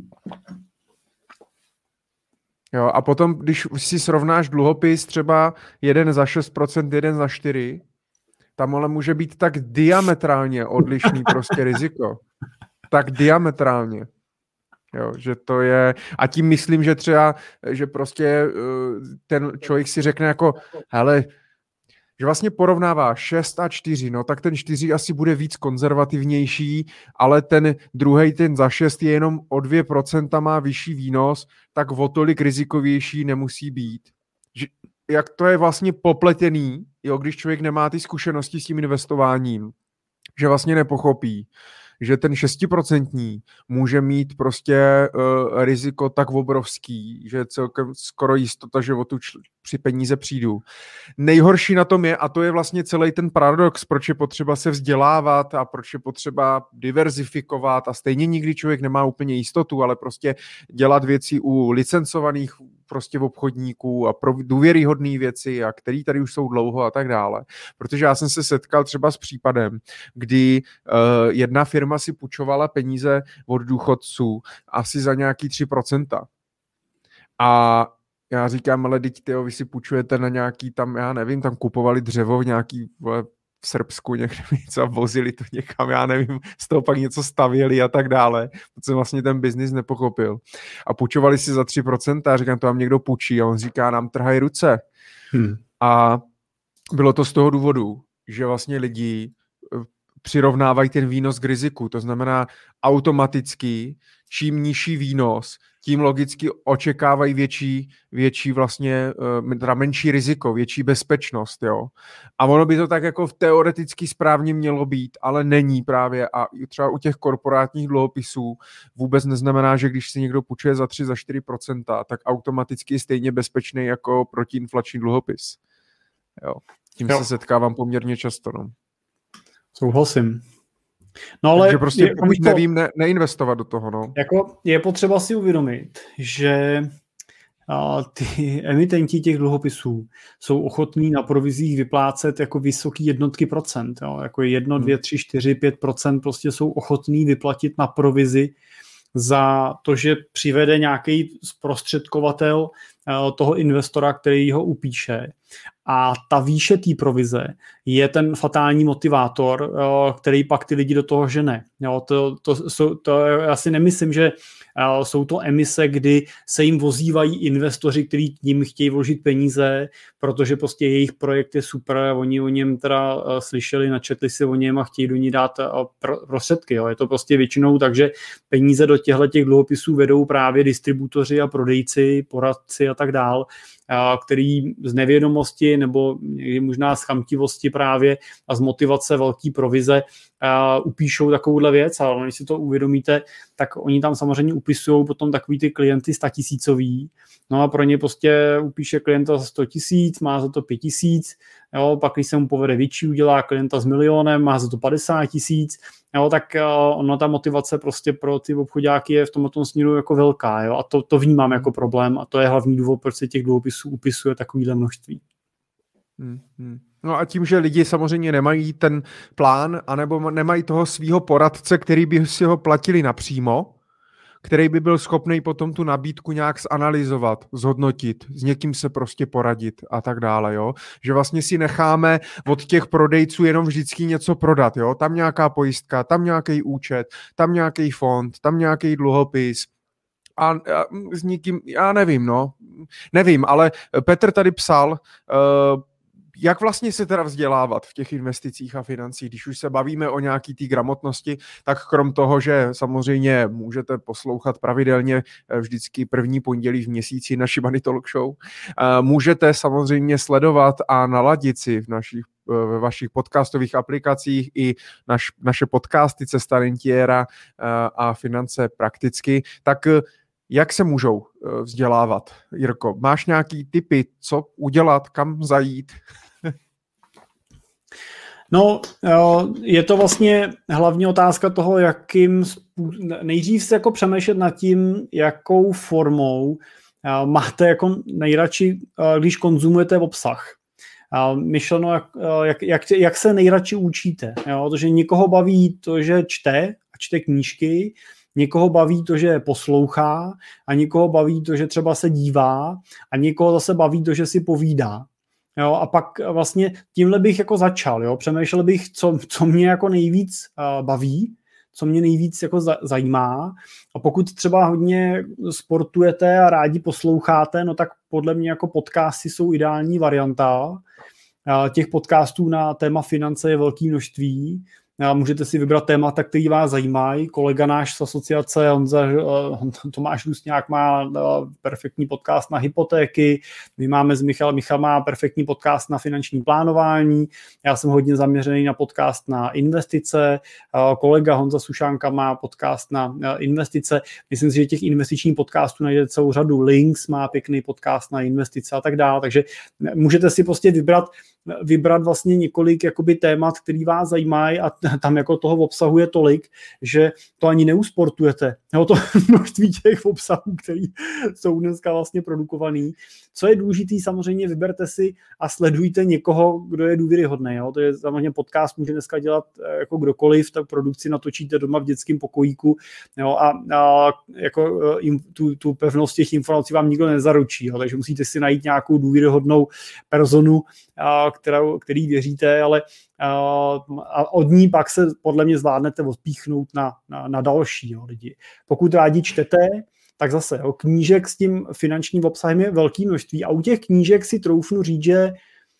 Jo, a potom, když si srovnáš dluhopis třeba jeden za šest procent, jeden za čtyři procenta, tam ale může být tak diametrálně odlišný prostě riziko. Tak diametrálně. Jo, že to je, a tím myslím, že třeba, že prostě ten člověk si řekne jako, hele, že vlastně porovnává šest a čtyři, no tak ten čtyři asi bude víc konzervativnější, ale ten druhej, ten za šest je jenom o dvě procenta má vyšší výnos, tak o tolik rizikovější nemusí být. Že, jak to je vlastně popletený, jo, když člověk nemá ty zkušenosti s tím investováním, že vlastně nepochopí, že ten šestiprocentní může mít prostě uh, riziko tak obrovský, že je celkem skoro jistota, že o tu čl- při peníze přijdu. Nejhorší na tom je, a to je vlastně celý ten paradox, proč je potřeba se vzdělávat a proč je potřeba diverzifikovat a stejně nikdy člověk nemá úplně jistotu, ale prostě dělat věci u licencovaných prostě obchodníků a pro důvěryhodné věci, a který tady už jsou dlouho a tak dále. Protože já jsem se setkal třeba s případem, kdy uh, jedna firma si půjčovala peníze od důchodců asi za nějaký tři procenta. A já říkám, ale teď tyjo, vy si půjčujete na nějaký tam, já nevím, tam kupovali dřevo v nějaký vole, v Srbsku někde něco a vozili to někam, já nevím, z toho pak něco stavěli a tak dále. To jsem vlastně ten biznis nepochopil. A půjčovali si za tři procenta a říkám, to vám někdo půjčí a on říká, nám trhají ruce. Hmm. A bylo to z toho důvodu, že vlastně lidi přirovnávají ten výnos k riziku. To znamená automaticky, čím nižší výnos, tím logicky očekávají větší, větší vlastně, teda menší riziko, větší bezpečnost, jo. A ono by to tak jako teoreticky správně mělo být, ale není právě a třeba u těch korporátních dluhopisů vůbec neznamená, že když si někdo půjčuje za tři, za čtyři procenta, tak automaticky je stejně bezpečný jako protiinflační dluhopis. Jo. Tím jo. se setkávám poměrně často, no. Souhlasím. No ale takže prostě pokud to, nevím, ne, neinvestovat do toho, no. Jako je potřeba si uvědomit, že a, ty emitenti těch dluhopisů jsou ochotní na provizích vyplácet jako vysoký jednotky procent, jo? Jako jedno, hmm. dvě, tři, čtyři, pět procent prostě jsou ochotní vyplatit na provizi za to, že přivede nějaký zprostředkovatel toho investora, který ho upíše. A ta výše té provize je ten fatální motivátor, který pak ty lidi do toho žene. Jo, to, to, to, to já si nemyslím, že jsou to emise, kdy se jim vozívají investoři, kteří jim chtějí vložit peníze, protože prostě jejich projekt je super, oni o něm teda slyšeli, načetli si o něm a chtějí do ní dát prostředky. Jo. Je to prostě většinou tak, že peníze do těchto těch dluhopisů vedou právě distributoři a prodejci, poradci a tak dál, který z nevědomosti nebo možná z chamtivosti právě a z motivace velký provize uh, upíšou takovouhle věc, ale když si to uvědomíte, tak oni tam samozřejmě upisují potom takový ty klienty statisícový, no a pro ně prostě upíše klienta za sto tisíc, má za to pět tisíc, jo, pak když se mu povede větší, udělá klienta s milionem, má za to padesát tisíc, jo, tak uh, ono ta motivace prostě pro ty obchodáky je v tomto směru jako velká, jo, a to, to vnímám jako problém a to je hlavní důvod, proč se těch dluhopisů upisuje takovýhle množství. Hmm, hmm. No a tím, že lidi samozřejmě nemají ten plán, anebo nemají toho svýho poradce, který by si ho platili napřímo, který by byl schopný potom tu nabídku nějak zanalyzovat, zhodnotit, s někým se prostě poradit a tak dále, jo. Že vlastně si necháme od těch prodejců jenom vždycky něco prodat, jo. Tam nějaká pojistka, tam nějaký účet, tam nějaký fond, tam nějaký dluhopis. A, a s nikým, já nevím, no. Nevím, ale Petr tady psal, uh, jak vlastně se teda vzdělávat v těch investicích a financích, když už se bavíme o nějaký té gramotnosti, tak krom toho, že samozřejmě můžete poslouchat pravidelně vždycky první pondělí v měsíci naši Money Talk Show, můžete samozřejmě sledovat a naladit si v našich ve vašich podcastových aplikacích i naš, naše podcasty Cesta rentiera a finance prakticky, tak jak se můžou vzdělávat? Jirko, máš nějaký tipy, co udělat, kam zajít? No, je to vlastně hlavně otázka toho, jakým nejdřív se jako přemýšlet nad tím, jakou formou máte jako nejradši, když konzumujete obsah. Myšleno, jak, jak, jak, jak se nejradši učíte. Jo? Protože někoho baví to, že čte a čte knížky, někoho baví to, že poslouchá a někoho baví to, že třeba se dívá a někoho zase baví to, že si povídá. Jo, a pak vlastně tímhle bych jako začal, jo, přemýšlel bych, co, co mě jako nejvíc uh, baví, co mě nejvíc jako za, zajímá a pokud třeba hodně sportujete a rádi posloucháte, no tak podle mě jako podcasty jsou ideální varianta. Uh, těch podcastů na téma finance je velké množství. Můžete si vybrat témata, který vás zajímají. Kolega náš z asociace, Honza, Tomáš Rusňák má perfektní podcast na hypotéky, my máme z Michal, Michal má perfektní podcast na finanční plánování, já jsem hodně zaměřený na podcast na investice, kolega Honza Sušánka má podcast na investice. Myslím si, že těch investičních podcastů najdete celou řadu. Links má pěkný podcast na investice a tak dále, takže můžete si prostě vybrat vybrat vlastně několik jakoby témat, který vás zajímají a tam jako toho obsahuje tolik, že to ani neusportujete. Jo, to množství těch obsahů, který jsou dneska vlastně produkovaný. Co je důležitý, samozřejmě vyberte si a sledujte někoho, kdo je důvěryhodný. Jo. To je samozřejmě podcast, může dneska dělat jako kdokoliv, tak produkci natočíte doma v dětském pokojíku, jo, a, a jako tu, tu pevnost těch informací vám nikdo nezaručí, jo, takže musíte si najít nějakou důvěryhodnou personu, a, kterou, který věříte, ale a od ní pak se podle mě zvládnete odpíchnout na, na, na další, jo, lidi. Pokud rádi čtete, tak zase jo, knížek s tím finančním obsahem je velké množství a u těch knížek si troufnu říct, že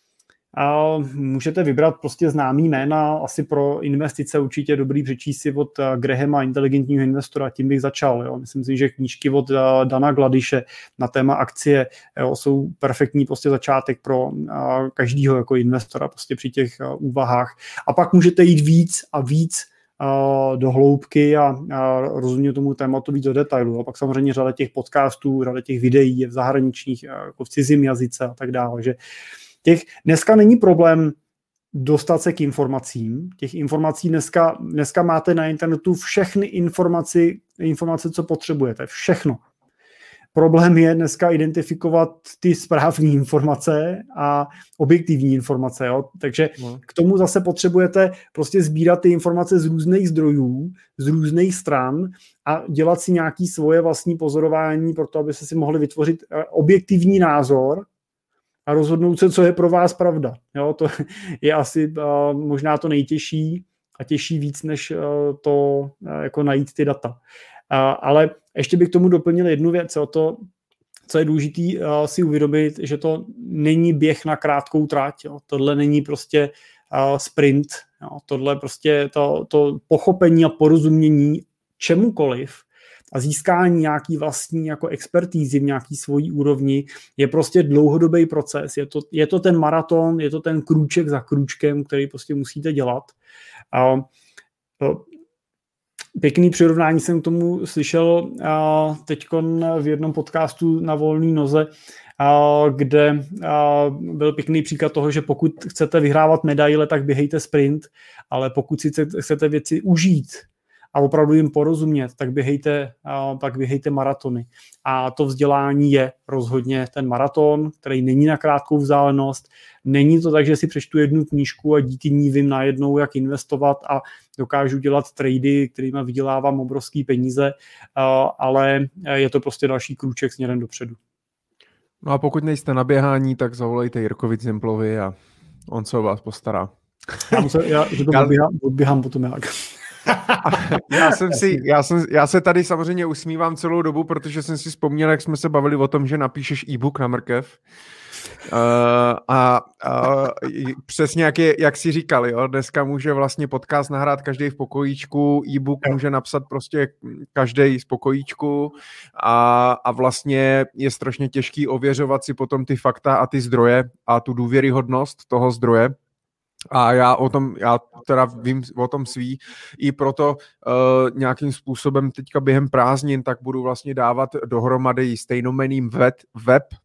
a můžete vybrat prostě známý jména, asi pro investice určitě dobrý přečíst si od Grahama, inteligentního investora, tím bych začal. Jo. Myslím si, že knížky od Dana Gladiše na téma akcie, jo, jsou perfektní prostě začátek pro každého jako investora prostě při těch úvahách. A pak můžete jít víc a víc do hloubky a, a rozumět tomu tématu víc do detailu. A pak samozřejmě řada těch podcastů, řada těch videí je v zahraničních, jako v cizím jazyce a tak dále. Že těch, dneska není problém dostat se k informacím. Těch informací dneska, dneska máte na internetu všechny informace, informace, co potřebujete. Všechno. Problém je dneska identifikovat ty správné informace a objektivní informace. Jo? Takže k tomu zase potřebujete prostě sbírat ty informace z různých zdrojů, z různých stran a dělat si nějaké svoje vlastní pozorování pro to, abyste si mohli vytvořit objektivní názor a rozhodnout se, co je pro vás pravda. Jo? To je asi uh, možná to nejtěžší a těžší víc, než uh, to uh, jako najít ty data. Uh, ale ještě bych k tomu doplnil jednu věc, o to, co je důležité uh, si uvědomit, že to není běh na krátkou trať. Jo. Tohle není prostě uh, sprint. Jo. Tohle prostě to, to pochopení a porozumění čemukoliv a získání nějaký vlastní jako expertízy v nějaký svojí úrovni je prostě dlouhodobý proces. Je to, je to ten maraton, je to ten krůček za krůčkem, který prostě musíte dělat. Uh, uh, Pěkný přirovnání jsem k tomu slyšel teďkon v jednom podcastu na volné noze, kde byl pěkný příklad toho, že pokud chcete vyhrávat medaile, tak běhejte sprint, ale pokud si chcete věci užít a opravdu jim porozumět, tak běhejte, tak běhejte maratony. A to vzdělání je rozhodně ten maraton, který není na krátkou vzdálenost. Není to tak, že si přečtu jednu knížku a díky ní vím najednou, jak investovat a dokážu dělat trady, kterými vydělávám obrovský peníze, ale je to prostě další krůček směrem dopředu. No a pokud nejste na běhání, tak zavolejte Jirkovi Zimplovi a on se o vás postará. Já, musel, já že to odběhám, odběhám potom jak. Já, jsem si, já, jsem, já se tady samozřejmě usmívám celou dobu, protože jsem si vzpomněl, jak jsme se bavili o tom, že napíšeš e-book na mrkev. Uh, a uh, přesně jak, je, jak jsi říkal, jo, dneska může vlastně podcast nahrát každý v pokojíčku, e-book může napsat prostě každý z pokojíčku a, a vlastně je strašně těžký ověřovat si potom ty fakta a ty zdroje a tu důvěryhodnost toho zdroje. A já o tom, já teda vím o tom svý, i proto uh, nějakým způsobem teďka během prázdnin tak budu vlastně dávat dohromady stejnomeným web, web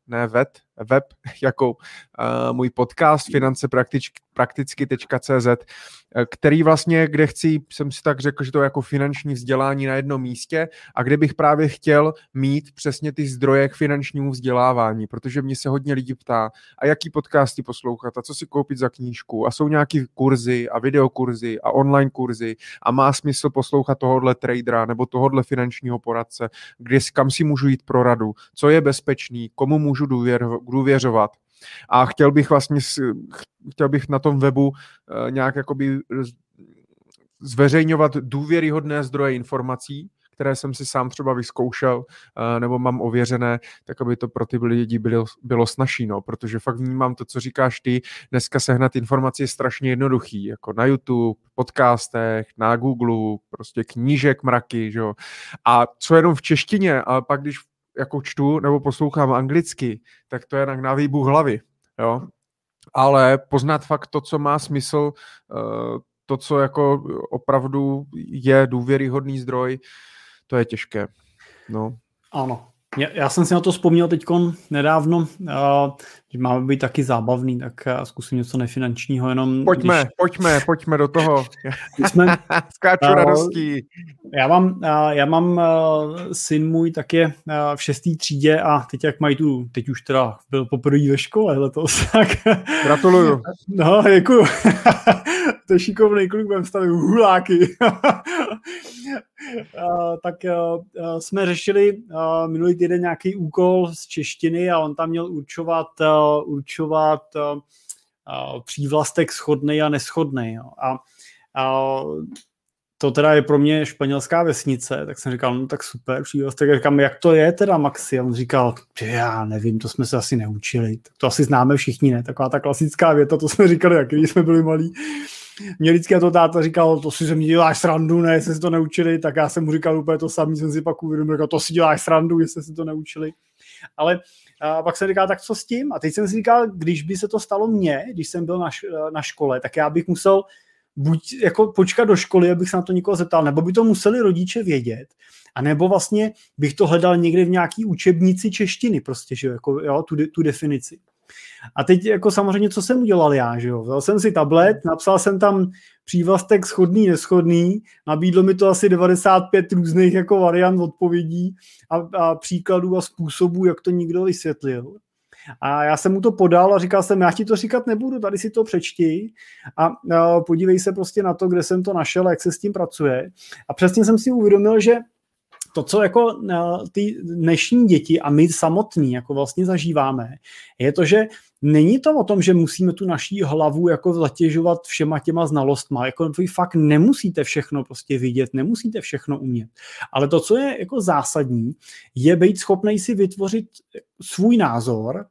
ne web, web jako uh, můj podcast finance prakticky tečka cé zet, který vlastně, kde chci, jsem si tak řekl, že to je jako finanční vzdělání na jednom místě a kde bych právě chtěl mít přesně ty zdroje k finančnímu vzdělávání, protože mě se hodně lidí ptá, a jaký podcasty poslouchat a co si koupit za knížku a jsou nějaký kurzy a videokurzy a online kurzy a má smysl poslouchat tohodle tradera nebo tohodle finančního poradce, kde, kam si můžu jít pro radu, co je bezpečný, komu můžu důvěř, důvěřovat. A chtěl bych vlastně, chtěl bych na tom webu nějak jakoby zveřejňovat důvěryhodné zdroje informací, které jsem si sám třeba vyzkoušel nebo mám ověřené, tak aby to pro ty lidi bylo, bylo snazší, no, protože fakt vnímám to, co říkáš ty, dneska sehnat informaci je strašně jednoduchý, jako na YouTube, podcastech, na Google, prostě knížek mraky, že jo. A co jenom v češtině, ale pak když jako čtu nebo poslouchám anglicky, tak to je na výbuch hlavy, jo. Ale poznat fakt to, co má smysl, to, co jako opravdu je důvěryhodný zdroj, to je těžké, no. Ano. Já, já jsem si na to vzpomněl teďkon nedávno, uh, že máme být taky zábavný, tak uh, zkusím něco nefinančního, jenom... Pojďme, když... pojďme, pojďme do toho. Jsme, Skáču uh, radostí. Já mám, uh, já mám uh, syn můj, tak je uh, v šestý třídě a teď jak mají tu, teď už teda byl poprvé ve škole letos, tak... Gratuluju. No, děkuju. To je šikovný kluk, budeme stavit huláky. Uh, tak uh, jsme řešili uh, minulý týden nějaký úkol z češtiny a on tam měl určovat, uh, určovat uh, uh, přívlastek shodnej a neshodnej. Jo. A uh, to teda je pro mě španělská vesnice, tak jsem říkal, no tak super, přívlastek. A říkám, jak to je teda, Maxi? A on říkal, já nevím, to jsme se asi neučili. Tak to asi známe všichni, ne? Taková ta klasická věta, to jsme říkali, jak když jsme byli malí. Mě vždycky to táta říkal, to si ze mě děláš srandu, ne, jestli si to neučili, tak já jsem mu říkal úplně to samý, jsem si pak uvědomil, říkal, to si děláš srandu, jestli si to neučili. Ale a pak jsem říkal, tak co s tím? A teď jsem si říkal, když by se to stalo mně, když jsem byl na, na škole, tak já bych musel buď jako počkat do školy, abych se na to někoho zeptal, nebo by to museli rodiče vědět, a nebo vlastně bych to hledal někde v nějaký učebnici češtiny, prostě, že jo, jako, jo, tu, tu definici. A teď jako samozřejmě, co jsem udělal já, že jo? Vzal jsem si tablet, napsal jsem tam přívlastek shodný, neshodný, nabídlo mi to asi devadesát pět různých jako variant odpovědí a, a příkladů a způsobů, jak to někdo vysvětlil. A já jsem mu to podal a říkal jsem, já ti to říkat nebudu, tady si to přečti a, a podívej se prostě na to, kde jsem to našel, jak se s tím pracuje. A přesně jsem si uvědomil, že to, co jako ty dnešní děti a my samotní jako vlastně zažíváme, je to, že není to o tom, že musíme tu naší hlavu jako zatěžovat všema těma znalostma. Jako vy fakt nemusíte všechno prostě vidět, nemusíte všechno umět. Ale to, co je jako zásadní, je být schopnej si vytvořit svůj názor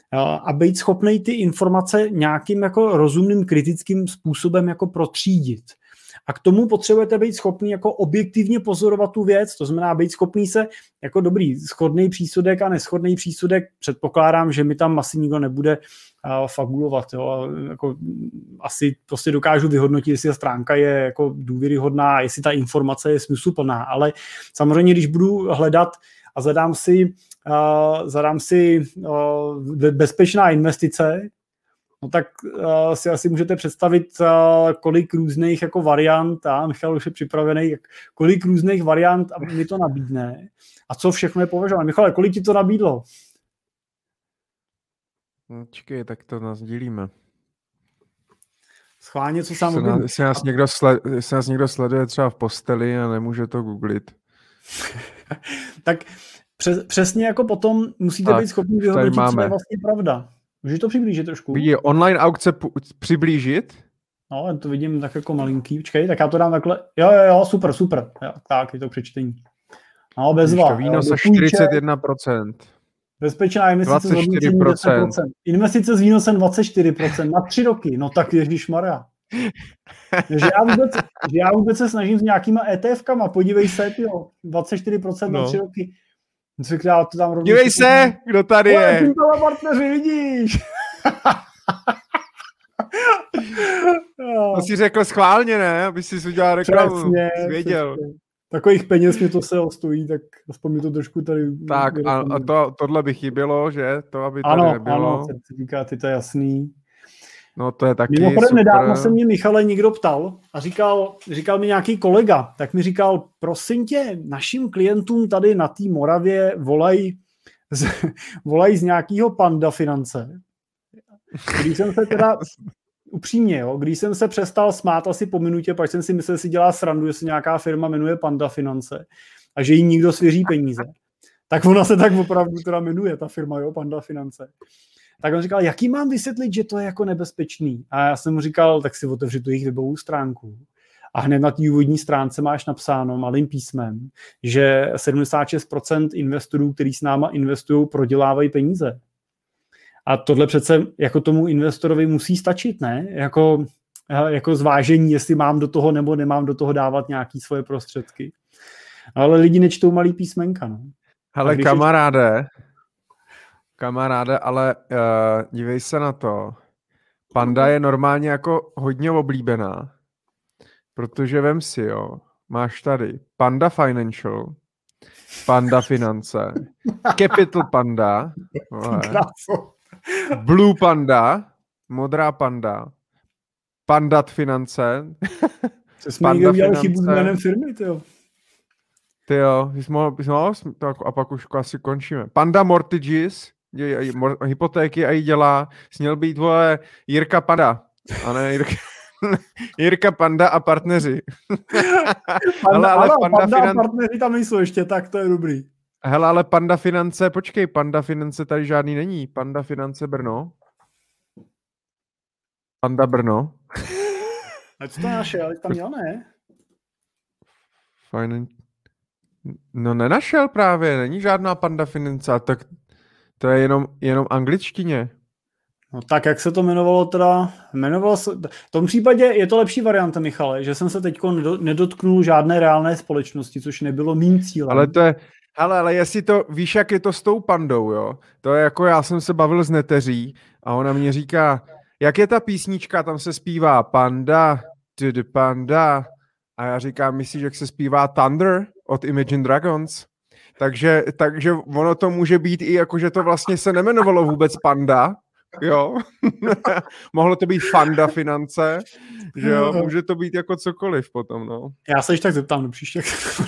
a být schopnej ty informace nějakým jako rozumným kritickým způsobem jako protřídit. A k tomu potřebujete být schopný jako objektivně pozorovat tu věc, to znamená být schopný se jako dobrý shodný přísudek a neshodný přísudek, předpokládám, že mi tam asi nikdo nebude uh, fabulovat, jo? Jako, asi prostě dokážu vyhodnotit, jestli ta stránka je jako důvěryhodná, jestli ta informace je smysluplná, ale samozřejmě, když budu hledat a zadám si, uh, zadám si uh, bezpečná investice, no tak uh, si asi můžete představit, uh, kolik různých jako variant, a Michal už je připravený, kolik různých variant mi to nabídne a co všechno je považováno. Michale, kolik ti to nabídlo? No, čekej, tak to nás dělíme. Schválně, co sám můžu... Jestli nás, někdo sled, jestli nás někdo sleduje třeba v posteli a nemůže to googlit. Tak přes, přesně jako potom musíte tak, být schopni vyhodnotit, co je vlastně pravda. Můžeš to přiblížit trošku? Vidí online aukce p- přiblížit? No, já to vidím tak jako malinký. Počkej, tak já to dám takhle. Jo, jo, jo, super, super. Jo, tak, je to přečtení. No, bezva. Výnos za čtyřicet jedna procent. Bezpečná investice dvacet čtyři procent. deset procent. Investice s výnosem dvacet čtyři procent na tři roky. No tak ježišmarja. že, já vůbec, že já vůbec se snažím s nějakýma ETFkama. Podívej se, jo, dvacet čtyři procent no. na tři roky. Já to tam Dívej se, kdo tady je. Ty tohle partneři, vidíš. To si řekl schválně, ne? Aby jsi udělal reklamu. Přesně, věděl. Přesně. takových peněz mě to se stojí, tak aspoň mi to trošku tady... Tak a, a to, tohle by chybělo, že? To, aby tady ano, nebylo. Ano, certifikáty, to je jasný. No to je taky Mimochodem super. Nedávno se mě, Michale, někdo ptal a říkal, říkal mi nějaký kolega, tak mi říkal, prosím tě, našim klientům tady na té Moravě volají z, volaj z nějakého Panda Finance. Když jsem se teda, upřímně, jo, když jsem se přestal smát asi po minutě, pak jsem si myslel, že si dělá srandu, že se nějaká firma jmenuje Panda Finance a že jí nikdo svěří peníze. Tak ona se tak opravdu teda jmenuje, ta firma, jo, Panda Finance. Tak on říkal, jaký mám vysvětlit, že to je jako nebezpečný? A já jsem mu říkal, tak si otevři tu jejich webovou stránku. A hned na té úvodní stránce máš napsáno malým písmem, že sedmdesát šest procent investorů, kteří s náma investují, prodělávají peníze. A tohle přece jako tomu investorovi musí stačit, ne? Jako, jako zvážení, jestli mám do toho nebo nemám do toho dávat nějaké svoje prostředky. Ale lidi nečtou malý písmenka. No. Hele, kamaráde, kamaráde, ale uh, dívej se na to. Panda je normálně jako hodně oblíbená, protože vem si, jo, máš tady Panda Financial, Panda Finance, Capital Panda, vole, Blue Panda, Modrá Panda, Pandat Finance, Co jsme někdo udělali chybu s jménem firmy, tyjo. Tyjo, no, a pak už asi končíme. Panda Mortgages, hypotéky a jí dělá, směl být, vole, Jirka Panda, a ne Jirka, Jirka Panda a partneři. Panda, ale, ale Panda, Panda finan... a partneři tam nejsou ještě, tak to je dobrý. Hele, ale Panda Finance, počkej, Panda Finance tady žádný není. Panda Finance Brno. Panda Brno. A co to našel, ale tam měl, ne? Fajn. No nenašel právě, není žádná Panda Finance, tak to je jenom, jenom angličtině. No tak, jak se to jmenovalo teda? Jmenovalo se... V tom případě je to lepší varianta, Michale, že jsem se teď nedotknul žádné reálné společnosti, což nebylo mým cílem. Ale to je, hele, ale jestli to, víš, jak je to s tou pandou, jo? To je jako, já jsem se bavil s neteří a ona mě říká, jak je ta písnička, tam se zpívá Panda, to Panda, a já říkám, myslíš, jak se zpívá Thunder od Imagine Dragons? Takže, takže ono to může být i jako, že to vlastně se nemenovalo vůbec Panda, jo? Mohlo to být Fanda Finance, že jo? Může to být jako cokoliv potom, no. Já se ještě tak zeptám do příště.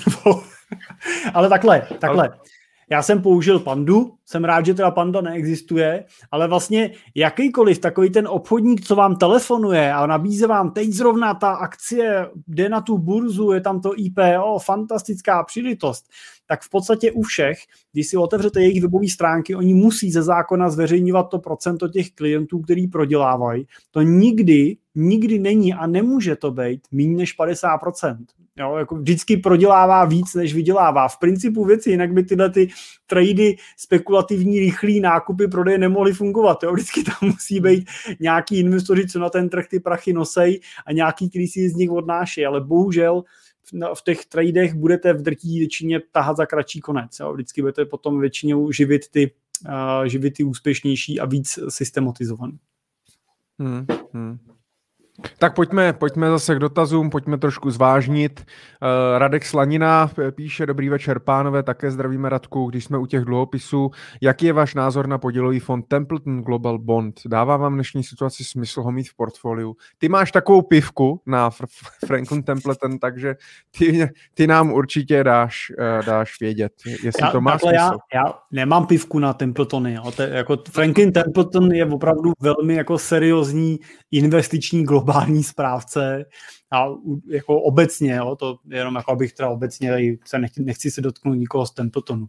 Ale takhle, takhle. Ale... Já jsem použil Pandu, jsem rád, že teda Panda neexistuje, ale vlastně jakýkoliv takový ten obchodník, co vám telefonuje a nabízí vám teď zrovna ta akcie, jde na tu burzu, je tam to I P O, fantastická příležitost, tak v podstatě u všech, když si otevřete jejich webové stránky, oni musí ze zákona zveřejňovat to procento těch klientů, který prodělávají. To nikdy, nikdy není a nemůže to být méně než padesát procent. Jo, jako vždycky prodělává víc, než vydělává. V principu věci, jinak by tyhle ty trady, spekulativní, rychlý nákupy, prodeje nemohly fungovat. Jo. Vždycky tam musí být nějaký investoři, co na ten trh ty prachy nosej a nějaký, který si z nich odnáší. Ale bohužel v těch tradech budete v drtí většině tahat za kratší konec. Jo. Vždycky budete potom většinou živit ty, uh, živit ty úspěšnější a víc systematizovaný. Hmm, hmm. Tak pojďme, pojďme zase k dotazům, pojďme trošku zvážnit. Uh, Radek Slanina píše, dobrý večer pánové, také zdravíme Radku, když jsme u těch dluhopisů. Jaký je váš názor na podílový fond Templeton Global Bond? Dává vám dnešní situaci smysl ho mít v portfoliu? Ty máš takovou pivku na Franklin Templeton, takže ty, ty nám určitě dáš, uh, dáš vědět, jestli já, to má smysl. Já, já nemám pivku na Templetony. Jo. To, jako Franklin Templeton je opravdu velmi jako seriózní investiční globální správce a jako obecně, jo, to jenom jako abych teda obecně se nechci, nechci se dotknout nikoho z Templetonu.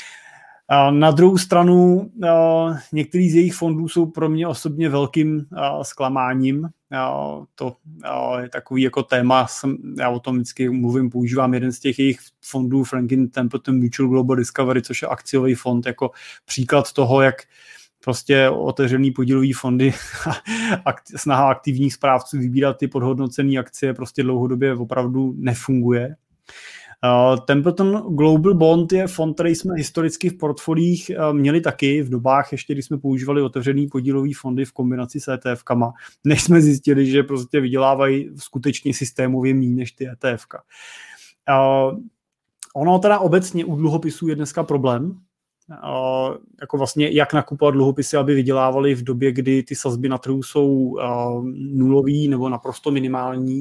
A na druhou stranu některý z jejich fondů jsou pro mě osobně velkým zklamáním. To je takový jako téma, já o tom vždycky mluvím, používám jeden z těch jejich fondů, Franklin Templeton Mutual Global Discovery, což je akciový fond, jako příklad toho, jak prostě otevřený podílový fondy a snaha aktivních správců vybírat ty podhodnocené akcie prostě dlouhodobě opravdu nefunguje. Uh, Templeton Global Bond je fond, který jsme historicky v portfoliích uh, měli taky v dobách, ještě když jsme používali otevřený podílový fondy v kombinaci s ETFkama, než jsme zjistili, že prostě vydělávají skutečně systémově méně než ty ETFka. Uh, Ono teda obecně u dluhopisů je dneska problém, uh, jako vlastně jak nakupovat dluhopisy, aby vydělávali v době, kdy ty sazby na trhu jsou uh, nulový nebo naprosto minimální.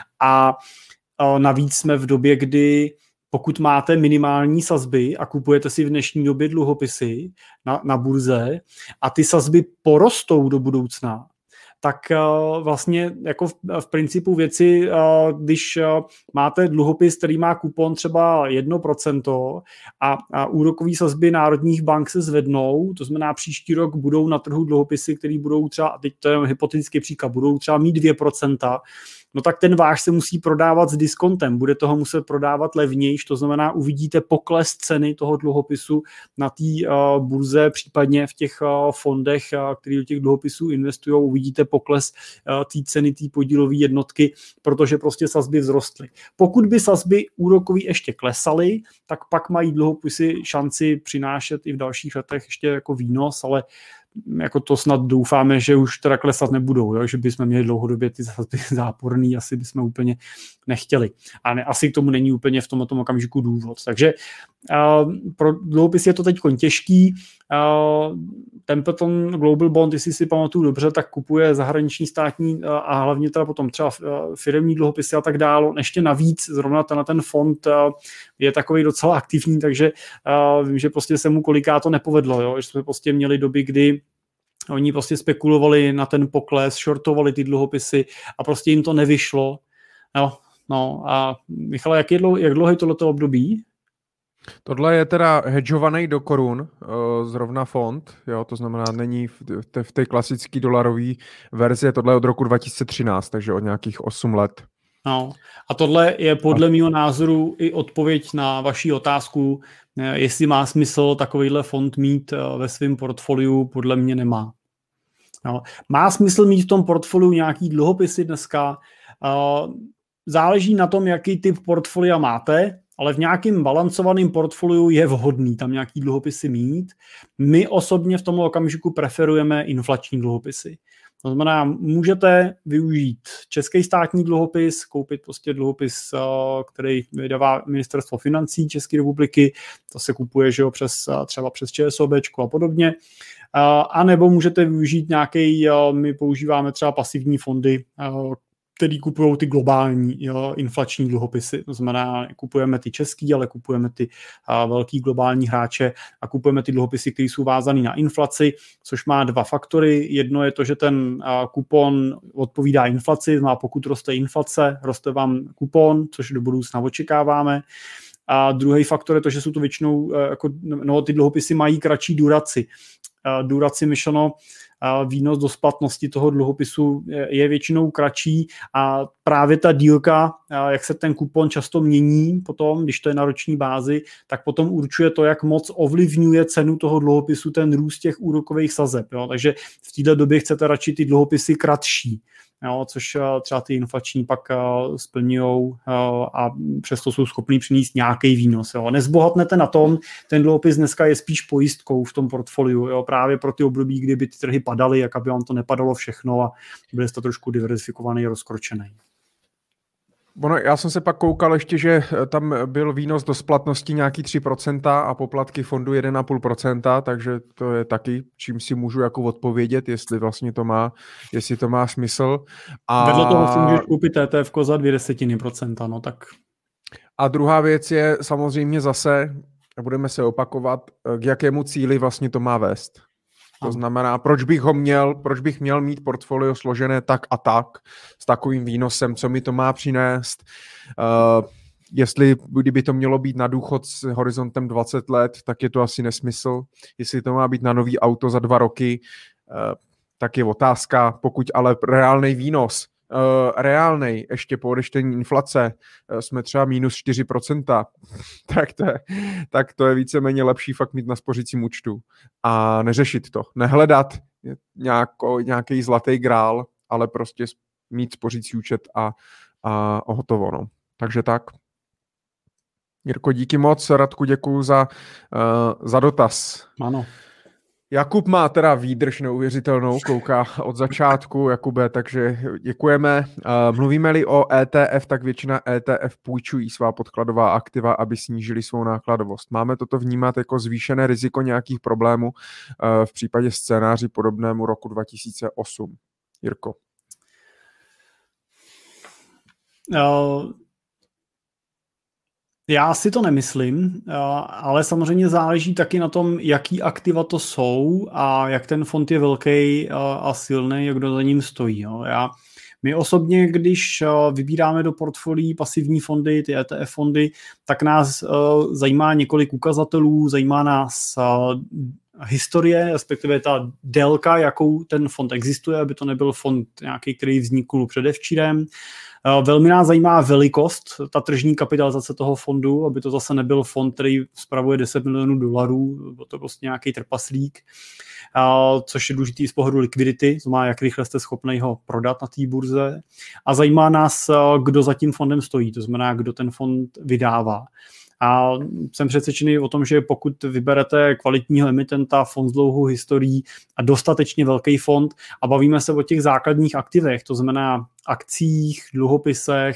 A uh, navíc jsme v době, kdy pokud máte minimální sazby a kupujete si v dnešní době dluhopisy na, na burze a ty sazby porostou do budoucna, tak uh, vlastně jako v, v principu věci, uh, když uh, máte dluhopis, který má kupon třeba jedno procento a, a úrokové sazby národních bank se zvednou, to znamená příští rok budou na trhu dluhopisy, které budou třeba, teď to je hypotetický příklad, budou třeba mít dvě procenta, no tak ten váš se musí prodávat s diskontem, bude toho muset prodávat levnějš, to znamená uvidíte pokles ceny toho dluhopisu na té uh, burze, případně v těch uh, fondech, uh, který do těch dluhopisů investují, uvidíte pokles uh, té ceny, té podílové jednotky, protože prostě sazby vzrostly. Pokud by sazby úrokový ještě klesaly, tak pak mají dluhopisy šanci přinášet i v dalších letech ještě jako výnos, ale jako to snad doufáme, že už teda klesat nebudou, jo? Že bychom měli dlouhodobě ty sazby záporný, asi bychom úplně nechtěli. A ne, asi k tomu není úplně v tomto okamžiku důvod. Takže uh, pro dluhopis je to teď těžký. Uh, Templeton Global Bond, jestli si pamatuju dobře, tak kupuje zahraniční státní uh, a hlavně teda potom třeba uh, firemní dluhopisy a tak dále. Ještě navíc zrovna ten, ten fond uh, je takový docela aktivní, takže uh, vím, že prostě se mu koliká to nepovedlo, jo? Že jsme prostě měli doby, kdy oni prostě spekulovali na ten pokles, shortovali ty dluhopisy a prostě jim to nevyšlo. Jo, no a Michale, jak, je dlouho, jak dlouho je tohleto období? Tohle je teda hedžovaný do korun, zrovna fond, jo, to znamená, není v té, v té klasické dolarové verzi, tohle je od roku dva tisíce třináct, takže od nějakých osm let. No, a tohle je podle mého názoru i odpověď na vaši otázku, jestli má smysl takovýhle fond mít ve svém portfoliu, podle mě nemá. No, má smysl mít v tom portfoliu nějaký dluhopisy dneska, záleží na tom, jaký typ portfolia máte, ale v nějakým balancovaném portfoliu je vhodný tam nějaký dluhopisy mít. My osobně v tom okamžiku preferujeme inflační dluhopisy. To znamená, můžete využít český státní dluhopis, koupit prostě dluhopis, který vydává Ministerstvo financí České republiky, to se kupuje, že jo, přes, třeba přes ČSOBčko a podobně. A nebo můžete využít nějaký, my používáme třeba pasivní fondy, který kupují ty globální, jo, inflační dluhopisy. To znamená, kupujeme ty český, ale kupujeme ty a, velký globální hráče a kupujeme ty dluhopisy, které jsou vázané na inflaci, což má dva faktory. Jedno je to, že ten a, kupon odpovídá inflaci, znamená, pokud roste inflace, roste vám kupon, což do budoucna očekáváme. A druhý faktor je to, že jsou to většinou, jako, no, ty dluhopisy mají kratší duraci. Duraci myšleno, výnos do splatnosti toho dluhopisu je většinou kratší a právě ta dílka, jak se ten kupon často mění potom, když to je na roční bázi, tak potom určuje to, jak moc ovlivňuje cenu toho dluhopisu ten růst těch úrokových sazeb. Jo? Takže v této době chcete radši ty dluhopisy kratší, jo? Což třeba ty inflační pak splňují a přesto jsou schopní přinést nějaký výnos. Jo? Nezbohatnete na tom, ten dluhopis dneska je spíš pojistkou v tom portfoliu, jo? Právě pro ty období, kdyby ty trhy padaly, jak aby vám to nepadalo všechno a byli jste trošku diverzifikovaný, rozkročený. Ono, já jsem se pak koukal ještě, že tam byl výnos do splatnosti nějaký tři procenta a poplatky fondu jedna celá pět procenta, takže to je taky, čím si můžu jako odpovědět, jestli vlastně to má, jestli to má smysl. A vedle toho si můžeš koupit T T F za dvě desetiny procenta, no tak. A druhá věc je samozřejmě zase, budeme se opakovat, k jakému cíli vlastně to má vést. To znamená, proč bych ho měl, proč bych měl mít portfolio složené tak a tak, s takovým výnosem, co mi to má přinést, uh, jestli kdyby to mělo být na důchod s horizontem dvacet let, tak je to asi nesmysl, jestli to má být na nový auto za dva roky, uh, tak je otázka, pokud ale reálný výnos, uh, reálnej, ještě po odečtení inflace, uh, jsme třeba minus čtyři procenta, tak to je, tak to je víceméně lepší fakt mít na spořícím účtu a neřešit to, nehledat nějako, nějaký zlatý grál, ale prostě mít spořící účet a, a hotovo. No. Takže tak. Jirko, díky moc, Radku, děkuju za, uh, za dotaz. Ano. Jakub má teda výdrž neuvěřitelnou, kouká od začátku, Jakube, takže děkujeme. Mluvíme-li o E T F, tak většina E T F půjčují svá podkladová aktiva, aby snížili svou nákladovost. Máme toto vnímat jako zvýšené riziko nějakých problémů v případě scénáři podobnému roku dva tisíce osm? Jirko. Uh... Já si to nemyslím, ale samozřejmě záleží taky na tom, jaký aktiva to jsou a jak ten fond je velký a silný, jak kdo za ním stojí. Já, my osobně, když vybíráme do portfolií pasivní fondy, ty E T F fondy, tak nás zajímá několik ukazatelů, zajímá nás historie, respektive ta délka, jakou ten fond existuje, aby to nebyl fond nějaký, který vznikl předevčírem. Velmi nás zajímá velikost, ta tržní kapitalizace toho fondu, aby to zase nebyl fond, který spravuje deset milionů dolarů, byl to prostě nějaký trpaslík, což je důležitý z pohledu likvidity, to má, jak rychle jste schopný ho prodat na té burze. A zajímá nás, kdo za tím fondem stojí, to znamená, kdo ten fond vydává. A jsem přesvědčený o tom, že pokud vyberete kvalitního emitenta, fond s dlouhou historií a dostatečně velký fond a bavíme se o těch základních aktivech, to znamená akcích, dluhopisech,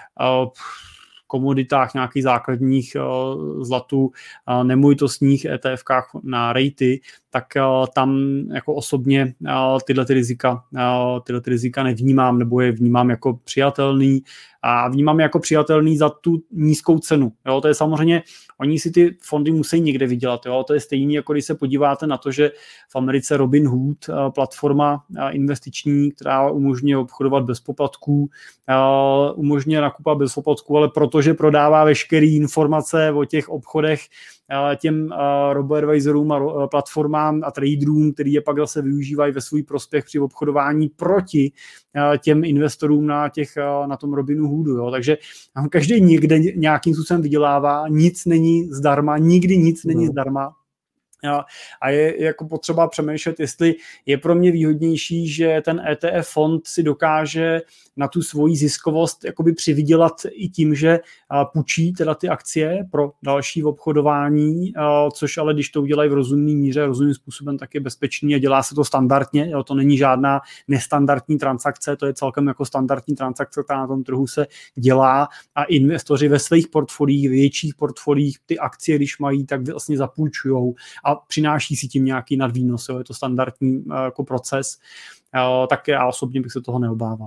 komoditách, nějakých základních zlatu, nemovitostních E T F kách na rejty, tak tam jako osobně tyhle ty rizika, tyhle ty rizika nevnímám, nebo je vnímám jako přijatelný a vnímám jako přijatelný za tu nízkou cenu. Jo, to je samozřejmě, oni si ty fondy musí někde vydělat. Jo, to je stejný, jako když se podíváte na to, že v Americe Robinhood, platforma investiční, která umožňuje obchodovat bez poplatků, umožňuje nakupovat bez poplatků, ale protože prodává veškeré informace o těch obchodech těm robo-advisorům a platformám a traderům, který je pak zase využívají ve svůj prospěch při obchodování proti těm investorům na, těch, na tom Robinhoodu. Jo. Takže každý někde nějakým způsobem vydělává, nic není zdarma, nikdy nic není zdarma. A je jako potřeba přemýšlet, jestli je pro mě výhodnější, že ten E T F fond si dokáže na tu svoji ziskovost jakoby přivydělat i tím, že půjčí teda ty akcie pro další obchodování, což ale když to udělají v rozumný míře, rozumným způsobem, tak je bezpečný a dělá se to standardně. Jo, to není žádná nestandardní transakce, to je celkem jako standardní transakce, která na tom trhu se dělá a investoři ve svých portfoliích, větších portfoliích ty akcie, když mají, tak vlastně zapůjčujou a přináší si tím nějaký nadvýnos. Jo, je to standardní jako proces, tak já osobně bych se toho neobával.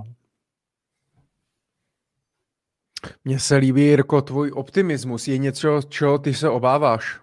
Mně se líbí, Jirko, tvůj optimismus. Je něco, čeho ty se obáváš?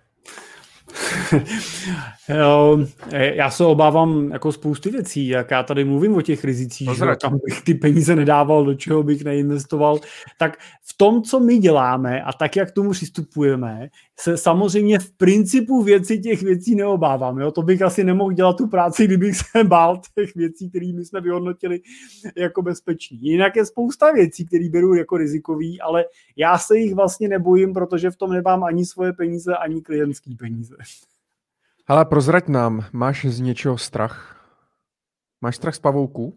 Já se obávám jako spousty věcí, jak já tady mluvím o těch rizicích, že tam bych ty peníze nedával, do čeho bych neinvestoval, tak v tom, co my děláme a tak, jak k tomu přistupujeme, se samozřejmě v principu věci těch věcí neobávám. Jo? To bych asi nemohl dělat tu práci, kdybych se bál těch věcí, které my jsme vyhodnotili jako bezpečný. Jinak je spousta věcí, které beru jako rizikový, ale já se jich vlastně nebojím, protože v tom nemám ani svoje peníze, ani klientský peníze. Hele, prozrať nám, máš z něčeho strach? Máš strach z pavouků?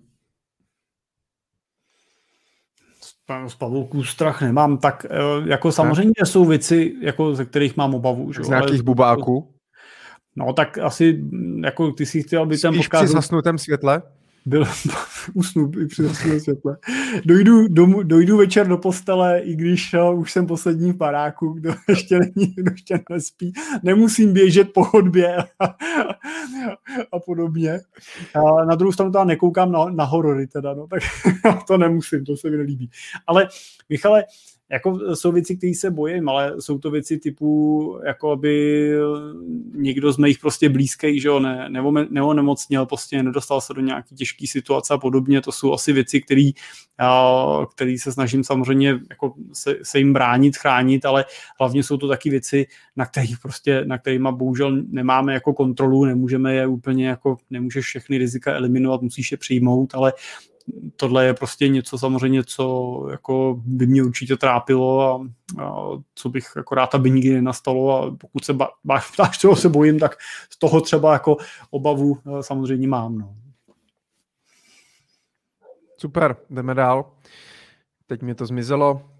Z pavouků strach nemám, tak jako samozřejmě ne? Jsou věci, jako, ze kterých mám obavu. Že? Z nějakých bubáků? No tak asi, jako ty si chtěl, aby ten podcast... Spíš při zasnutém světle? Byl usnu i při zasnutém světle. Dojdu, domů, dojdu večer do postele, i když uh, už jsem poslední v paráku, kdo ještě není, kdo ještě nespí. Nemusím běžet po chodbě a, a podobně. A na druhou stranu teda nekoukám na, na horory teda, no, tak to nemusím, to se mi nelíbí. Ale Michale, jako jsou věci, které se bojím, ale jsou to věci typu, jako aby někdo z mých prostě blízkých, že jo, ne, neonemocněl, prostě nedostal se do nějaký těžké situace a podobně. To jsou asi věci, které který se snažím samozřejmě jako se, se jim bránit, chránit, ale hlavně jsou to taky věci, na kterých prostě, na kterýma bohužel nemáme jako kontrolu, nemůžeme je úplně jako, nemůžeš všechny rizika eliminovat, musíš je přijmout, ale tohle je prostě něco samozřejmě, co jako by mě určitě trápilo a, a co bych jako rád, aby nikdy nenastalo a pokud se ptáš, čeho se bojím, tak z toho třeba jako obavu samozřejmě mám. No. Super, jdeme dál. Teď mi to zmizelo.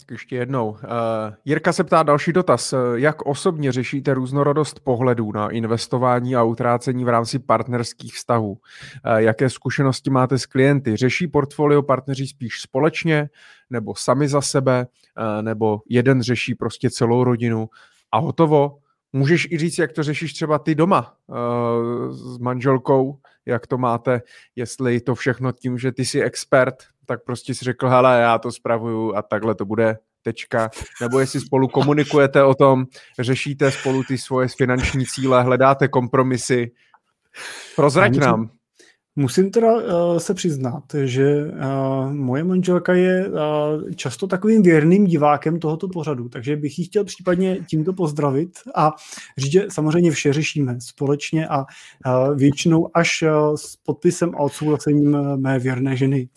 Tak ještě jednou. Uh, Jirka se ptá další dotaz. Jak osobně řešíte různorodost pohledů na investování a utrácení v rámci partnerských vztahů? Uh, jaké zkušenosti máte s klienty? Řeší portfolio partneři spíš společně nebo sami za sebe? Uh, nebo jeden řeší prostě celou rodinu a hotovo? Můžeš i říct, jak to řešíš třeba ty doma uh, s manželkou, jak to máte, jestli to všechno tím, že ty jsi expert, tak prostě si řekl, hele, já to spravuju a takhle to bude, tečka. Nebo jestli spolu komunikujete o tom, řešíte spolu ty svoje finanční cíle, hledáte kompromisy. Prozrať nám. Musím teda uh, se přiznat, že uh, moje manželka je uh, často takovým věrným divákem tohoto pořadu, takže bych jí chtěl případně tímto pozdravit a říct, že samozřejmě vše řešíme společně a uh, většinou až uh, s podpisem a odsouhlasením uh, mé věrné ženy.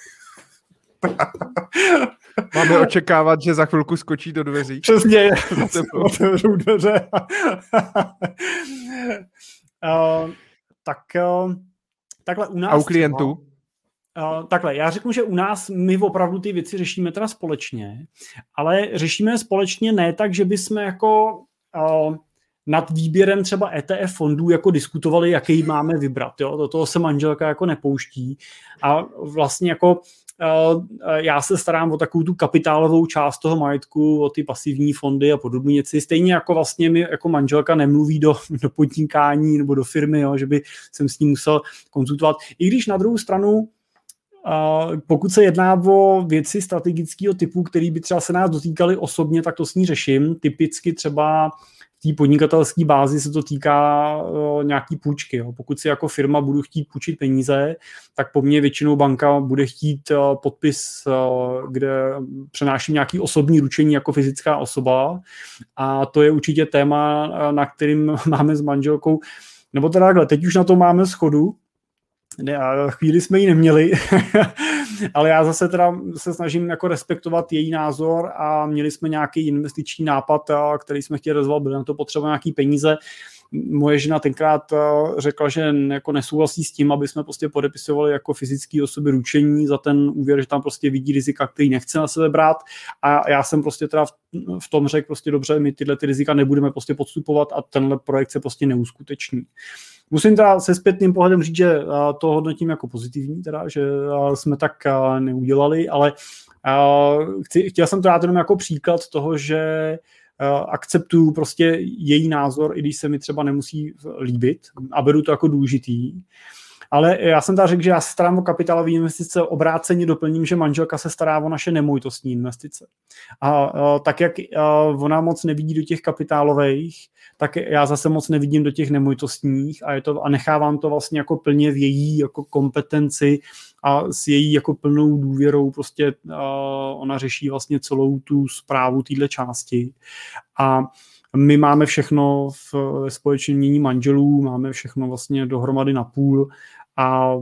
Máme očekávat, že za chvilku skočí do dveří. Přesně, otevřou dveře. uh, tak... Uh, Takhle u nás a u klientů? Třeba, uh, takhle, já řeknu, že u nás my opravdu ty věci řešíme teda společně, ale řešíme společně ne tak, že bychom jako uh, nad výběrem třeba E T F fondů jako diskutovali, jaký máme vybrat. Jo? Do toho se manželka jako nepouští a vlastně jako uh, já se starám o takovou tu kapitálovou část toho majetku, o ty pasivní fondy a podobné věci. Stejně jako vlastně mi jako manželka nemluví do, do podnikání nebo do firmy, jo? Že by jsem s ní musel konzultovat. I když na druhou stranu Uh, pokud se jedná o věci strategického typu, který by třeba se nás dotýkaly osobně, tak to s ní řeším. Typicky třeba v té podnikatelské bázi se to týká uh, nějaký půjčky. Jo. Pokud si jako firma budu chtít půjčit peníze, tak po mně většinou banka bude chtít uh, podpis, uh, kde přenáším nějaký osobní ručení jako fyzická osoba a to je určitě téma, uh, na kterým máme s manželkou, nebo teda takhle, teď už na to máme shodu. Ne, chvíli jsme ji neměli, ale já zase teda se snažím jako respektovat její názor a měli jsme nějaký investiční nápad, který jsme chtěli rozvat, byly na to potřeba nějaký peníze. Moje žena tenkrát řekla, že jako nesouhlasí s tím, aby jsme prostě podepisovali jako fyzické osoby ručení za ten úvěr, že tam prostě vidí rizika, který nechce na sebe brát a já jsem prostě teda v tom řekl prostě dobře, my tyhle ty rizika nebudeme prostě podstupovat a tenhle projekt se prostě neuskuteční. Musím teda se zpětným pohledem říct, že to hodnotím jako pozitivní, teda, že jsme tak neudělali, ale chci, chtěl jsem to dát jenom jako příklad toho, že akceptuju prostě její názor, i když se mi třeba nemusí líbit a beru to jako důležitý. Ale já jsem tady řekl, že já se starám o kapitálové investice, obráceně doplním, že manželka se stará o naše nemovitostní investice. A, a tak jak a ona moc nevidí do těch kapitálových, tak já zase moc nevidím do těch nemovitostních a, je to, a nechávám to vlastně jako plně v její jako kompetenci a s její jako plnou důvěrou prostě ona řeší vlastně celou tu správu téhle části. A my máme všechno v společném mění manželů, máme všechno vlastně dohromady na půl a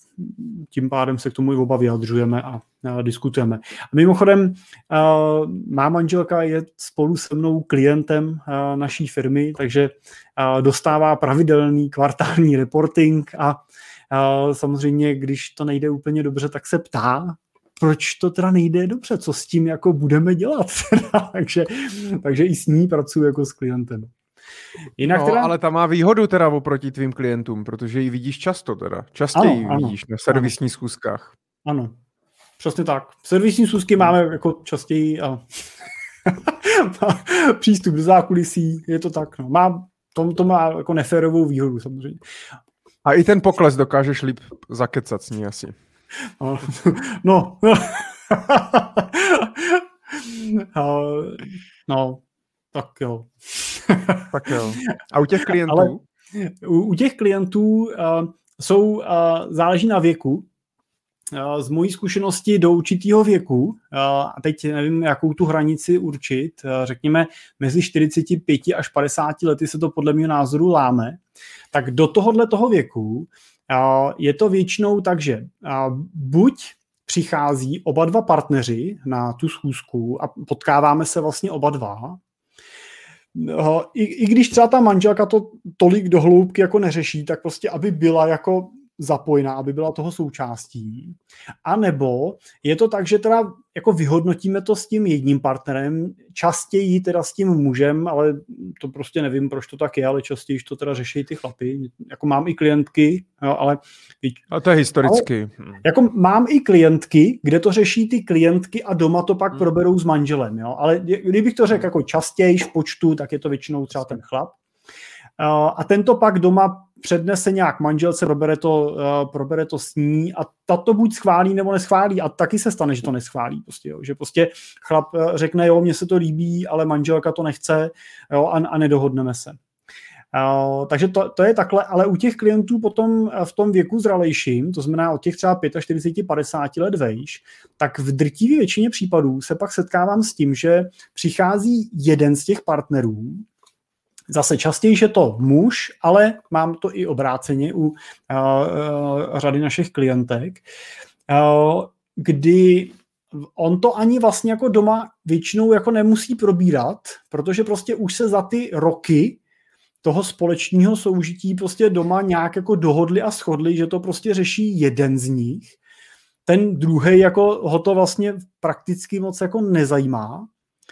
tím pádem se k tomu i oba vyjadřujeme a, a diskutujeme. A mimochodem, a, má manželka je spolu se mnou klientem a, naší firmy, takže a, dostává pravidelný kvartální reporting a, a samozřejmě, když to nejde úplně dobře, tak se ptá, proč to teda nejde dobře, co s tím jako budeme dělat. takže, takže i s ní pracuji jako s klientem. Jinak no, teda... ale ta má výhodu teda oproti tvým klientům, protože ji vidíš často teda. Častěji ji vidíš na servisních schůzkách. Ano, přesně tak. Servisní schůzky máme jako častěji a přístup do zákulisí, je to tak. No. Má, to, to má jako neférovou výhodu samozřejmě. A i ten pokles dokážeš líp zakecat s ní asi. No, no. no, tak jo. tak jo. A u těch klientů? Ale u, u těch klientů uh, jsou, uh, záleží na věku. Uh, z mojí zkušenosti do určitého věku, uh, a teď nevím, jakou tu hranici určit, uh, řekněme mezi čtyřicet pět až padesát lety se to podle mého názoru láme, tak do tohohle toho věku je to většinou tak, že buď přichází oba dva partneři na tu schůzku a potkáváme se vlastně oba dva, I, i když třeba ta manželka to tolik do hloubky jako neřeší, tak prostě aby byla jako zapojená, aby byla toho součástí. A nebo je to tak, že teda jako vyhodnotíme to s tím jedním partnerem, častěji teda s tím mužem, ale to prostě nevím, proč to tak je, ale častěji to teda řeší ty chlapy. Jako mám i klientky, jo, ale... A to je historicky. Ale, jako mám i klientky, kde to řeší ty klientky a doma to pak hmm. proberou s manželem, jo, ale kdybych to řekl jako častěji v počtu, tak je to většinou třeba ten chlap. A tento pak doma přednese nějak manželce, probere to, uh, probere to s ní a ta to buď schválí nebo neschválí a taky se stane, že to neschválí. Prostě, jo. Že prostě chlap řekne, jo, mně se to líbí, ale manželka to nechce, jo, a, a nedohodneme se. Uh, takže to, to je takhle, ale u těch klientů potom v tom věku zralejším, to znamená od těch třeba čtyřicet pět padesát let vejš, tak v drtivé většině případů se pak setkávám s tím, že přichází jeden z těch partnerů. Zase častěji je to muž, ale mám to i obráceně u uh, uh, řady našich klientek, uh, kdy on to ani vlastně jako doma většinou jako nemusí probírat, protože prostě už se za ty roky toho společného soužití prostě doma nějak jako dohodli a shodli, že to prostě řeší jeden z nich. Ten druhej jako ho to vlastně prakticky moc jako nezajímá.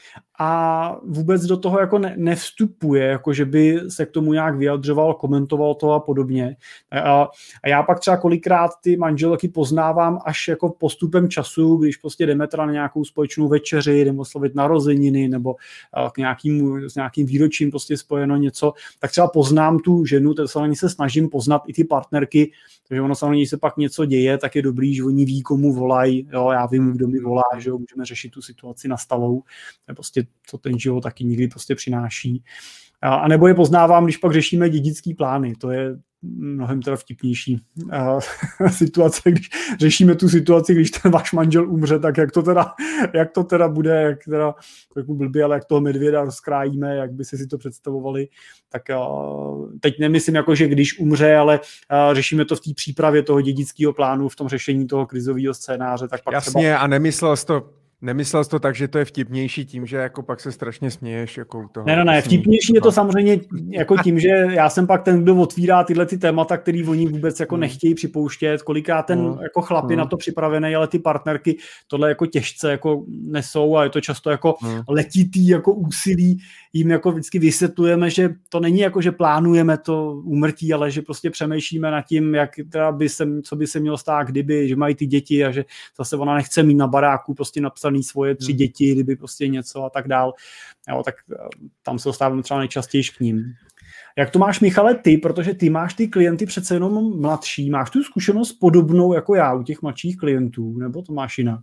A vůbec do toho jako ne, nevstupuje, jako že by se k tomu nějak vyjadřoval, komentoval to a podobně. A, a já pak třeba kolikrát ty manželky poznávám až jako postupem času, když prostě jdeme teda na nějakou společnou večeři, jdeme oslavit narozeniny nebo k nějakým, s nějakým výročím prostě spojeno něco, tak třeba poznám tu ženu, tak se na ní se snažím poznat i ty partnerky, takže ono samozřejmě se pak něco děje, tak je dobrý, že oni ví, komu volají, jo, já vím, kdo mi volá, že jo, můžeme řešit tu situaci na stalou, to je prostě co ten život taky někdy prostě přináší. A, a nebo je poznávám, když pak řešíme dědický plány, to je mnohem teda vtipnější uh, situace, když řešíme tu situaci, když ten váš manžel umře, tak jak to teda, jak to teda bude, jak teda, jako blbě, ale jak toho medvěda rozkrájíme, jak by si si to představovali, tak uh, teď nemyslím jako, že když umře, ale uh, řešíme to v té přípravě toho dědického plánu, v tom řešení toho krizového scénáře. Tak pak jasně, třeba... a nemyslel jsi to Nemyslel jsi to tak, že to je vtipnější tím, že jako pak se strašně směješ jako u toho. Ne, ne, ne, vtipnější je to samozřejmě jako tím, že já jsem pak ten, kdo otvírá tyhle ty témata, který oni vůbec jako nechtějí připouštět, kolikrát ten hmm. jako chlap je hmm. na to připravený, ale ty partnerky tohle jako těžce jako nesou a je to často jako hmm. letitý jako úsilí, jim jako vždycky vysvětlujeme, že to není jako, že plánujeme to úmrtí, ale že prostě přemýšlíme nad tím, jak teda by se, co by se mělo stát, kdyby, že mají ty děti a že zase ona nechce mít na baráku prostě napsaný svoje tři děti, kdyby prostě něco a tak dál. Jo, tak tam se dostáváme třeba nejčastěji k ním. Jak to máš, Michale, ty, protože ty máš ty klienty přece jenom mladší, máš tu zkušenost podobnou jako já u těch mladších klientů, nebo to máš jinak?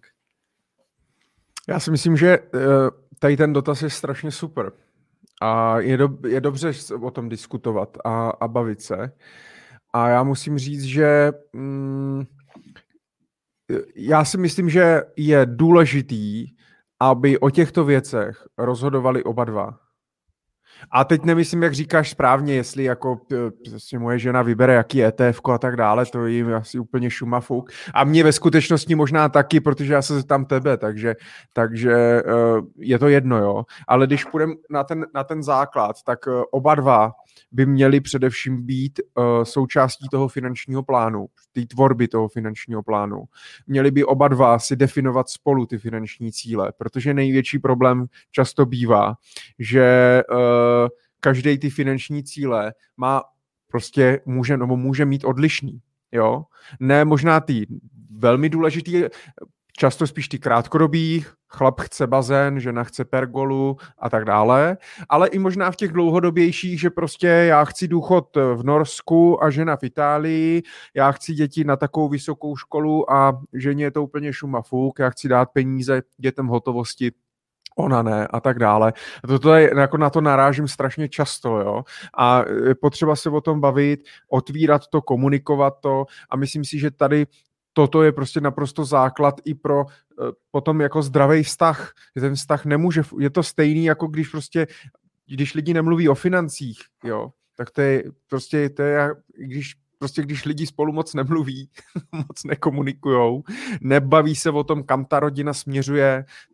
Já si myslím, že tady ten dotaz je strašně super. A je, do, je dobře o tom diskutovat a, a bavit se. A já musím říct, že mm, já si myslím, že je důležitý, aby o těchto věcech rozhodovali oba dva. A teď nemyslím, jak říkáš správně, jestli jako prostě moje žena vybere jaký é té efko a tak dále, to je jim asi úplně šumafuk. A mě ve skutečnosti možná taky, protože já se zeptám tebe, takže, takže je to jedno, jo. Ale když půjdeme na ten, na ten základ, tak oba dva by měli především být součástí toho finančního plánu, té tvorby toho finančního plánu. Měli by oba dva si definovat spolu ty finanční cíle, protože největší problém často bývá, že každý ty finanční cíle má prostě může, nebo může mít odlišný, jo. Ne možná ty velmi důležitý, často spíš ty krátkodobý, chlap chce bazén, žena chce pergolu a tak dále, ale i možná v těch dlouhodobějších, že prostě já chci důchod v Norsku a žena v Itálii, já chci děti na takovou vysokou školu a ženě je to úplně šumafuk, já chci dát peníze dětem hotovosti, ona ne a tak dále. Toto je, jako na to narážím strašně často, jo. A je potřeba se o tom bavit, otvírat to, komunikovat to a myslím si, že tady toto je prostě naprosto základ i pro potom jako zdravý vztah. Ten vztah nemůže, je to stejný, jako když prostě, když lidi nemluví o financích, jo, tak to je prostě, to je, když prostě když lidi spolu moc nemluví, moc nekomunikujou, nebaví se o tom, kam ta rodina směřuje,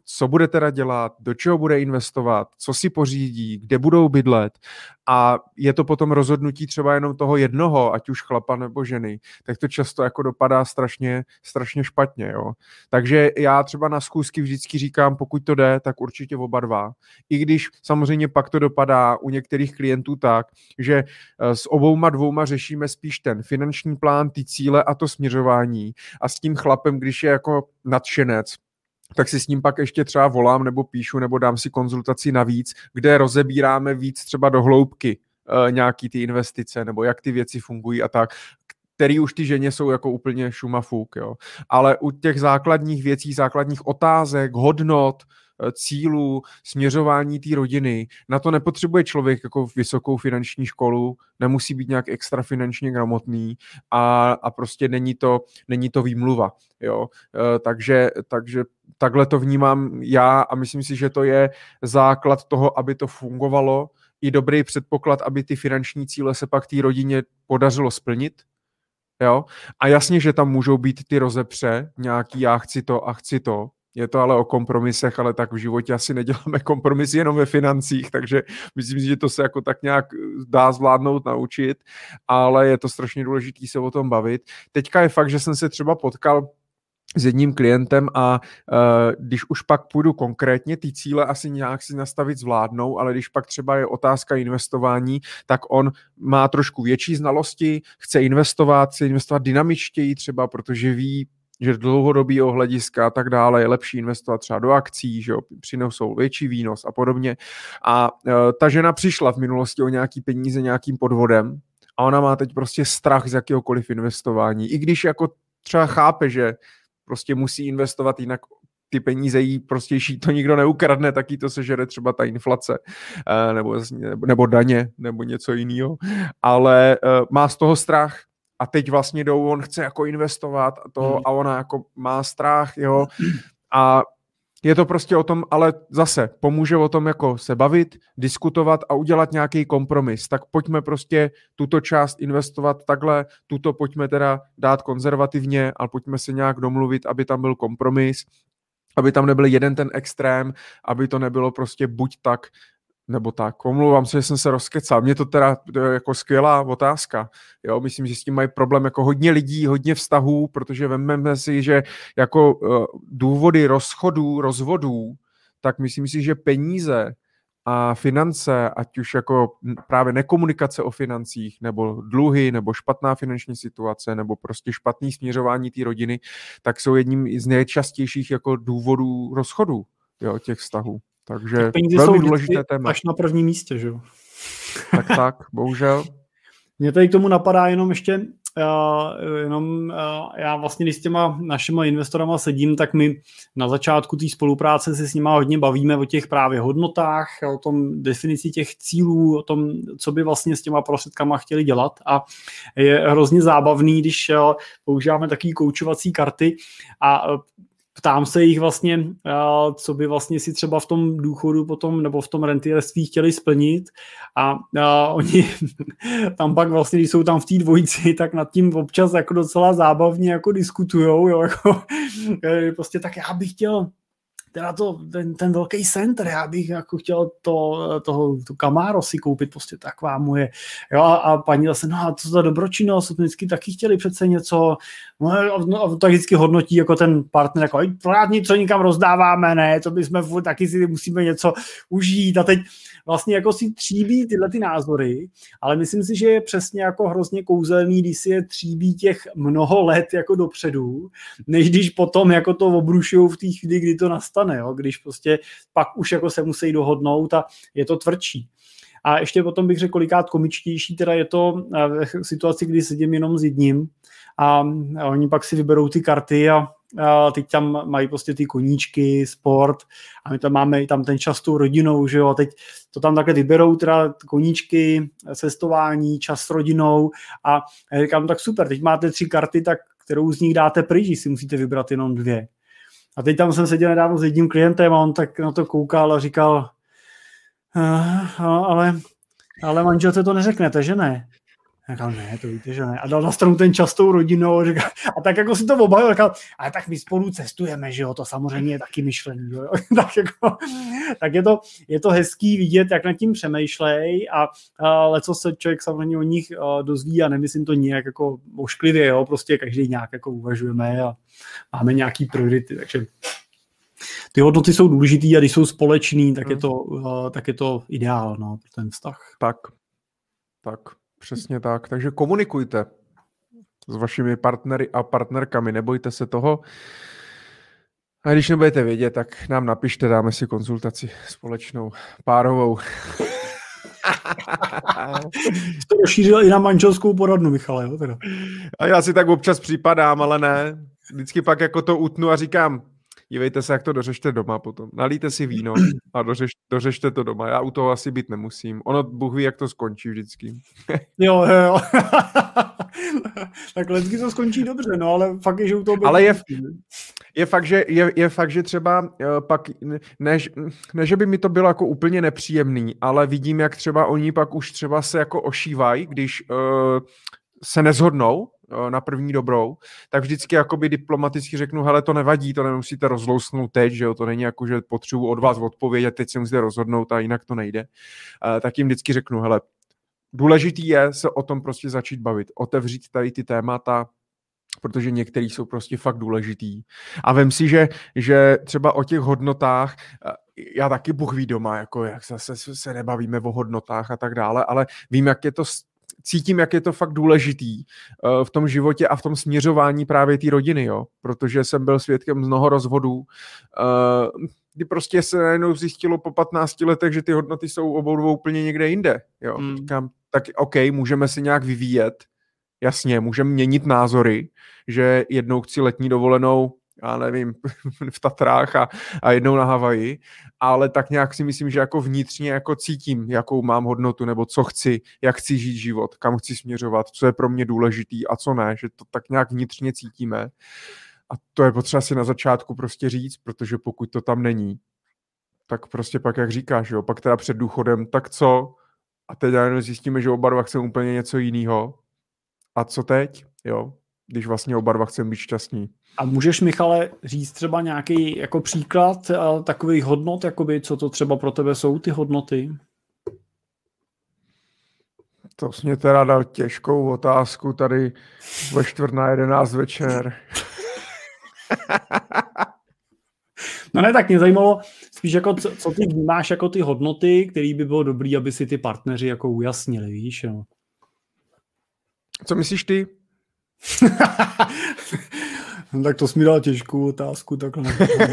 co bude teda dělat, do čeho bude investovat, co si pořídí, kde budou bydlet a je to potom rozhodnutí třeba jenom toho jednoho, ať už chlapa nebo ženy, tak to často jako dopadá strašně, strašně špatně. Jo. Takže já třeba na schůzky vždycky říkám, pokud to jde, tak určitě oba dva. I když samozřejmě pak to dopadá u některých klientů tak, že s obouma dvouma řešíme spíš ten finanční plán, ty cíle a to směřování a s tím chlapem, když je jako nadšenec, tak si s ním pak ještě třeba volám nebo píšu nebo dám si konzultaci navíc, kde rozebíráme víc třeba do hloubky e, nějaký ty investice nebo jak ty věci fungují a tak, který už ty ženě jsou jako úplně šumafuk, jo. Ale u těch základních věcí, základních otázek, hodnot, cílů, směřování té rodiny, na to nepotřebuje člověk jako vysokou finanční školu, nemusí být nějak extra finančně gramotný a, a prostě není to, není to výmluva. Jo. E, takže, takže takhle to vnímám já a myslím si, že to je základ toho, aby to fungovalo, i dobrý předpoklad, aby ty finanční cíle se pak té rodině podařilo splnit. Jo? A jasně, že tam můžou být ty rozepře, nějaký já chci to a chci to. Je to ale o kompromisech, ale tak v životě asi neděláme kompromisy jenom ve financích, takže myslím si, že to se jako tak nějak dá zvládnout, naučit, ale je to strašně důležité se o tom bavit. Teďka je fakt, že jsem se třeba potkal s jedním klientem a uh, když už pak půjdu konkrétně, ty cíle asi nějak si nastavit zvládnou, ale když pak třeba je otázka investování, tak on má trošku větší znalosti, chce investovat, chce investovat dynamičtěji třeba, protože ví, že dlouhodobýho hlediska a tak dále je lepší investovat třeba do akcí, že jo, přinesou větší výnos a podobně. A uh, ta žena přišla v minulosti o nějaký peníze nějakým podvodem a ona má teď prostě strach z jakéhokoliv investování, i když jako třeba chápe, že prostě musí investovat, jinak ty peníze jí prostě jí to nikdo neukradne, taky to sežere třeba ta inflace nebo, nebo daně nebo něco jiného, ale uh, má z toho strach a teď vlastně jdou, on chce jako investovat a, to, hmm. a ona jako má strach, jo, a je to prostě o tom, ale zase pomůže o tom jako se bavit, diskutovat a udělat nějaký kompromis. Tak pojďme prostě tuto část investovat takhle, tuto pojďme teda dát konzervativně, ale pojďme se nějak domluvit, aby tam byl kompromis, aby tam nebyl jeden ten extrém, aby to nebylo prostě buď tak, nebo tak. Omlouvám se, že jsem se rozkecal. Mně to teda to je jako skvělá otázka. Jo, myslím, že s tím mají problém jako hodně lidí, hodně vztahů, protože vememe si, že jako uh, důvody rozchodů, rozvodů, tak myslím si, že peníze a finance, ať už jako právě nekomunikace o financích, nebo dluhy, nebo špatná finanční situace, nebo prostě špatný směřování té rodiny, tak jsou jedním z nejčastějších jako důvodů rozchodů, jo, těch vztahů. Takže velmi důležité téma. Až na prvním místě, že jo? Tak tak, bohužel. Mně tady k tomu napadá jenom ještě, uh, jenom uh, já vlastně, když s těma našima investorama sedím, tak my na začátku té spolupráce se s nima hodně bavíme o těch právě hodnotách, o tom definici těch cílů, o tom, co by vlastně s těma prostředkama chtěli dělat a je hrozně zábavný, když uh, používáme takové koučovací karty a uh, ptám se jich vlastně, co by vlastně si třeba v tom důchodu potom nebo v tom rentierství chtěli splnit a, a oni tam pak vlastně, když jsou tam v té dvojici, tak nad tím občas jako docela zábavně jako diskutujou, jo, jako, prostě tak já bych chtěl teda to, ten, ten velký center, já bych jako chtěl to, toho, to Camaro si koupit, prostě taková moje, jo, a, a paní zase, no a co za dobročinnost, vždycky taky chtěli přece něco, no a, no, a tak vždycky hodnotí jako ten partner, jako pořád něco nikam rozdáváme, ne, to bychom taky si musíme něco užít a teď vlastně jako si tříbí tyhle ty názory, ale myslím si, že je přesně jako hrozně kouzelný, když si je tříbí těch mnoho let jako dopředu, než když potom jako to obrušujou v té chvíli, kdy to nastane, jo? Když prostě pak už jako se musí dohodnout a je to tvrdší. A ještě potom bych řekl, kolikrát komičtější teda je to v situaci, kdy sedím jenom s jedním a, a oni pak si vyberou ty karty a a teď tam mají prostě ty koníčky, sport a my tam máme tam ten čas s tou rodinou, že jo, a teď to tam takhle vyberou, teda koníčky, cestování, čas s rodinou a já říkám, tak super, teď máte tři karty, tak kterou z nich dáte pryč, si musíte vybrat jenom dvě. A teď tam jsem seděl nedávno s jedním klientem a on tak na to koukal a říkal, ale, ale manželce to neřeknete, že ne? A říkal, ne, to víte, že ne. A dal na stranu ten čas tou rodinou. Říkal, a tak jako si to obavil, říkal, ale tak my spolu cestujeme, že jo, to samozřejmě je taky myšlení. Jo. tak jako, tak je to, je to hezký vidět, jak nad tím přemýšlej a, a leco se člověk samozřejmě o nich a, dozví a nemyslím to nějak jako ošklivě, jo, prostě každý nějak jako uvažujeme a máme nějaký priority, takže ty hodnoty jsou důležitý a když jsou společný, tak, hmm. je, to, uh, tak je to ideál, no, pro ten vztah. Tak, tak, přesně tak. Takže komunikujte s vašimi partnery a partnerkami, nebojte se toho. A když nebudete vědět, tak nám napište, dáme si konzultaci společnou, párovou. To rozšířil i na manželskou poradnu, Michale, jo? Teda. A já si tak občas připadám, ale ne. Vždycky pak jako to utnu a říkám, dívejte se, jak to dořešte doma potom. Nalíte si víno a dořeš, dořešte to doma. Já u toho asi být nemusím. Ono, Bůh ví, jak to skončí vždycky. jo, jo. Tak lecky to skončí dobře, no, ale fakt je, že u toho... Ale je, je, fakt, že, je, je fakt, že třeba pak, ne, ne, že by mi to bylo jako úplně nepříjemný, ale vidím, jak třeba oni pak už třeba se jako ošívají, když uh, se nezhodnou na první dobrou, tak vždycky jakoby diplomaticky řeknu, hele, to nevadí, to nemusíte rozlousnout teď, že jo, to není jako, že potřebuji od vás odpovědět, teď se musíte rozhodnout a jinak to nejde. Uh, tak jim vždycky řeknu, hele, důležitý je se o tom prostě začít bavit, otevřít tady ty témata, protože některý jsou prostě fakt důležitý. A vem si, že, že třeba o těch hodnotách, já taky Bůh ví doma, jako jak zase se nebavíme o hodnotách a tak dále, ale vím, jak je to, cítím, jak je to fakt důležitý uh, v tom životě a v tom směřování právě té rodiny, jo, protože jsem byl svědkem mnoho rozvodů, uh, kdy prostě se najednou zjistilo po patnácti letech, že ty hodnoty jsou obou dvou úplně někde jinde, jo. Mm. Říkám, tak OK, můžeme se nějak vyvíjet, jasně, můžeme měnit názory, že jednou chci letní dovolenou, já nevím, v Tatrách a, a jednou na Havaji, ale tak nějak si myslím, že jako vnitřně jako cítím, jakou mám hodnotu, nebo co chci, jak chci žít život, kam chci směřovat, co je pro mě důležitý a co ne, že to tak nějak vnitřně cítíme. A to je potřeba si na začátku prostě říct, protože pokud to tam není, tak prostě pak, jak říkáš, jo, pak teda před důchodem, tak co? A teď najednou zjistíme, že oba dva chceme úplně něco jiného. A co teď? Jo, když vlastně oba dva chceme být šťastní. A můžeš, Michale, říct třeba nějaký jako příklad uh, takových hodnot, jakoby, co to třeba pro tebe jsou ty hodnoty? To jsi mě teda dal těžkou otázku tady ve čtvrt na jedenáct večer. No ne, tak mě zajímalo spíš jako, co, co ty vnímáš jako ty hodnoty, které by bylo dobré, aby si ty partneři jako ujasnili, víš, jo? Co myslíš ty? No, tak to jsi mi dal těžkou otázku. Takhle.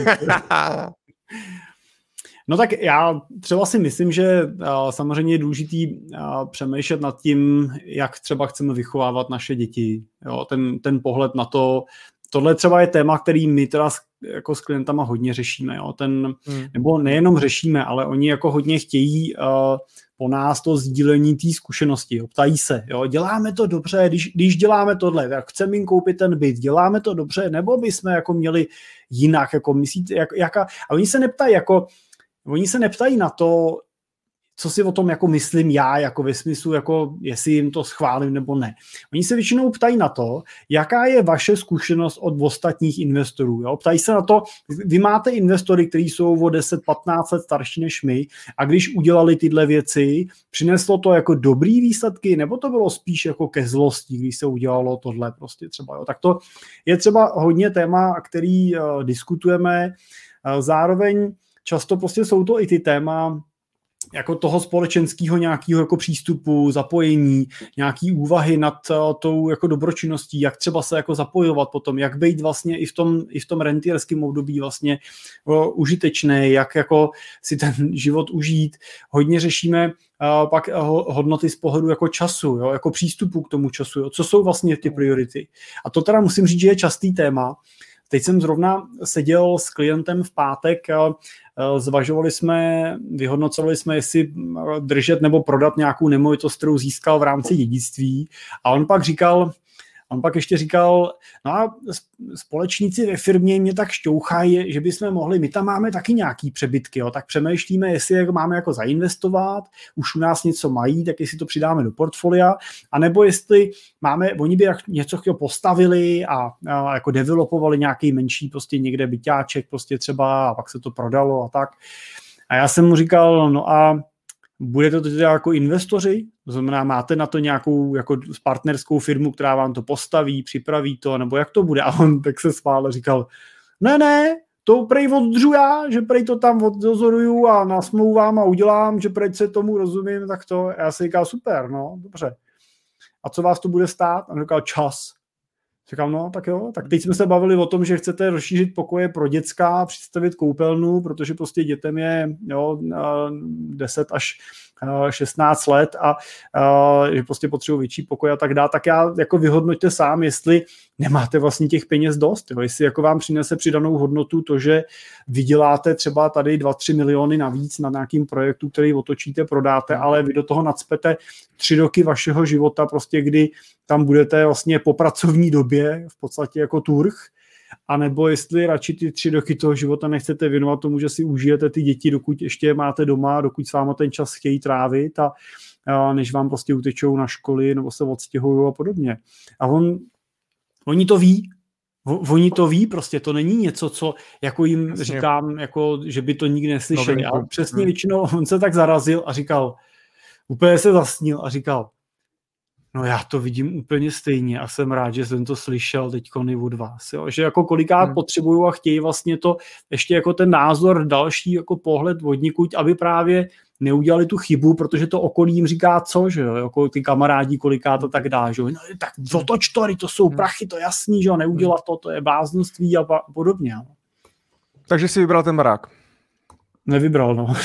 No tak já třeba si myslím, že uh, samozřejmě je důležitý uh, přemýšlet nad tím, jak třeba chceme vychovávat naše děti. Jo, ten, ten pohled na to, tohle třeba je téma, který my teda s, jako s klientama hodně řešíme. Jo. Ten, hmm. Nebo nejenom řešíme, ale oni jako hodně chtějí uh, po nás to sdílení té zkušenosti. Jo. Ptají se, jo, děláme to dobře, když, když děláme tohle, tak chceme jim koupit ten byt, děláme to dobře, nebo bychom jako měli jinak, jako myslíte, jak, jaká... A oni se neptají jako, oni se neptají na to, co si o tom jako myslím já, jako ve smyslu, jako jestli jim to schválím nebo ne. Oni se většinou ptají na to, jaká je vaše zkušenost od ostatních investorů. Jo? Ptají se na to, vy máte investory, kteří jsou o deset patnáct let starší než my a když udělali tyhle věci, přineslo to jako dobrý výsledky, nebo to bylo spíš jako ke zlosti, když se udělalo tohle prostě třeba. Jo? Tak to je třeba hodně téma, který uh, diskutujeme. Uh, zároveň často prostě jsou to i ty téma jako toho společenského nějakého jako přístupu, zapojení, nějaký úvahy nad uh, tou jako dobročinností, jak třeba se jako zapojovat potom, jak být vlastně i v tom, i v tom rentierském období vlastně uh, užitečný, jak jako si ten život užít. Hodně řešíme uh, pak uh, hodnoty z pohledu jako času, jo, jako přístupu k tomu času, jo, co jsou vlastně ty priority. A to teda musím říct, že je častý téma. Teď jsem zrovna seděl s klientem v pátek, zvažovali jsme, vyhodnocovali jsme, jestli držet nebo prodat nějakou nemovitost, kterou získal v rámci dědictví. A on pak říkal, On pak ještě říkal, no a společníci ve firmě mě tak šťouchají, že bychom mohli, my tam máme taky nějaký přebytky, jo, tak přemýšlíme, jestli jako máme jako zainvestovat, už u nás něco mají, tak jestli to přidáme do portfolia, anebo jestli máme, oni by něco postavili a, a jako developovali nějaký menší prostě někde byťáček prostě třeba a pak se to prodalo a tak. A já jsem mu říkal, no a budete to teda jako investoři? To znamená, máte na to nějakou jako partnerskou firmu, která vám to postaví, připraví to, nebo jak to bude? A on tak se smál a říkal, ne, ne, to prej oddržu já, že prej to tam oddozoruju a nasmlouvám a udělám, že prej se tomu rozumím, tak to. A já si říkal, super, no, dobře. A co vás to bude stát? A on říkal, čas. Říkám, no, tak jo, tak teď jsme se bavili o tom, že chcete rozšířit pokoje pro děcka, představit koupelnu, protože prostě dětem je jo, deset až šestnáct let a, a že prostě potřebují větší pokoj a tak dále, tak já jako vyhodnoťte sám, jestli nemáte vlastně těch peněz dost, jo, jestli jako vám přinese přidanou hodnotu to, že vyděláte třeba tady dva tři miliony navíc na nějakým projektu, který otočíte, prodáte, ale vy do toho nacpete tři roky vašeho života, prostě kdy tam budete vlastně po pracovní době v podstatě jako turh, anebo jestli radši ty tři roky toho života nechcete věnovat tomu, že si užijete ty děti, dokud ještě máte doma, dokud s váma ten čas chtějí trávit a, a než vám prostě utečou na školy nebo se odstěhují a podobně. A on, oni to ví, oni to ví, prostě to není něco, co jako jim Jasně. říkám, jako, že by to nikdy neslyšeli. A přesně hmm. většinou on se tak zarazil a říkal, úplně se zasnil a říkal, no já to vidím úplně stejně a jsem rád, že jsem to slyšel teďko od vás. Jo? Že jako kolikrát hmm. potřebuju a chtějí vlastně to ještě jako ten názor, další jako pohled vodníkuť, aby právě neudělali tu chybu, protože to okolí jim říká co, že jo, jako ty kamarádi kolikrát a tak dále, že jo, no, tak otoč to, to jsou prachy, to jasný, že jo, neudělat to, to je bláznoství a podobně. Jo. Takže si vybral ten barák. Nevybral, no.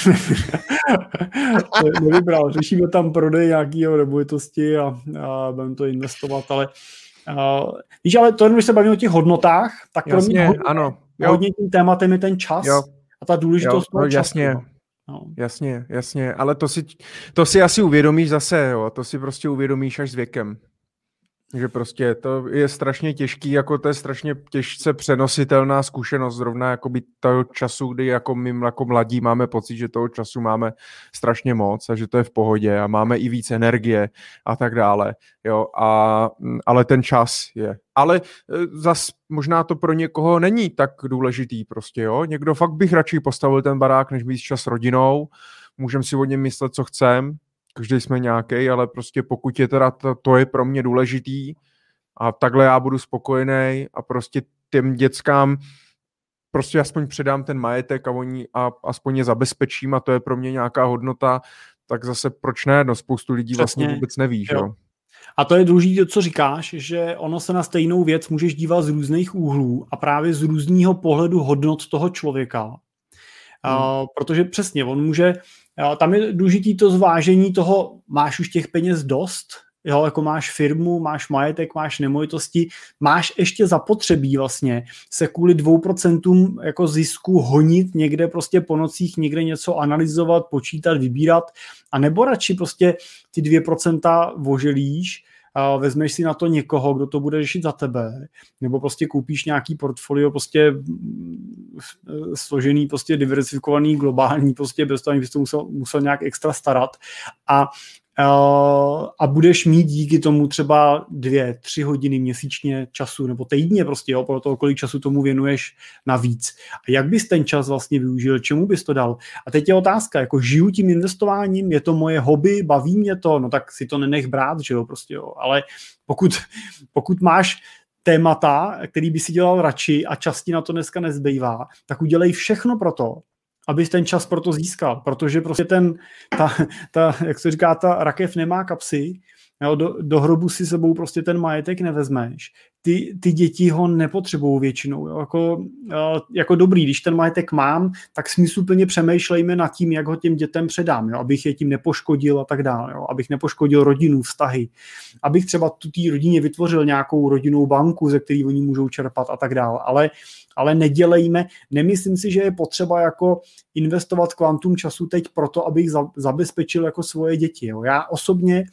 Nevybral. Řešíme tam prodej nějakého nemovitosti a, a budeme to investovat, ale uh, víš, ale to jenom, když se bavíme o těch hodnotách, tak jasně, pro mě hodně, ano. hodně tím tématem je ten čas jo. a ta důležitost jo, no, času. Jasně. No. Jasně, jasně, ale to si, to si asi uvědomíš zase, jo, to si prostě uvědomíš až s věkem. Že prostě to je strašně těžký, jako to je strašně těžce přenositelná zkušenost, zrovna jako by toho času, kdy jako my jako mladí máme pocit, že toho času máme strašně moc a že to je v pohodě a máme i víc energie a tak dále, jo, a, ale ten čas je. Ale zas možná to pro někoho není tak důležitý prostě, jo, někdo fakt bych radši postavil ten barák, než mít čas s rodinou, můžeme si o něm myslet, co chcem, každý jsme nějaký, ale prostě pokud je teda to, to je pro mě důležitý a takhle já budu spokojený a prostě těm dětskám prostě aspoň předám ten majetek a oni a aspoň je zabezpečím a to je pro mě nějaká hodnota, tak zase proč ne? No spoustu lidí Přesně. vlastně vůbec neví, jo. jo. A to je důležité, co říkáš, že ono se na stejnou věc můžeš dívat z různých úhlů a právě z různého pohledu hodnot toho člověka. Hmm. Uh, protože přesně, on může tam je důležitý to zvážení toho, máš už těch peněz dost, jo, jako máš firmu, máš majetek, máš nemovitosti, máš ještě zapotřebí vlastně se kvůli dvou procentům jako zisku honit někde prostě po nocích, někde něco analyzovat, počítat, vybírat, a nebo radši prostě ty dvě procenta voželíš, a vezmeš si na to někoho, kdo to bude řešit za tebe, nebo prostě koupíš nějaký portfolio prostě složený, prostě diversifikovaný, globální, prostě bez toho, abys to musel, musel nějak extra starat a, a budeš mít díky tomu třeba dvě, tři hodiny měsíčně času, nebo týdně prostě, jo, podle toho, kolik času tomu věnuješ navíc. A jak bys ten čas vlastně využil, čemu bys to dal? A teď je otázka, jako žiju tím investováním, je to moje hobby, baví mě to, no tak si to nenech brát, že jo, prostě jo, ale pokud, pokud máš témata, který by si dělal radši a časti na to dneska nezbývá, tak udělej všechno pro to, abys ten čas pro to získal, protože prostě ten, ta, ta, jak se říká, ta rakev nemá kapsy, jo, do, do hrobu si sebou prostě ten majetek nevezmeš. Ty, ty děti ho nepotřebují většinou. Jo, jako, jako dobrý, když ten majetek mám, tak smysluplně přemýšlejme nad tím, jak ho těm dětem předám, jo, abych je tím nepoškodil a tak dále, jo, abych nepoškodil rodinu, vztahy, abych třeba tu té rodině vytvořil nějakou rodinnou banku, ze které oni můžou čerpat a tak dále, ale ale nedělejme, nemyslím si, že je potřeba jako investovat kvantum času teď proto, abych za, zabezpečil jako svoje děti. Jo. Já osobně,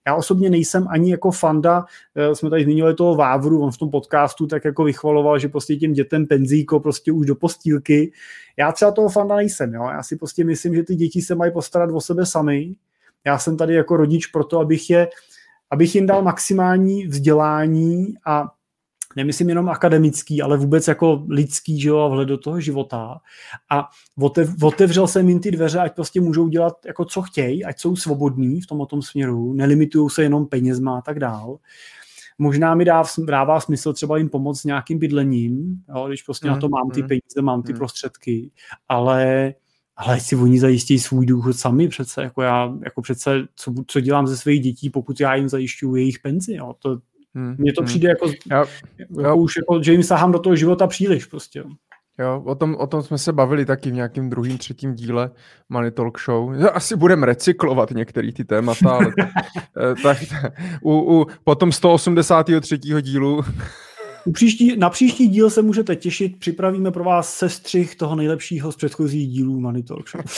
Já osobně nejsem ani jako fanda, jsme tady zmínili toho Vávru, on v tom podcastu tak jako vychvaloval, že prostě těm dětem penzíko prostě už do postýlky. Já třeba toho fanda nejsem, jo? Já si prostě myslím, že ty děti se mají postarat o sebe sami. Já jsem tady jako rodič proto, abych je, abych jim dal maximální vzdělání a nemyslím jenom akademický, ale vůbec jako lidský, že jo, a vhled do toho života. A otev, otevřel jsem jim ty dveře, ať prostě můžou dělat jako co chtějí, ať jsou svobodní v tomto směru, nelimitují se jenom penězma a tak dál. Možná mi dá, dává smysl třeba jim pomoct s nějakým bydlením, jo, když prostě mm, na to mám ty mm, peníze, mám ty mm. prostředky, ale ale si oni zajistí svůj důchod sami přece, jako já, jako přece, co, co dělám ze svých dětí, pokud já jim zajišťuju jejich penzi, jo, to Hmm, mně to hmm. přijde jako, jo, jako jo. už jako, že jim sahám do toho života příliš prostě. Jo, o tom, o tom jsme se bavili taky v nějakým druhým, třetím díle Money Talk Show. Asi budeme recyklovat některé ty témata, ale tak, tak u, u potom sto osmdesátého třetího dílu. U příští, na příští díl se můžete těšit, připravíme pro vás sestřih toho nejlepšího z předchozích dílů Money Talk Show.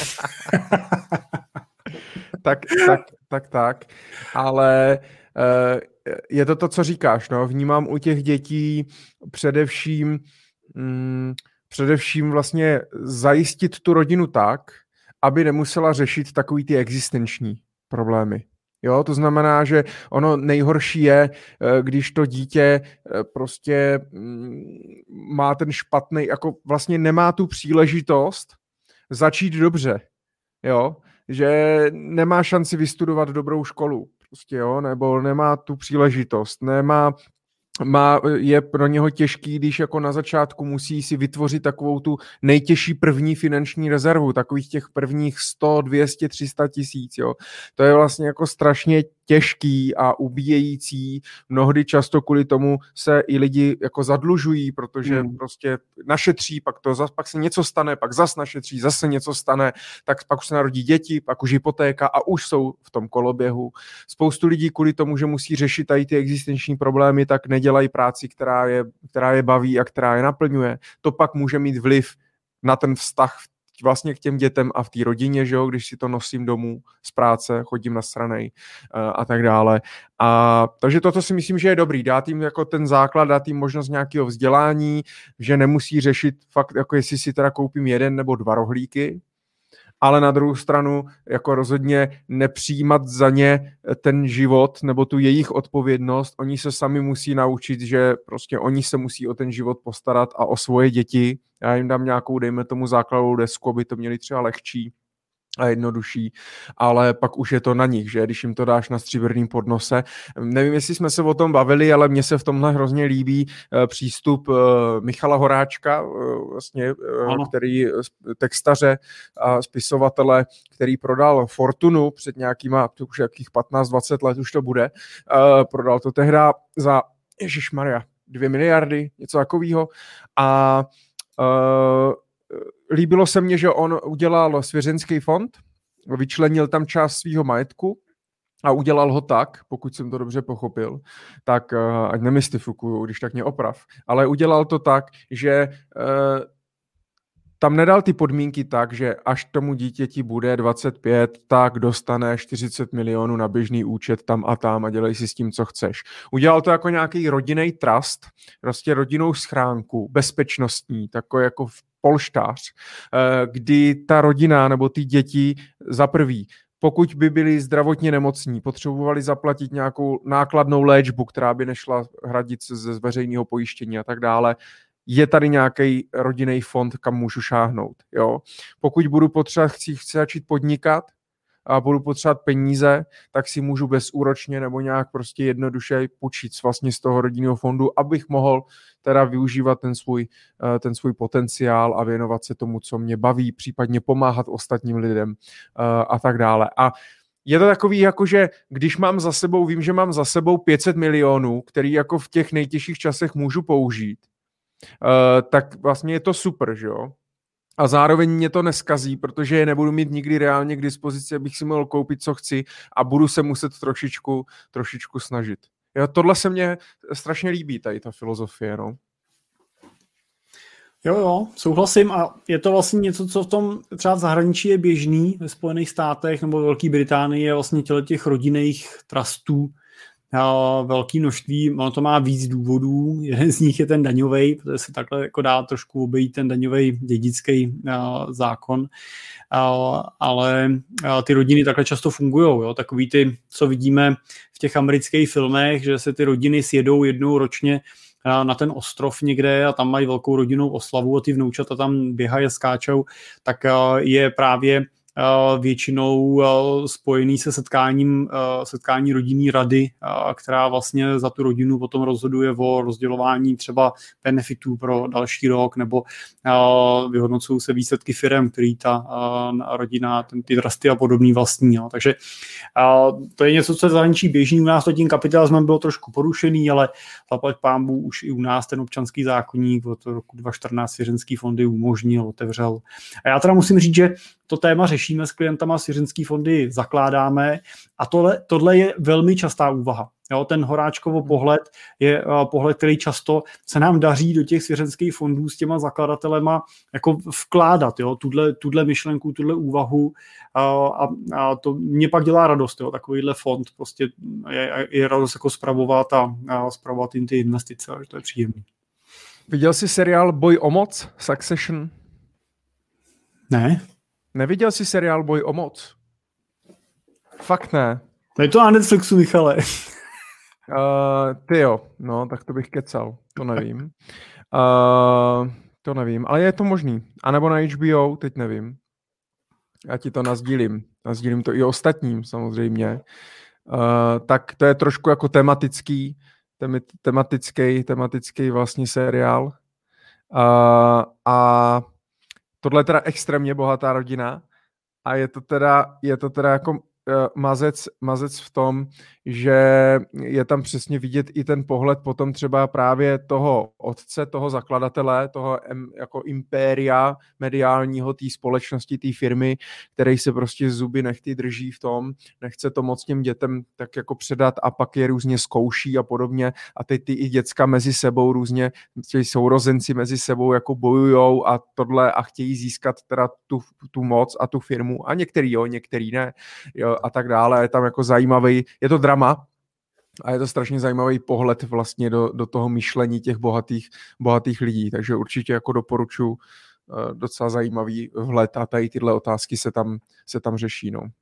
tak, tak, tak, tak, ale uh, je to to, co říkáš, no, vnímám u těch dětí především, mm, především vlastně zajistit tu rodinu tak, aby nemusela řešit takový ty existenční problémy. Jo, to znamená, že ono nejhorší je, když to dítě prostě má ten špatný, jako vlastně nemá tu příležitost začít dobře, jo, že nemá šanci vystudovat dobrou školu. Prostě, jo, nebo nemá tu příležitost, nemá, má, je pro něho těžký, když jako na začátku musí si vytvořit takovou tu nejtěžší první finanční rezervu, takových těch prvních sto, dvě stě, tři sta tisíc, jo. To je vlastně jako strašně těžký a ubíjející. Mnohdy často kvůli tomu se i lidi jako zadlužují, protože hmm. prostě našetří, pak to zas, pak se něco stane, pak zas našetří, zase něco stane, tak pak už se narodí děti, pak už hypotéka a už jsou v tom koloběhu. Spoustu lidí kvůli tomu, že musí řešit tady ty existenční problémy, tak nedělají práci, která je, která je baví a která je naplňuje. To pak může mít vliv na ten vztah vlastně k těm dětem a v té rodině, že jo, když si to nosím domů z práce, chodím na stranej uh, a tak dále. A takže toto si myslím, že je dobrý, dát jim jako ten základ, dát jim možnost nějakého vzdělání, že nemusí řešit fakt, jako jestli si teda koupím jeden nebo dva rohlíky, ale na druhou stranu jako rozhodně nepřijímat za ně ten život nebo tu jejich odpovědnost. Oni se sami musí naučit, že prostě oni se musí o ten život postarat a o svoje děti. Já jim dám nějakou, dejme tomu základovou desku, aby to měli třeba lehčí a jednodušší, ale pak už je to na nich, že když jim to dáš na stříbrným podnose. Nevím, jestli jsme se o tom bavili, ale mně se v tomhle hrozně líbí uh, přístup uh, Michala Horáčka, uh, vlastně, uh, který textaře a spisovatele, který prodal Fortunu před nějakýma, už jakých patnáct dvacet let už to bude, uh, prodal to tehda za, ježišmarja, dvě miliardy, něco takového a uh, líbilo se mně, že on udělal svěřenský fond, vyčlenil tam část svýho majetku a udělal ho tak, pokud jsem to dobře pochopil, tak ať nemystifikuju, když tak mě oprav, ale udělal to tak, že uh, tam nedal ty podmínky tak, že až tomu dítěti bude dvacet pět, tak dostane čtyřicet milionů na běžný účet tam a tam a dělej si s tím, co chceš. Udělal to jako nějaký rodinný trust, prostě rodinnou schránku, bezpečnostní, takový jako polštář, kdy ta rodina nebo ty děti za prvý, pokud by byli zdravotně nemocní, potřebovali zaplatit nějakou nákladnou léčbu, která by nešla hradit ze veřejného pojištění a tak dále, je tady nějaký rodinný fond, kam můžu šáhnout. Jo? Pokud budu potřebovat, chci, chci začít podnikat a budu potřebovat peníze, tak si můžu bezúročně nebo nějak prostě jednoduše půjčit vlastně z toho rodinného fondu, abych mohl teda využívat ten svůj, ten svůj potenciál a věnovat se tomu, co mě baví, případně pomáhat ostatním lidem a tak dále. A je to takový, jako že když mám za sebou, vím, že mám za sebou pět set milionů, který jako v těch nejtěžších časech můžu použít, Uh, tak vlastně je to super, že jo? A zároveň mě to neskazí, protože je nebudu mít nikdy reálně k dispozici, abych si mohl koupit, co chci a budu se muset trošičku, trošičku snažit. Jo, tohle se mně strašně líbí, tady ta filozofie, no. Jo, jo, souhlasím a je to vlastně něco, co v tom třeba v zahraničí je běžný, ve Spojených státech nebo Velké Británii je vlastně těle těch rodinných trustů velké množství, ono to má víc důvodů, jeden z nich je ten daňový, protože se takhle jako dá trošku obejít ten daňový dědický zákon, ale ty rodiny takhle často fungujou, takový ty, co vidíme v těch amerických filmech, že se ty rodiny sjedou jednou ročně na ten ostrov někde a tam mají velkou rodinnou oslavu a ty vnoučata tam běhají a skáčou, tak je právě většinou spojený se setkáním setkání rodinní rady, která vlastně za tu rodinu potom rozhoduje o rozdělování třeba benefitů pro další rok, nebo vyhodnocují se výsledky firem, který ta rodina, ty trusty a podobný vlastní. Jo. Takže to je něco, co je v zahraničí běžný. U nás to tím kapitalismem bylo trošku porušený, ale zaplať pánbůh už i u nás ten občanský zákoník od roku dva tisíce čtrnáct svěřenský fondy umožnil, otevřel. A já teda musím říct, že to téma řešíme s klientama, svěřenský fondy zakládáme a tohle, tohle je velmi častá úvaha. Jo, ten Horáčkovo pohled je uh, pohled, který často se nám daří do těch svěřenských fondů s těma zakladatelema jako vkládat, jo, tuhle, tuhle myšlenku, tuhle úvahu uh, a, a to mě pak dělá radost, jo, takovýhle fond prostě je, je radost jako spravovat a, a spravovat jim ty investice, že to je příjemný. Viděl jsi seriál Boj o moc, Succession? Ne. Neviděl jsi seriál Boj o moc? Fakt ne. Je to na Netflixu, Michale. Uh, ty jo, no, tak to bych kecal, to nevím. Uh, to nevím, ale je to možný. A nebo na H B O, teď nevím. Já ti to nasdílím. Nasdílím to i ostatním samozřejmě. Uh, tak to je trošku jako tematický, tematický, tematický vlastně seriál. Uh, a tohle je teda extrémně bohatá rodina a je to teda, je to teda jako mazec, mazec v tom, že je tam přesně vidět i ten pohled potom třeba právě toho otce, toho zakladatele, toho jako impéria mediálního, té společnosti, té firmy, který se prostě zuby nechty drží v tom, nechce to moc těm dětem tak jako předat a pak je různě zkouší a podobně a teď ty i děcka mezi sebou různě, ty sourozenci mezi sebou jako bojujou a tohle a chtějí získat teda tu, tu moc a tu firmu a některý jo, některý ne, jo, a tak dále. Je tam jako zajímavý, je to drama a je to strašně zajímavý pohled vlastně do, do toho myšlení těch bohatých, bohatých lidí, takže určitě jako doporučuji uh, docela zajímavý vhled a tady tyhle otázky se tam, se tam řeší. No.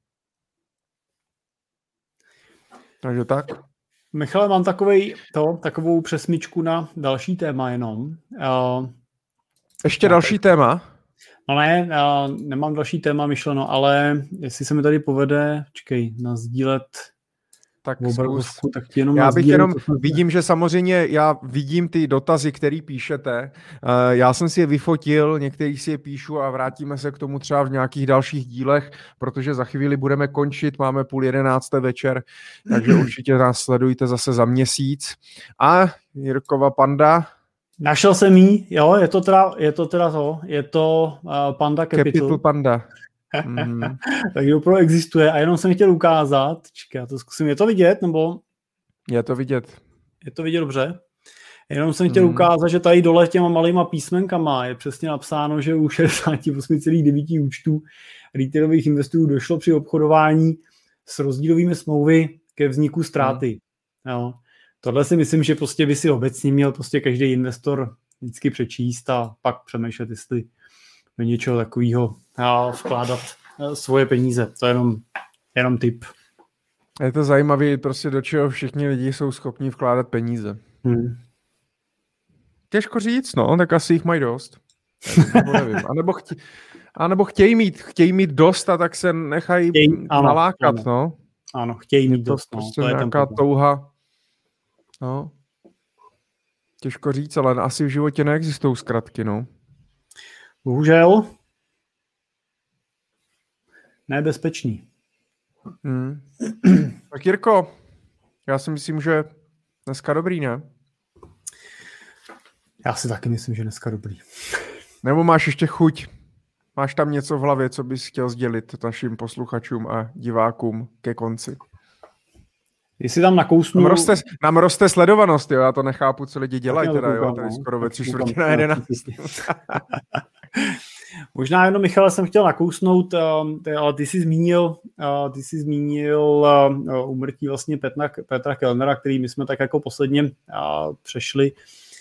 Takže tak. Michale, mám takovej, to, takovou přesmičku na další téma jenom. Uh, Ještě já, další téma? No ne, uh, nemám další téma myšleno, ale jestli se mi tady povede, počkej, nazdílet tak obrazovku, tak ti jenom já bych nazdílet, jenom, vidím, že samozřejmě já vidím ty dotazy, které píšete. Uh, já jsem si je vyfotil, některý si je píšu a vrátíme se k tomu třeba v nějakých dalších dílech, protože za chvíli budeme končit, máme půl jedenácté večer, takže určitě nás sledujte zase za měsíc. A Jirkova panda... Našel jsem jí, jo, je to teda, je to, teda to, je to uh, Panda Capital. Capital Panda. Mm. Takže opravdu existuje a jenom jsem chtěl ukázat, čekaj, já to zkusím, je to vidět, nebo? Je to vidět. Je to vidět dobře. Jenom jsem chtěl mm. ukázat, že tady dole těma malýma písmenkama je přesně napsáno, že u šedesát osm celá devět účtů retailových investorů došlo při obchodování s rozdílovými smlouvy ke vzniku ztráty. Mm. Jo. Tohle si myslím, že prostě by si obecně měl prostě každý investor vždycky přečíst a pak přemýšlet, jestli do něčeho takového vkládat svoje peníze. To je jenom, jenom tip. Je to zajímavé, prostě do čeho všichni lidi jsou schopni vkládat peníze. Hmm. Těžko říct, no, tak asi jich mají dost. Nebo nevím. A nebo, chtě, a nebo chtějí mít, chtějí mít dost a tak se nechají chtějí, nalákat, ano. no. Ano, chtějí mít je to dost. Prostě no. To nějaká touha. No. Těžko říct, ale asi v životě neexistují zkratky, no. Bohužel. Nebezpečný. Hmm. Tak Jirko, já si myslím, že dneska dobrý, ne? Já si taky myslím, že dneska dobrý. Nebo máš ještě chuť? Máš tam něco v hlavě, co bys chtěl sdělit našim posluchačům a divákům ke konci? Jestli tam nakousnu... Nám roste, nám roste sledovanost, jo, já to nechápu, co lidi dělají teda, jo, tady skoro ve tři čtvrtě na jedenáct. Možná jenom, Michale, jsem chtěl nakousnout, ale ty jsi zmínil, ty jsi zmínil úmrtí vlastně Petra, Petra Kellnera, který my jsme tak jako posledně přešli.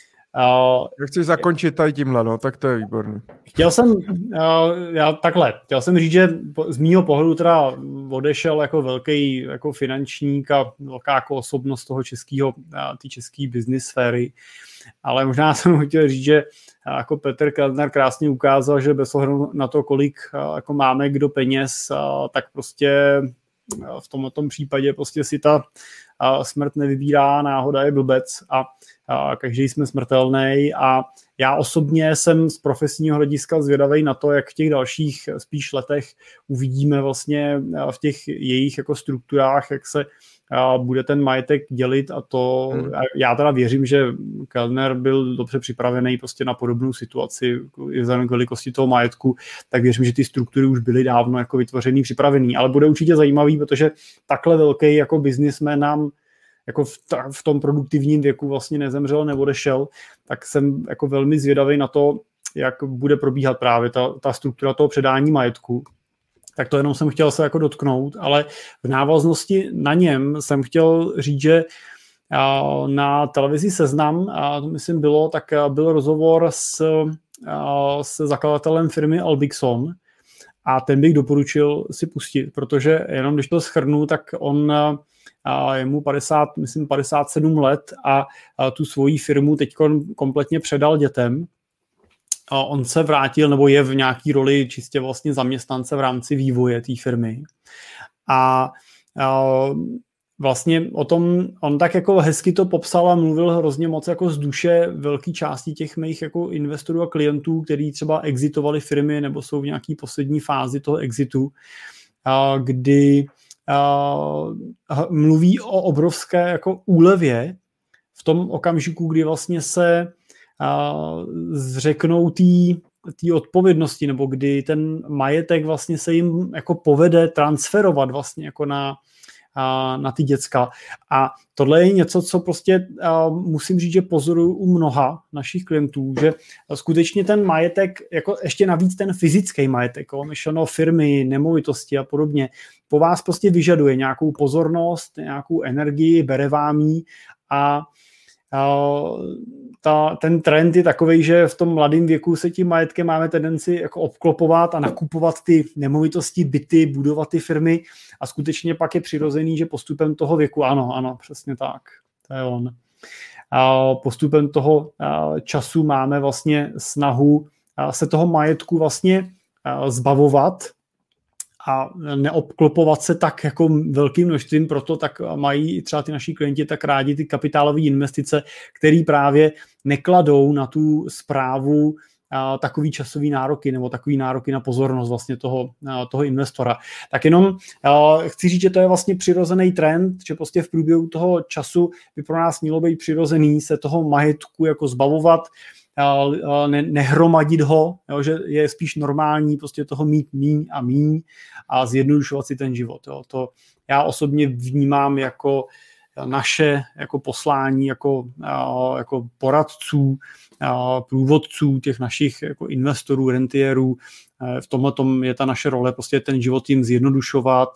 Já chci zakončit tady tímhle, no, tak to je výborný. Chtěl jsem, já takhle, chtěl jsem říct, že z mýho pohledu teda odešel jako velký jako finančník a velká jako osobnost toho českého, té české business sféry, ale možná jsem chtěl říct, že jako Petr Kellner krásně ukázal, že bez ohledu na to, kolik jako máme kdo peněz, tak prostě v tomto případě prostě si ta smrt nevybírá, náhoda je blbec a, a každý jsme smrtelný a já osobně jsem z profesního hlediska zvědavý na to, jak v těch dalších spíš letech uvidíme vlastně v těch jejich jako strukturách, jak se bude ten majetek dělit a to, hmm. já teda věřím, že Kellner byl dobře připravený prostě na podobnou situaci vzhledem k velikosti toho majetku, tak věřím, že ty struktury už byly dávno jako vytvořený, připravený, ale bude určitě zajímavý, protože takhle velký jako businessman nám jako v, ta, v tom produktivním věku vlastně nezemřel, neodešel, tak jsem jako velmi zvědavý na to, jak bude probíhat právě ta, ta struktura toho předání majetku. Tak to jenom jsem chtěl se jako dotknout, ale v návaznosti na něm jsem chtěl říct, že na televizi Seznam, a to myslím bylo, tak byl rozhovor s, s zakladatelem firmy Albixon a ten bych doporučil si pustit, protože jenom když to shrnu, tak on je mu padesát, myslím padesát sedm let a tu svoji firmu teď kompletně předal dětem. On se vrátil, nebo je v nějaký roli čistě vlastně zaměstnance v rámci vývoje té firmy. A, a vlastně o tom, on tak jako hezky to popsal a mluvil hrozně moc jako z duše velké části těch mých jako investorů a klientů, kteří třeba exitovali firmy nebo jsou v nějaký poslední fázi toho exitu, a kdy a, mluví o obrovské jako úlevě v tom okamžiku, kdy vlastně se zřeknou té odpovědnosti, nebo kdy ten majetek vlastně se jim jako povede transferovat vlastně jako na, na ty děcka. A tohle je něco, co prostě musím říct, že pozoruju u mnoha našich klientů, že skutečně ten majetek, jako ještě navíc ten fyzický majetek, myšleno firmy, nemovitosti a podobně, po vás prostě vyžaduje nějakou pozornost, nějakou energii, bere vám ji a Ta, ten trend je takovej, že v tom mladém věku se tím majetkem máme tendenci jako obklopovat a nakupovat ty nemovitosti, byty, budovat ty firmy a skutečně pak je přirozený, že postupem toho věku, ano, ano, přesně tak, to je on. A postupem toho času máme vlastně snahu se toho majetku vlastně zbavovat a neobklopovat se tak jako velkým množstvím, proto tak mají třeba ty naši klienti tak rádi ty kapitálové investice, které právě nekladou na tu správu a, takový časový nároky nebo takový nároky na pozornost vlastně toho, a, toho investora. Tak jenom a, chci říct, že to je vlastně přirozený trend, že prostě v průběhu toho času by pro nás mělo být přirozený se toho majetku jako zbavovat, Ne, nehromadit ho, jo, že je spíš normální prostě toho mít míň a míň a zjednodušovat si ten život. Jo. To já osobně vnímám jako naše jako poslání, jako, jako poradců, průvodců těch našich jako investorů, rentierů. V tomhle tom je ta naše role, prostě ten život jim zjednodušovat,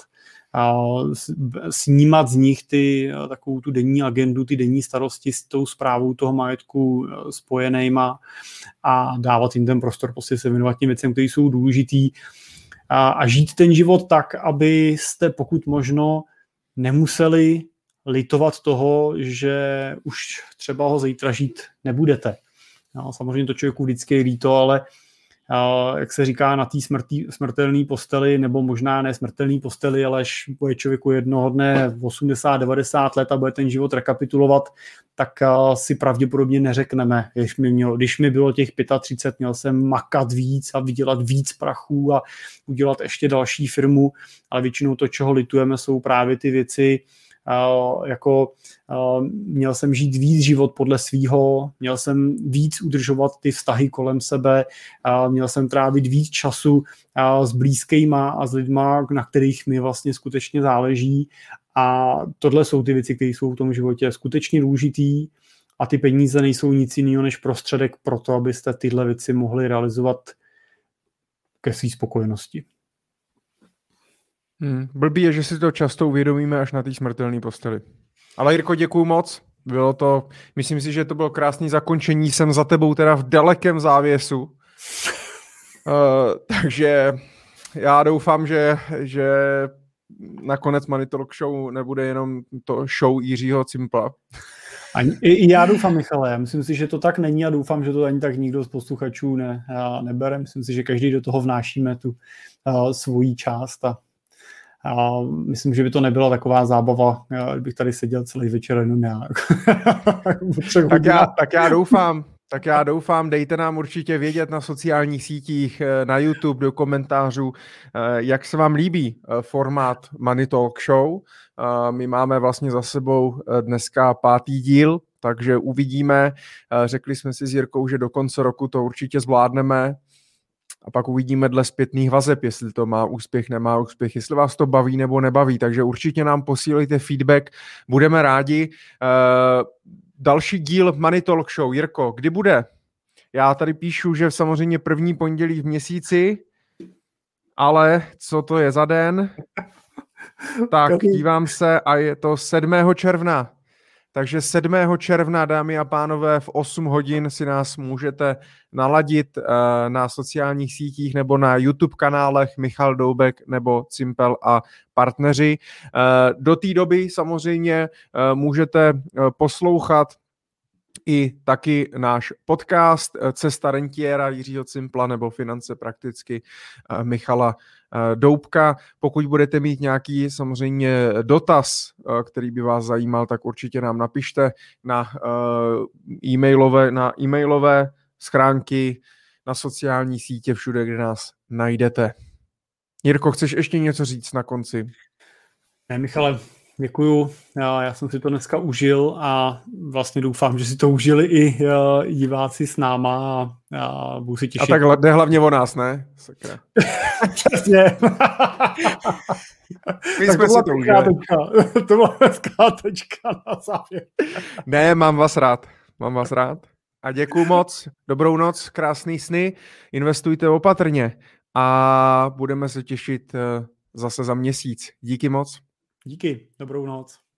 snímat z nich ty, takovou tu denní agendu, ty denní starosti s tou správou toho majetku spojenýma a dávat jim ten prostor prostě se věnovat těm věcem, které jsou důležitý a, a žít ten život tak, abyste pokud možno nemuseli litovat toho, že už třeba ho zítra žít nebudete. No, samozřejmě to člověku vždycky je líto, ale Uh, jak se říká, na té smrtelné posteli, nebo možná ne smrtelné posteli, ale až bude člověku jednoho dne osmdesát devadesát let a bude ten život rekapitulovat, tak uh, si pravděpodobně neřekneme, když mi, mělo, když mi bylo těch třicet pět, měl jsem makat víc a vydělat víc prachů a udělat ještě další firmu, ale většinou to, čeho litujeme, jsou právě ty věci, Uh, jako uh, měl jsem žít víc život podle svýho, měl jsem víc udržovat ty vztahy kolem sebe, uh, měl jsem trávit víc času uh, s blízkýma a s lidma, na kterých mi vlastně skutečně záleží A tohle jsou ty věci, které jsou v tom životě skutečně důležitý a ty peníze nejsou nic jiného než prostředek pro to, abyste tyhle věci mohli realizovat ke své spokojenosti. Hmm, blbý je, že si to často uvědomíme až na té smrtelné posteli. Ale Jirko, děkuju moc. Bylo to, myslím si, že to bylo krásné zakončení. Jsem za tebou teda v dalekém závěsu. uh, takže já doufám, že, že nakonec Money Talk Show nebude jenom to show Jiřího Cimpla. Ani, i, I já doufám, Michale. Myslím si, že to tak není a doufám, že to ani tak nikdo z posluchačů ne, nebere. Myslím si, že každý do toho vnášíme tu uh, svoji část a A myslím, že by to nebyla taková zábava, kdybych tady seděl celý večer jenom já. tak, já tak já doufám, tak já doufám, dejte nám určitě vědět na sociálních sítích, na YouTube, do komentářů, jak se vám líbí formát Money Talk Show. My máme vlastně za sebou dneska pátý díl, takže uvidíme. Řekli jsme si s Jirkou, že do konce roku to určitě zvládneme. A pak uvidíme dle zpětných vazeb, jestli to má úspěch, nemá úspěch, jestli vás to baví nebo nebaví. Takže určitě nám posílejte feedback, budeme rádi. Uh, další díl Money Talk Show. Jirko, kdy bude? Já tady píšu, že samozřejmě první pondělí v měsíci, ale co to je za den? Tak, dívám se a je to sedmého června. Takže sedmého června, dámy a pánové, v osm hodin si nás můžete naladit uh, na sociálních sítích nebo na YouTube kanálech Michal Doubek nebo Cimpel a partneři. Uh, do té doby samozřejmě uh, můžete uh, poslouchat i taky náš podcast Cesta rentiéra Jiřího Cimpla nebo Finance prakticky uh, Michala uh, Doubka. Pokud budete mít nějaký samozřejmě dotaz, uh, který by vás zajímal, tak určitě nám napište na uh, e-mailové, na e-mailové schránky, na sociální sítě, všude, kde nás najdete. Jirko, chceš ještě něco říct na konci? Ne, Michale, děkuju. Já, já jsem si to dneska užil a vlastně doufám, že si to užili i uh, diváci s náma a, a budu si těšit. A tak jde hlavně o nás, ne? Sakra. Přesně. My jsme si to užili. To byla hezká tečka na závěr. Ne, mám vás rád. Mám vás rád. A děkuju moc. Dobrou noc, krásný sny. Investujte opatrně a budeme se těšit zase za měsíc. Díky moc. Díky. Dobrou noc.